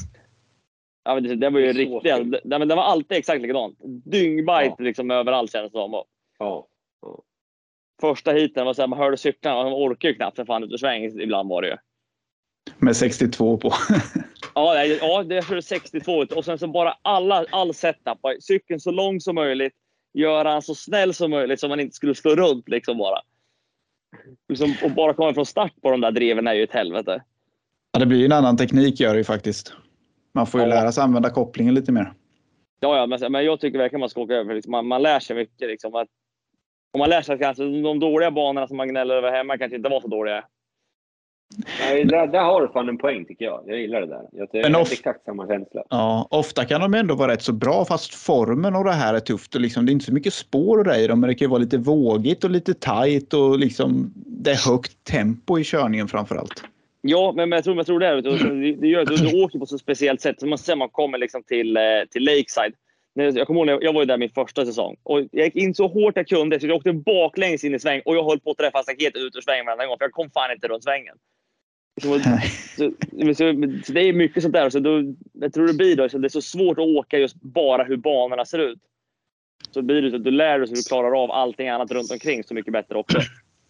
Ja, men det, det var ju riktigt. Det, det, det var alltid exakt likadant. Dyngbajt ja. liksom överallt känns det som. Och ja. ja. Första hiten var så här, man hörde cyklarna och man orkar ju knappt för fan ut och sväng ibland var det ju. Med sextiotvå på. ja, det, ja, det är sextiotvå ut. Och sen så bara alla, all setup. Cykeln så lång som möjligt. Göra han så snäll som möjligt så man inte skulle slå runt liksom bara. Liksom, och bara komma från start på de där dreven är ju ett helvete. Ja, det blir ju en annan teknik gör det ju faktiskt. Man får ju ja. lära sig använda kopplingen lite mer. Ja, ja men, men jag tycker verkligen man ska åka över. Liksom, man, man lär sig mycket. Liksom, att, om man lär sig att kanske de dåliga banorna som man gnäller över hemma kanske inte var så dåliga. Nej, där, där har du fan en poäng tycker jag. Jag gillar det där. Jag tycker det är exakt samma känsla. Ja, ofta kan de ändå vara rätt så bra fast formen av det här är tufft. Och liksom, det är inte så mycket spår och det i dem, men det kan ju vara lite vågigt och lite tajt och liksom, det är högt tempo i körningen framförallt. Ja, men jag tror, jag tror det är det, det gör att du, du åker på så speciellt sätt. Så man ser man kommer liksom till, till Lakeside. Jag kommer ihåg, jag var ju där min första säsong. Och jag gick in så hårt jag kunde så jag åkte baklänges in i sväng. Och jag höll på att träffa staket ut ur svängen varenda gång. För jag kom fan inte runt svängen. Så, så, så, så det är mycket sånt där. Så då, jag tror det blir då, så det är så svårt att åka just bara hur banorna ser ut. Så blir det så att du lär dig så du klarar av allting annat runt omkring så mycket bättre också.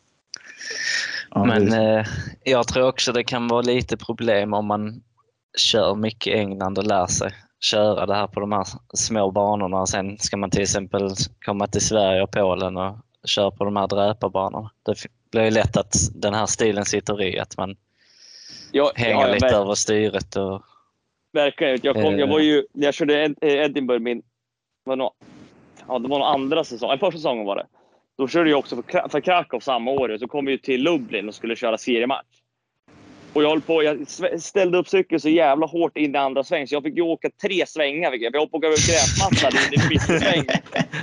Men eh, jag tror också det kan vara lite problem om man kör mycket i England och lär sig köra det här på de här små banorna. Och sen ska man till exempel komma till Sverige och Polen och köra på de här dräparbanorna. Det blir ju lätt att den här stilen sitter i, att man ja, hänger ja, lite över styret. Och, verkligen. Jag, kom, eh, jag var ju, jag körde Edinburgh min, var nog, ja, det var nog andra säsong, eller första säsongen var det. Då körde jag också för, för Krakow samma år. Så kom vi ju till Lublin och skulle köra seriematch. Och jag höll på, jag ställde upp cykeln så jävla hårt in i andra sväng. Så jag fick ju åka tre svängar. Jag höll på att gå över gräsmattan in i sista svängen.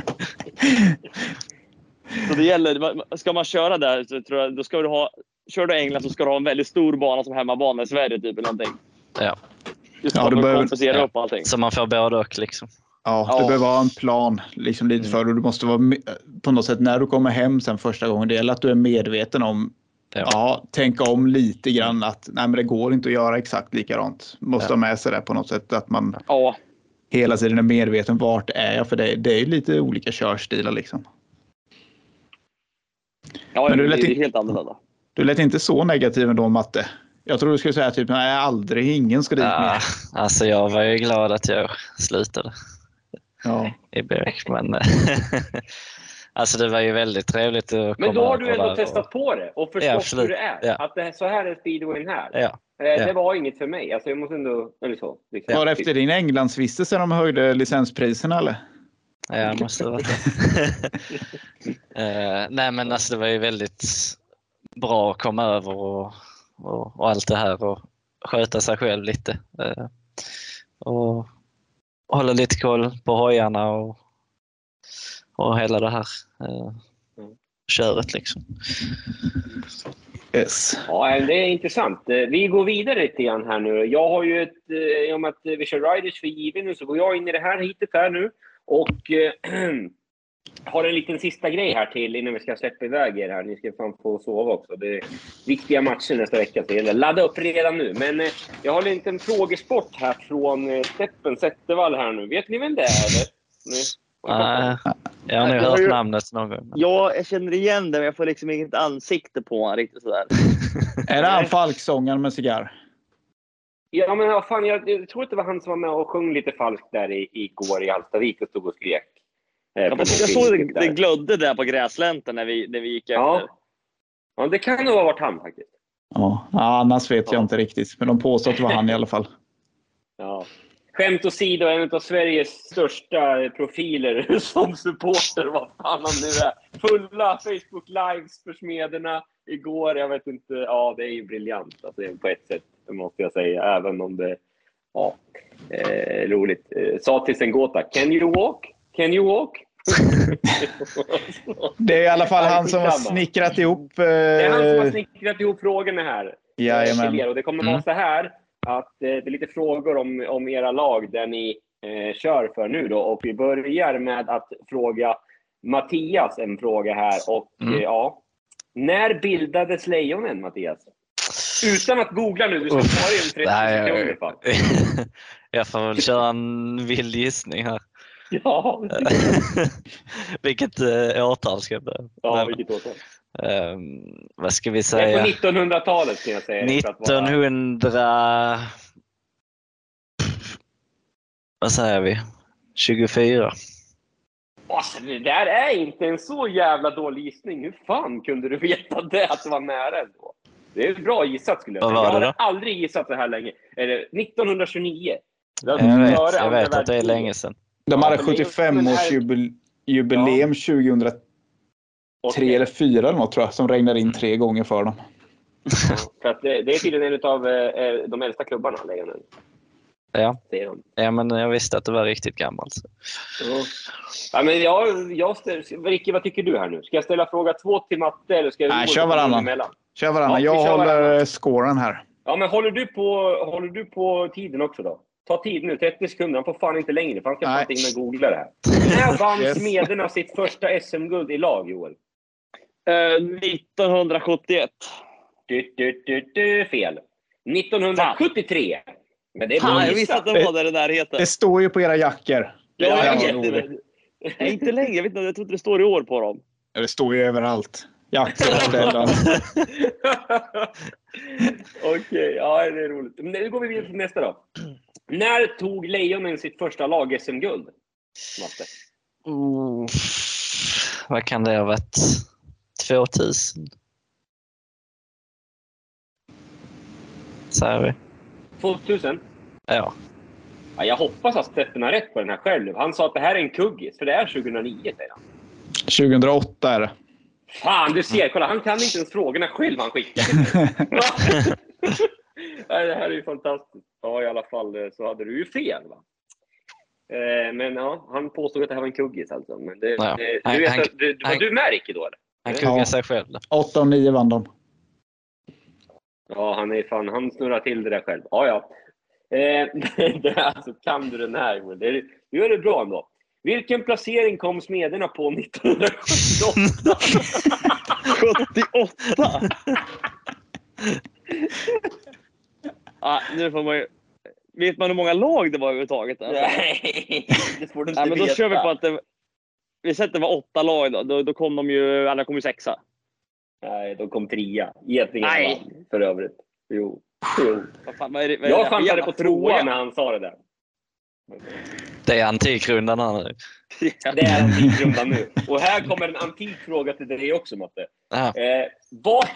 Så det gäller, ska man köra där så tror jag, då ska du ha, kör du England så ska du ha en väldigt stor bana som hemmabana i Sverige typ eller någonting. Ja. Just ja, du behöver kompensera ja. upp allting. Så man får både och liksom. Ja, det ja. behöver vara en plan liksom lite för och du måste vara på något sätt när du kommer hem sen första gången. Det är att du är medveten om ja, ja tänka om lite grann att nej, men det går inte att göra exakt likadant. Måste ja. ha med sig det på något sätt att man ja. hela tiden är medveten vart är jag för det, det är ju lite olika körstilar liksom. Ja, men du lät, det är helt annorlunda. Du lät inte så negativ ändå om matte. Jag tror du skulle säga typ nej, aldrig, ingen ska dit ja, mer. Alltså jag var ju glad att jag slutade. Ja. I Berwick, men alltså det var ju väldigt trevligt att men då har du ändå och... testat på det och förstått ja, hur det är. Ja. Att det, så här är speedwayen här. Ja. Det var inget för mig. Alltså jag måste ändå, eller så. Liksom. Var efter din Englandsvistelse de höjde licenspriserna eller? Ja, måste vara uh, nej men alltså det var ju väldigt bra att komma över och, och, och allt det här och sköta sig själv lite. Uh, och hålla lite koll på hojarna och, och hela det här uh, köret liksom. Yes. Ja, det är intressant. Vi går vidare lite grann här nu. Jag har ju ett, i och med att vi kör Riders för given nu så går jag in i det här hitet här nu. Och äh, har en liten sista grej här till innan vi ska släppa iväg er här. Ni ska fan få sova också. Det är viktiga matcher nästa vecka. Så det gäller ladda upp redan nu. Men äh, jag har en liten frågesport här från äh, Steppen Zettervall här nu. Vet ni vem det är? Eller? Nu. Nej, jag har nu hört ju namnet någon gång. Ja, jag känner igen det men jag får liksom inget ansikte på honom riktigt sådär. Är det han falksångaren med cigarr? Ja, men vad fan, jag, jag tror att det var han som var med och sjöng lite falskt där i, igår i Hallstavik och stod och skrek. Eh, ja, jag såg det, det glödde där på gräslänten när vi, när vi gick efter. Ja. Ja, det kan nog ha varit han faktiskt. Ja, ja annars vet jag Ja. inte riktigt. Men de påstår att det var han i alla fall. Ja. Skämt åsido, en av Sveriges största profiler som supporter, vad fan han nu är. Fulla Facebook Lives för Smederna igår, jag vet inte, ja det är ju briljant alltså, på ett sätt, måste jag säga, även om det, ja, eh, roligt. Eh, sa till Sengota, can you walk? Can you walk? Det är i alla fall han som har snickrat ihop... Eh... Det är han som har snickrat ihop frågorna här. Jajamän. Och det kommer vara så här att eh, det är lite frågor om, om era lag där ni eh, kör för nu då. Och vi börjar med att fråga Mattias en fråga här. Och mm. eh, ja, när bildades Lejonen, Mattias? Utan att googla nu, du ska svara i en trettio sekunder. Fan. Jag får väl köra en vild gissning här. Ja. Vilket äh, årtal ska jag börja? Ja, vilket årtal? Um, vad ska vi säga? Det är på nittonhundratalet kan jag säga. nittonhundra... Vad säger vi? tjugofyra. Alltså, det där är inte en så jävla dålig gissning. Hur fan kunde du veta det, att det var nära ändå? Det är bra gissat skulle jag säga. Jag hade aldrig gissat så här länge. Är det nittonhundrationio? Jag vet, jag vet att det är länge sedan. De hade sjuttiofem års jubileum ja. tjugohundratre okay. eller fyra eller något, tror jag, som regnade in tre gånger för dem. Ja, för att det, det är tydligen en av eh, de äldsta klubbarna. Lejonen. Ja. Ja, men jag visste att det var riktigt gammalt. Ja. Ja, men jag, jag ställer, Ricky, vad tycker du här nu? Ska jag ställa fråga två till Matte eller ska jag Nej, kör varannan. Kör varannan. Ja, jag kör håller varannan. Scoren här. Ja, men håller du på håller du på tiden också då? Ta tid nu, trettio sekunder. Han får fan inte längre. För han ska fan inte googla det här. När vann yes. Smederna sitt första S M-guld i lag, Joel? Uh, nittonhundrasjuttioett. Du, du, du, du, fel. nittonhundrasjuttiotre. Men det är fan, jag visste att det var där det där heter. Det står ju på era jackor. Ja, jag, jag vet det. Nej, inte längre. Jag vet inte, jag tror inte det står i år på dem. Ja, det står ju överallt. Jackor. Okej, okay, ja det är roligt. Men nu går vi vidare till nästa då. När tog Lejonen sitt första lag-S M-guld? Matte. Mm, vad kan det ha varit? tvåtusen? Säger vi. tvåtusen? Ja. Ja. Jag hoppas att Steffen har rätt på den här själv. Han sa att det här är en kuggis, för det är tjugohundranio, säger han. tjugohundraåtta är det. Fan, du ser. Kolla, han kan inte ens frågorna själv han skickar. Nej, det här är ju fantastiskt. Ja, i alla fall så hade du ju fel, va? Eh, men ja, han påstod att det här var en kuggis alltså. Men det, ja. det, han, du vet, han, att, du, var han, du med, Ricky, då eller? Han kuggar ja. sig själv. åtta och nio vann de. Ja, han är fan, han snurrar till det där själv. Ja, ja. Eh, det, alltså, kan du den här? Det, du gör det bra ändå. Vilken placering kom Smederna på nittonhundrasjuttioåtta? sjuttioåtta? Ah, nu får man ju... Vet man hur många lag det var överhuvudtaget? Alltså? Nej, det får du inte Nej, men då veta. kör vi på att det... Vi sätter det var åtta lag då. Då, då kom de ju... Alla kom ju sexa. Nej, de kom trea. Getingarna vann, för övrigt. Jo. jo. Vad fan, vad är det, vad är Jag det? chansade på tvåa när han sa det där. Det är antikrundan här. Det är antikrundan nu. Och här kommer en antik fråga till dig också, Matte. Eh, vad...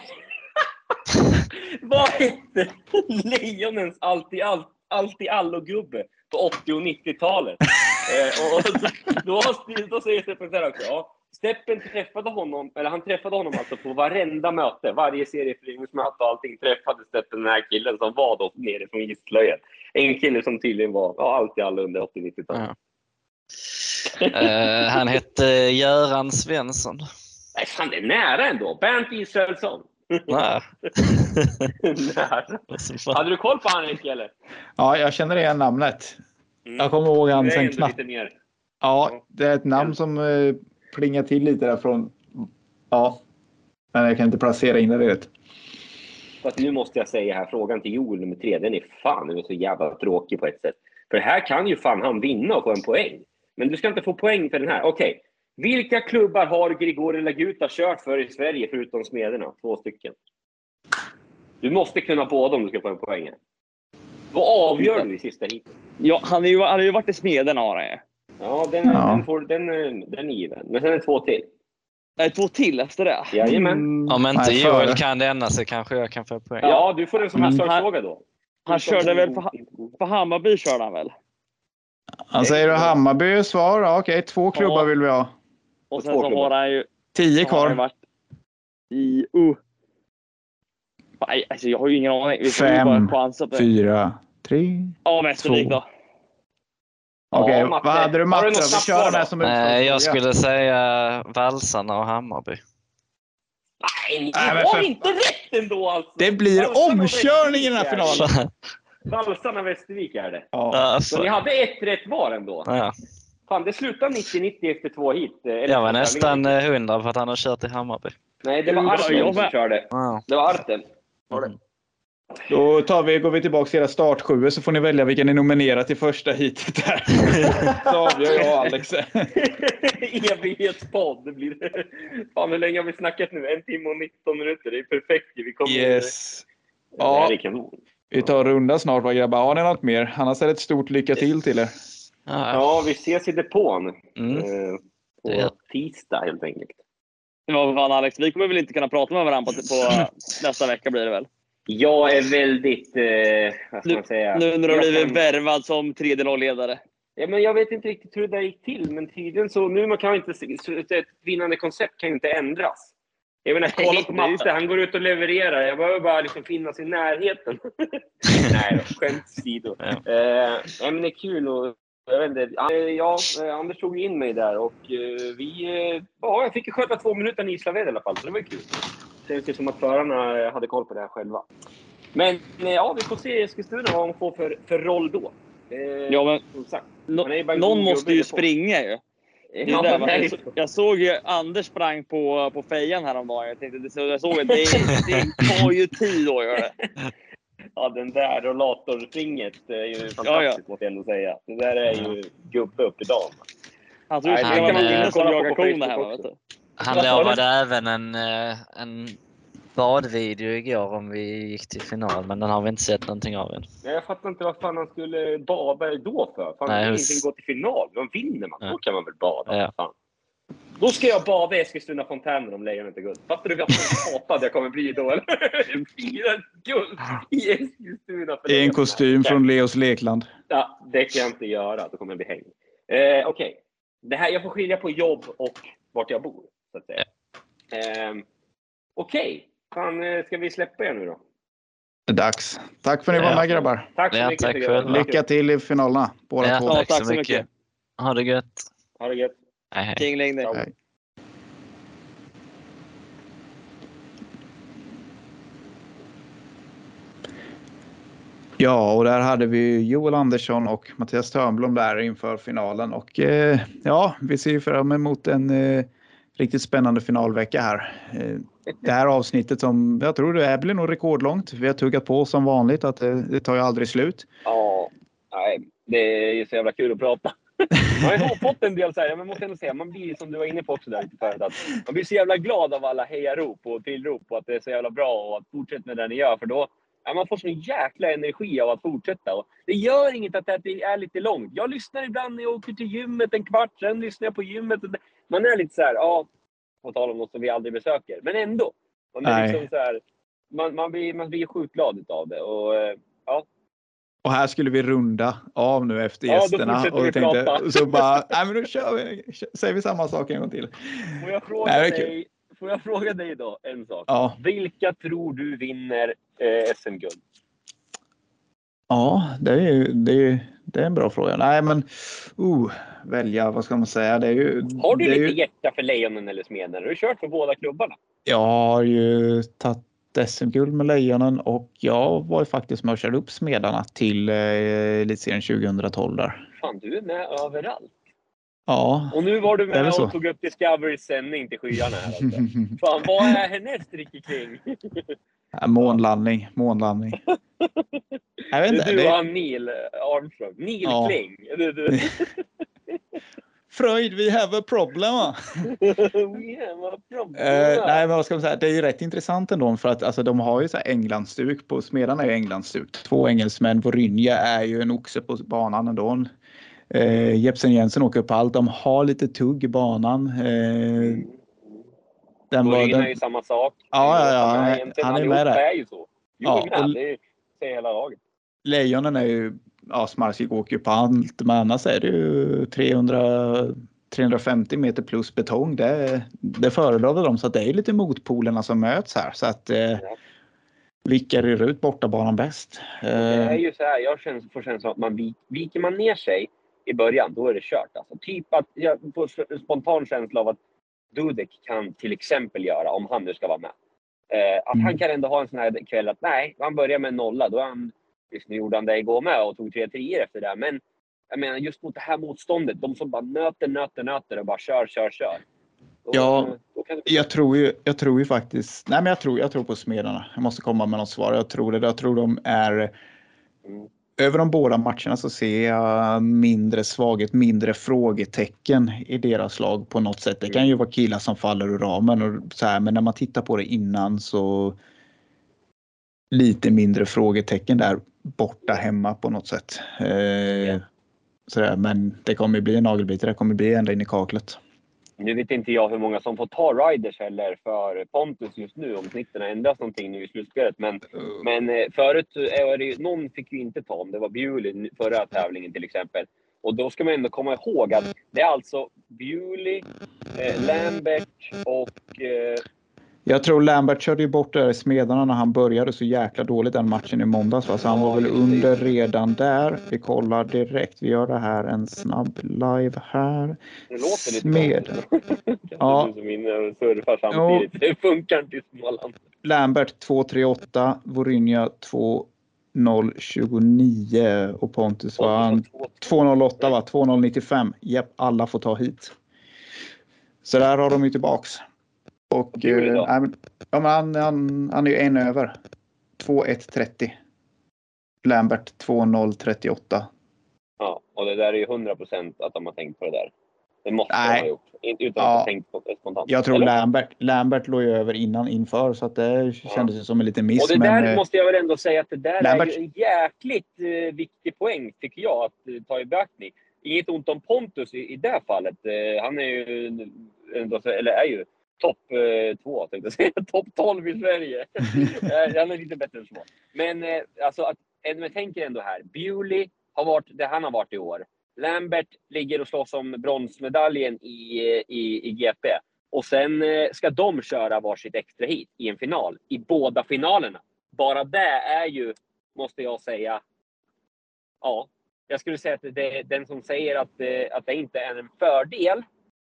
Vad hette Lejonens allt-i-allo allt allt gubbe på åttio- och nittiotalet? Eh, och då, då säger Steppen så här också. Ja, Steppen träffade honom, eller han träffade honom alltså på varenda möte. Varje serieföreningsmöte och allting träffade Steppen den här killen som var då nere från Gisslöjen. En kille som tydligen var ja, allt-i-allo under åttio- och nittiotalet. Ja. uh, han hette Göran Svensson. Nej, fan, det är nära ändå. Bernt Israelsson. Nej. Hade du koll på han, Ricky, eller? Ja, jag känner igen namnet. Mm. Jag kommer ihåg han sen knappt. Ja, det är ett namn som uh, plingar till lite därifrån. Ja, men jag kan inte placera in det rätt. Fast nu måste jag säga här, frågan till Joel nummer tre, den är fan, den är så jävla tråkig på ett sätt. För här kan ju fan han vinna och få en poäng. Men du ska inte få poäng för den här. Okej. Okay. Vilka klubbar har Grigori Laguta kört för i Sverige förutom Smederna? Två stycken. Du måste kunna båda om du ska få en poäng. Vad avgör du i sista hit? Ja, han har ju, han har ju varit i Smederna, har han. Ja, den, ja. Den, får, den, den är given. Men sen är det två till. Nej, två till efter det. Jajamän. Mm. Om inte Nej, Joel före. kan denna så kanske jag kan få poäng. Ja, du får en som Mm. här fråga då. Han körde väl på, på Hammarby körde han väl? Han säger du Hammarby svar. Ja, okej, två klubbar Ja. vill vi ha. Och sen två så klubbar. har han ju Tio har han ju kvar. varit i uh. Nej, alltså jag har ju ingen aning. Vi får ju Fem, bara chansa på det. Fyra, tre. Ja, Västervik då. Okej, Ja, Matte. vad hade du Har Matte? du något Vi snabbt kör svar den här då? som Nej, jag utslagsfråga. skulle säga Valsarna och Hammarby. Nej, ni Nej, men har för- inte rätt ändå alltså. Det blir Valsarna och omkörning i den här Västervik är det. finalen. Valsarna Västervik är det. Ja. Så Alltså, ni hade ett rätt var ändå. ja. Fan, det slutade nittio nittio efter två hit. eh, eller Jag var två nästan tävlingar. eh, hundra för att han har kört i Hammarby. Nej, det var Ja, Arten jag som med. körde. Ja. Det var Arten. Mm. Då tar vi, går vi tillbaka till era startsjuor så får ni välja vilken ni nominerar till första hitet där. Så avgör jag och Alex. Evighetspodd. Det blir... Fan, hur länge har vi snackat nu? En timme och nitton minuter. Det är perfekt. Vi kommer... Yes. Ja. Det Ja, här är kanon. vi tar runda snart, vad grabbar. Har ni något mer? Annars är det ett stort lycka till till er. Ja. Ja, vi ses i depån. Mm. Eh, på Det- tisdag helt enkelt. Det var fan Alex. Vi kommer väl inte kunna prata med varandra på, på nästa vecka blir det väl? Jag är väldigt... Eh, vad ska Nu- man säga? Nu när du har Jag blivit kan- värvad som tredje lagledare. Ja, men jag vet inte riktigt hur det där gick till, men tydligen så nu man kan inte så ett vinnande koncept kan ju inte ändras. Jag menar, kolla på Matte, han går ut och levererar. Jag behöver bara liksom finnas i närheten. Nej då, skämt åsido. Ja. Eh, ja, men det är kul och jag vet inte, ja, Anders tog in mig där och eh, vi, eh, ja, jag fick ju sköta två minuter i Islaved i alla fall, så det var ju kul. Det känns ju som att förarna hade koll på det här själva. Men eh, ja, vi får se i Eskilstuna vad de får för, för roll då. Eh, Ja, men som sagt. no, Man är ju bara en någon god måste gubbe ju på. springa ju. Det är Ja, där, men man, det är jag, ju så, så. jag såg ju Anders sprang på, på fejan häromdagen. Jag tänkte, det, så, jag såg att det, det tar ju tid att göra det. Ja, den där rollatorfingret är ju fantastiskt, Ja, ja. måste jag ändå säga. Det där är ju gubbe upp i dagen. Han såg ut som Nej, en det kan gammal man kille som kolla på jagar på korna Facebook hemma. också. Vet du. Han Vad sa du? lovade även en, eh, en badvideo igår om vi gick till final, men den har vi inte sett någonting av än. Nej, jag fattar inte vad fan han skulle bada då för. Fan, Nej, Nej, hos- ingenting gå till final. Då vinner man. Ja. Då kan man väl bada. Ja. Fan. Då ska jag bada i Eskilstuna fontänen om lejonet är guld. Fattar du vad hatad jag kommer bli då? Eller? Fyra guld i Eskilstuna. För I en lejonen. kostym från Leos lekland. Ja, det kan jag inte göra. Då kommer jag bli hängd. Eh, Okej. Okay. Det här, jag får skilja på jobb och vart jag bor. Så att säga. Eh, Okej. Okay. eh, ska vi släppa er nu då? Dags. Tack för att ni var Ja. med grabbar. Tack så Ja, mycket. tack tycker jag. själva. Lycka till i finalerna. Båda Ja, två. Ja, tack, tack så så mycket. mycket. Ha det gött. Ha det gött. Hej, hej. King Ling dig. Ciao. Hej. Ja, och där hade vi Joel Andersson och Mattias Törnblom där inför finalen. Och eh, ja, vi ser ju fram emot en eh, riktigt spännande finalvecka här. Eh, det här avsnittet som jag tror det är, blir nog rekordlångt. Vi har tuggat på som vanligt att det, det tar ju aldrig slut. Ja, nej, det är ju så jävla kul att prata. Man har ju fått en del så här, men måste ändå säga, man blir som du var inne på också där lite förut, att man blir så jävla glad av alla hejarop och tillrop och att det är så jävla bra och att fortsätta med det ni gör, för då ja, man får så jäkla energi av att fortsätta. Och det gör inget att det är lite långt. Jag lyssnar ibland när jag åker till gymmet en kvart, sen lyssnar jag på gymmet. Och det, man är lite så här, ja, på tal om något som vi aldrig besöker, men ändå. Man är Nej. liksom så här, man, man blir, man blir sjukt glad av det och ja. Och här skulle vi runda av nu efter Ja, då gästerna. fortsätter Och vi tänkte, prata. så bara, nej men då kör vi, säger vi samma sak en gång till. Får jag fråga, Nej, det är kul. dig, får jag fråga dig då en sak? Ja, Vilka tror du vinner eh, S M-guld? ja det, är, ju- det, är, det är en bra fråga. Nej men, uh, välja, vad ska man säga? Det är ju, Har du det är lite ju, hjärta för Lejonen eller Smeden? Har du kört för båda klubbarna? jag har ju tagit S M-guld med Lejonen och jag var ju faktiskt med och körde upp Smedarna till eh, elitserien tjugohundratolv där. Fan, du är med överallt. Ja. Och nu var du Det är väl med så. och tog upp Discoverys sändning till skyarna här. Alltså. Fan, vad är härnäst, Ricky Kling? Ja, månlandning, månlandning. Jag vet Det inte. är du Det och är, han Neil Armstrong. Neil Ja. Kling. Du, du. Freud, we have a problem. va? Yeah, vad bra. Eh, nej, men vad ska man säga? Det är ju rätt intressant ändå för att alltså, de har ju så här Englandsstuk på Smedarna är ju Englandsstuk. Två engelsmän, Vorynja är ju en oxe på banan ändå. Eh, Jepsen Jensen åker upp allt. De har lite tugg i banan. Eh, Den var, den... är ju samma sak. Ja, ja, ja. Han är, han är med där. är ju så. Jo, ja, med. Och... Det säger hela laget. Lejonen är ju, ja, Smarsvik åker ju på allt, men annars är det ju trehundra, trehundrafemtio meter plus betong. Det, det föredrar de, så att det är lite motpolerna som möts här. Så att eh, ja. Vilka är ut bortabanan bäst? Det är ju så här, jag känner, får känslan att man vik, viker man ner sig i början, då är det kört. Alltså, typ att jag får spontan känsla av att Dudek kan till exempel göra, om han nu ska vara med. Eh, att mm. han kan ändå ha en sån här kväll att nej, han börjar med nolla, då är han, just nu gjorde han det igår med och tog tre treor efter det. Men jag menar, just mot det här motståndet, de som bara nöter, nöter, nöter och bara kör, kör, kör. Då, ja, då kan det... jag tror ju, jag tror ju faktiskt, nej men jag tror, jag tror på Smedarna. Jag måste komma med något svar. Jag tror det, jag tror de är, mm. över de båda matcherna så ser jag mindre svaghet, mindre frågetecken i deras lag på något sätt. Det kan ju vara killar som faller ur ramen och så här, men när man tittar på det innan så lite mindre frågetecken där borta hemma på något sätt. Eh, yeah. sådär, men det kommer bli en nagelbit, det kommer bli ända in i kaklet. Nu vet inte jag hur många som får ta riders heller för Pontus just nu, om snitten har ändrats någonting nu i slutspelet. Men, uh. men förut är det ju, någon fick ju inte ta, om det var Bewley förra tävlingen till exempel. Och då ska man ändå komma ihåg att det är alltså Bewley, eh, Lambert och... Eh, Jag tror Lambert körde ju bort där i Smedarna när han började så jäkla dåligt den matchen i måndags. Va? Så han var väl under redan där. Vi kollar direkt. Vi gör det här en snabb live här. Det låter lite Smed. Ja. Du som inne och surfar samtidigt. Jo. Det funkar inte i Småland. Lambert två tre åtta. Vorynja två noll tjugonio. Och Pontus var han två noll åtta, va? två noll nittiofem. Japp, alla får ta hit. Så där har de ju tillbaks. Och eh, ja, men, han, han, han är ju en över. två ett trettio. Lambert två noll trettioåtta. Ja, och det där är ju hundra procent att de har tänkt på det där. Det måste de ha gjort. Utan ja, att ha tänkt på det spontant. Jag tror Lambert, Lambert låg ju över innan inför. Så att det kändes ja. som en liten miss. Och det där men, måste jag väl ändå säga att det där Lambert... är ju en jäkligt eh, viktig poäng tycker jag att eh, ta i beaktning. Inget ont om Pontus i, i det fallet. Eh, han är ju, eller är ju topp eh, två, tänkte jag säga. Topp tolv i Sverige. Han är lite bättre än så. Men eh, alltså, att, jag tänker ändå här. Bewley har varit det han har varit i år. Lambert ligger och slåss om bronsmedaljen i, i, i G P. Och sen eh, ska de köra varsitt extra hit i en final. I båda finalerna. Bara det är ju, måste jag säga, ja. Jag skulle säga att det, den som säger att, eh, att det inte är en fördel,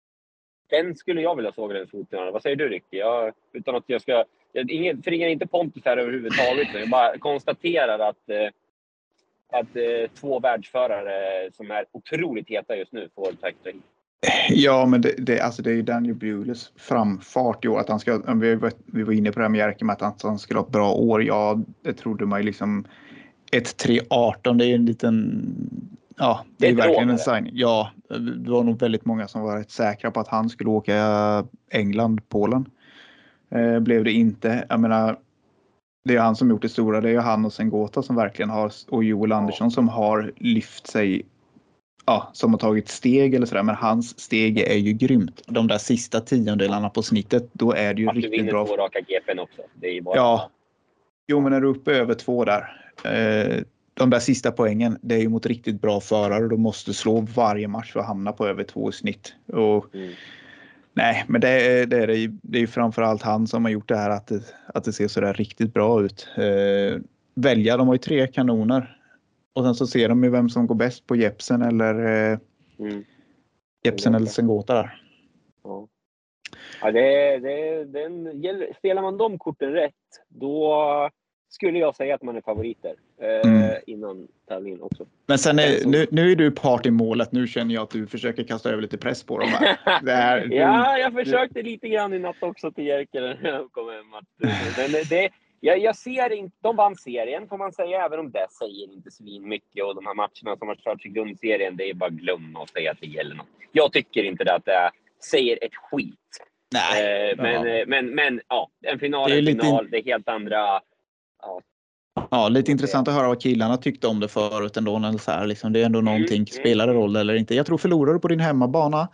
den skulle jag vilja såga den foten. Vad säger du, Ricky? Jag, utan att jag ska... Jag ingen, förringar inte Pontus här överhuvudtaget. Jag bara konstaterar att, eh, att eh, två världsförare som är otroligt heta just nu får extra hit. Ja, men det, det, alltså det är ju Daniel Bewleys framfart i år. Att han ska, vi, var, vi var inne på det här med Jerker, att han skulle ha ett bra år. Ja, det trodde man ju liksom... ett tre arton, det är en liten... Ja, det, det är, är verkligen en sign. Ja, det var nog väldigt många som var rätt säkra på att han skulle åka England, Polen. Eh, blev det inte. Jag menar, det är han som gjort det stora. Det är ju han och Sengota som verkligen har, och Joel Andersson som har lyft sig, ja, som har tagit steg eller sådär. Men hans steg är ju grymt. De där sista tiondelarna på snittet, då är det ju att riktigt bra. Att du vinner två raka G P:n också. Det är ju bara... Ja, jo, men när du är uppe över två där. Eh, de där sista poängen, det är ju mot riktigt bra förare. De måste slå varje match för att hamna på över två i snitt. Och, mm. Nej, men det är, det, är, det är ju framförallt han som har gjort det här att det, att det ser så där riktigt bra ut. Eh, välja, de har ju tre kanoner. Och sen så ser de ju vem som går bäst på Jepsen eller eh, mm. Jepsen eller Sengota där. Ja, ja det, det, den, spelar man de korten rätt, då skulle jag säga att man är favoriter eh, mm. innan tävlingen också. Men sen är, nu, nu är du part i målet. Nu känner jag att du försöker kasta över lite press på dem här. Det här du, ja, jag försökte du... lite grann i natt också till Jerker när jag kom hem. Att, men det, jag, jag ser inte, de vann serien får man säga, även om det säger inte svin mycket. Och de här matcherna som har kört i grundserien, det är bara glömma och säga att det gäller något. Jag tycker inte det att det säger ett skit. Nej. Eh, men, ja. men, men, men ja, en final är en final. Lite... Det är helt andra... Ja. Ja, lite intressant att höra vad killarna tyckte om det förut ändå. Eller så här, liksom. Det är ändå någonting, mm, spelar det roll eller inte. Jag tror förlorar du på din hemmabana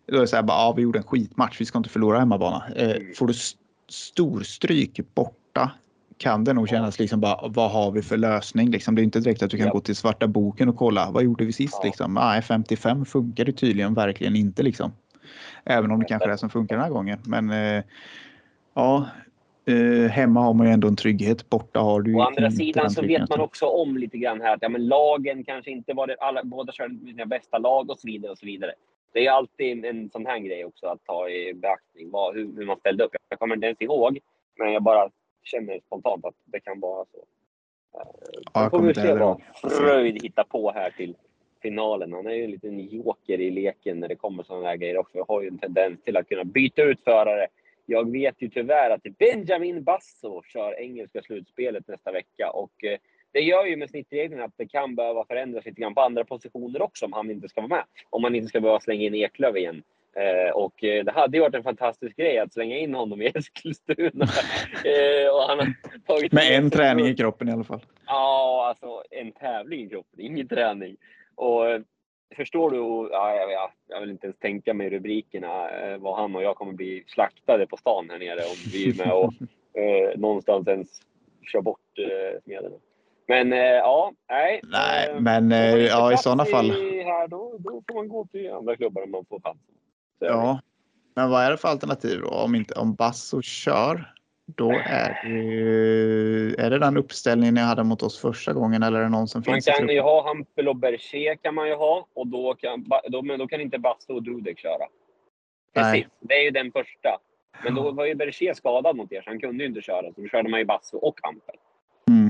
Då är det så här, bara, ja, vi gjorde en skitmatch, vi ska inte förlora hemmabana. Eh, får du st- stor stryk borta kan det nog kännas liksom bara, vad har vi för lösning? Liksom, det är inte direkt att du kan Ja. gå till svarta boken och kolla, vad gjorde vi sist? Ja. Liksom? Nej, femtiofem funkar det tydligen verkligen inte. Liksom. Även om det kanske är det som funkar den här gången. Men eh, ja, eh, hemma har man ju ändå en trygghet. Borta har du ju Å andra inte sidan den så vet tryggheten. man också om lite grann här att ja, men lagen kanske inte var det, alla, båda körde sina bästa lag och så vidare och så vidare. Det är alltid en, en sån här grej också att ta i beaktning vad, hur, hur man ställde upp. Jag kommer inte ens ihåg, men jag bara känner spontant att det kan vara så. Ja, Då får vi se vad ihåg. Fröjd hittar på här till finalen. Han är ju en liten joker i leken när det kommer sådana här grejer också. Jag har ju en tendens till att kunna byta ut förare. Jag vet ju tyvärr att Benjamin Basso kör engelska slutspelet nästa vecka. Och eh, det gör ju med snittregeln att det kan behöva förändras lite grann på andra positioner också om han inte ska vara med. Om man inte ska behöva slänga in Eklöf igen. Eh, och eh, det hade ju varit en fantastisk grej att slänga in honom i Eskilstuna. eh, och han har tagit med en träning i kroppen i alla fall. Ja, alltså en tävling i kroppen, ingen träning. Och eh, förstår du, ja, jag, jag, jag vill inte ens tänka mig rubrikerna, eh, vad han och jag kommer bli slaktade på stan här nere om vi är med och eh, någonstans ens kör bort eh, smederna. Men eh, ja, nej. Nej, eh, men eh, ja, i sådana i, fall. Här, då, då får man gå till andra klubbar om man får chansen. Så Ja, men vad är det för alternativ då? Om inte om Basso kör, då är det, är det den uppställningen jag hade mot oss första gången eller är det någon som man finns i kan truppen? ju ha Hampel och Berger kan man ju ha och då kan, då, men då kan inte Basso och Dudek köra. Precis, Nej. det är ju den första. Men då var ju Berger skadad mot er så han kunde ju inte köra. Så då körde man ju Basso och Hampel. Mm.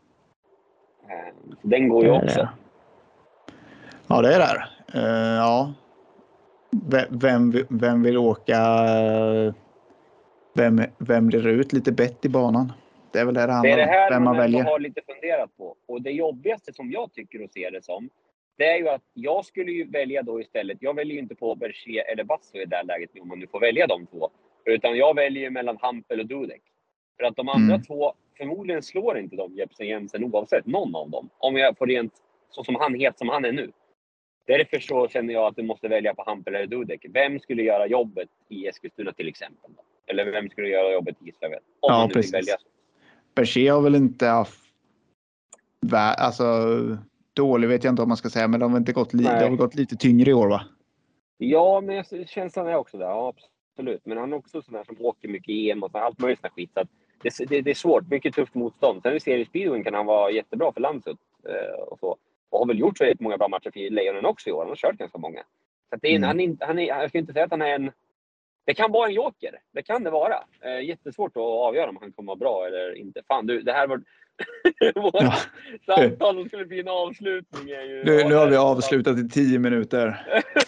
Den går ju också. Ja, det är där. Uh, ja. Vem, vem vill åka? Vem, vem blir ut lite bett i banan? Det är väl det det handlar om. Det är det här vem man, man väljer. har lite funderat på. Och det jobbigaste som jag tycker att se det som, det är ju att jag skulle ju välja då istället. Jag väljer ju inte på Berger eller Basso i det här läget om man nu får välja de två. Utan jag väljer ju mellan Hampel och Dudek. För att de andra Mm. två, förmodligen slår inte de Jepsen Jensen oavsett någon av dem. Om jag får rent så som han het som han är nu. Därför så känner jag att du måste välja på Hampel eller Dudek. Vem skulle göra jobbet i Eskilstuna till exempel? Då? Eller vem skulle göra jobbet i Gislaved? Om Ja, man nu precis. vill välja så. Berger har väl inte haft... Alltså, dålig vet jag inte vad man ska säga, men de har inte gått, li- de har gått lite tyngre i år, va? Ja, men känslan är också där. Ja, absolut. Men han är också sån där som åker mycket i E M och allt möjligt sån skit. Så att det, det, det är svårt. Mycket tufft motstånd. Sen i seriespeedway kan han vara jättebra för Landsut eh, och så. Och har väl gjort så många bra matcher för Lejonen också i år. Han har kört ganska många. Så att det är en, Mm. han, är, han är, jag ska inte säga att han är en... Det kan vara en joker. Det kan det vara. Eh, jättesvårt att avgöra om han kommer vara bra eller inte. Fan, du, det här var... Vårt Ja. samtal som skulle bli en avslutning. Är ju... Nu, nu har vi avslutat i tio minuter.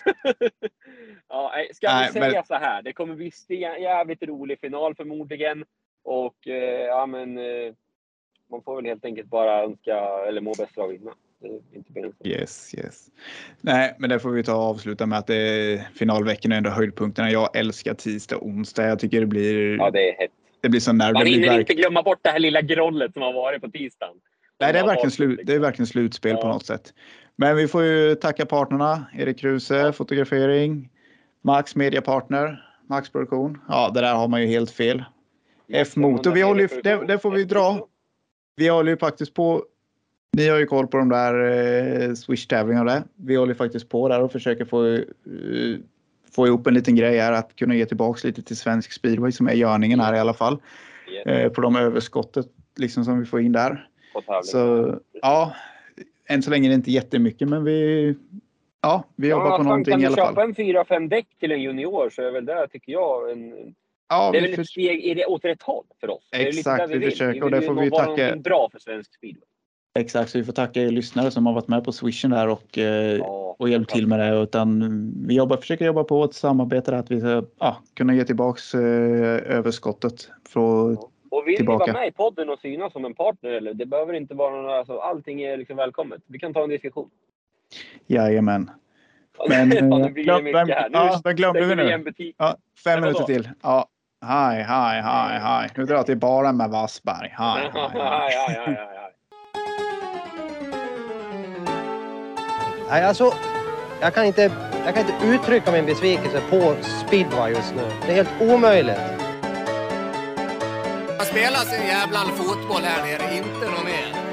Ja, nej, ska Nej, vi säga men- så här. Det kommer bli en jävligt rolig final förmodligen. Och eh, ja, men eh, man får väl helt enkelt bara önska, eller må bäst lag vinna. Det är inte mer än så. Yes, yes. Nej, men det får vi ta och avsluta med att det är finalveckan är ändå höjdpunkterna. Jag älskar tisdag och onsdag. Jag tycker det blir, Ja, det är hett. det blir så nerv. Man Det blir hinner verk- inte glömma bort det här lilla grollet som har varit på tisdagen. Nej, det är, Som verkligen har slut, varit- det är verkligen slutspel på Ja. något sätt. Men vi får ju tacka partnerna. Erik Kruse, Ja. fotografering. Max mediepartner. Max produktion. Ja, det där har man ju helt fel. F-motor, vi håller ju, det, det får vi dra. Vi håller ju faktiskt på. Ni har ju koll på de där eh, Swish-tävlingarna där. Vi håller ju faktiskt på där och försöker få, eh, få ihop en liten grej här. Att kunna ge tillbaka lite till svensk speedway som är görningen här i alla fall. Yeah. Eh, på de överskottet liksom som vi får in där. På tävling. Så ja, än så länge är det inte jättemycket, men vi, ja, vi jobbar Ja, på fan, någonting kan i du alla köpa fall. en fyra fem däck till en junior så är väl det, tycker jag, en, Ja, det är vi väl för, ett steg i det, åt rätt håll för oss. Det är lite Exakt, där vi vi vill. försöker, vi och vill det ju får nå- vi vara tacka- någonting bra för svensk speedway. exakt, så vi får tacka er lyssnare som har varit med på Swishen där och, eh, Ja, och hjälpt till med det. Utan vi jobbar, försöker jobba på ett samarbete där att vi ska ja, kunna ge tillbaks eh, överskottet från, Och vill tillbaka. ni vara med i podden och synas som en partner, eller det behöver inte vara några, alltså, allting är liksom välkommet. Vi kan ta en diskussion. Jajamän. Men, Fan, eh, nu blir det glöm- mycket vem- här. Nu ja, vad glömde vi stänger nu? en butik. Ja, fem Men vadå? minuter till. Ja. Hej, hej, hej, hej. Nu drar jag till baren med Wassberg. Hej, hej, hej. Aj, aj, aj, aj, aj. Nej, alltså, jag kan inte, jag kan inte uttrycka min besvikelse på speedway just nu. Det är helt omöjligt. Man spelar sin jävla fotboll här nere, inte något mer.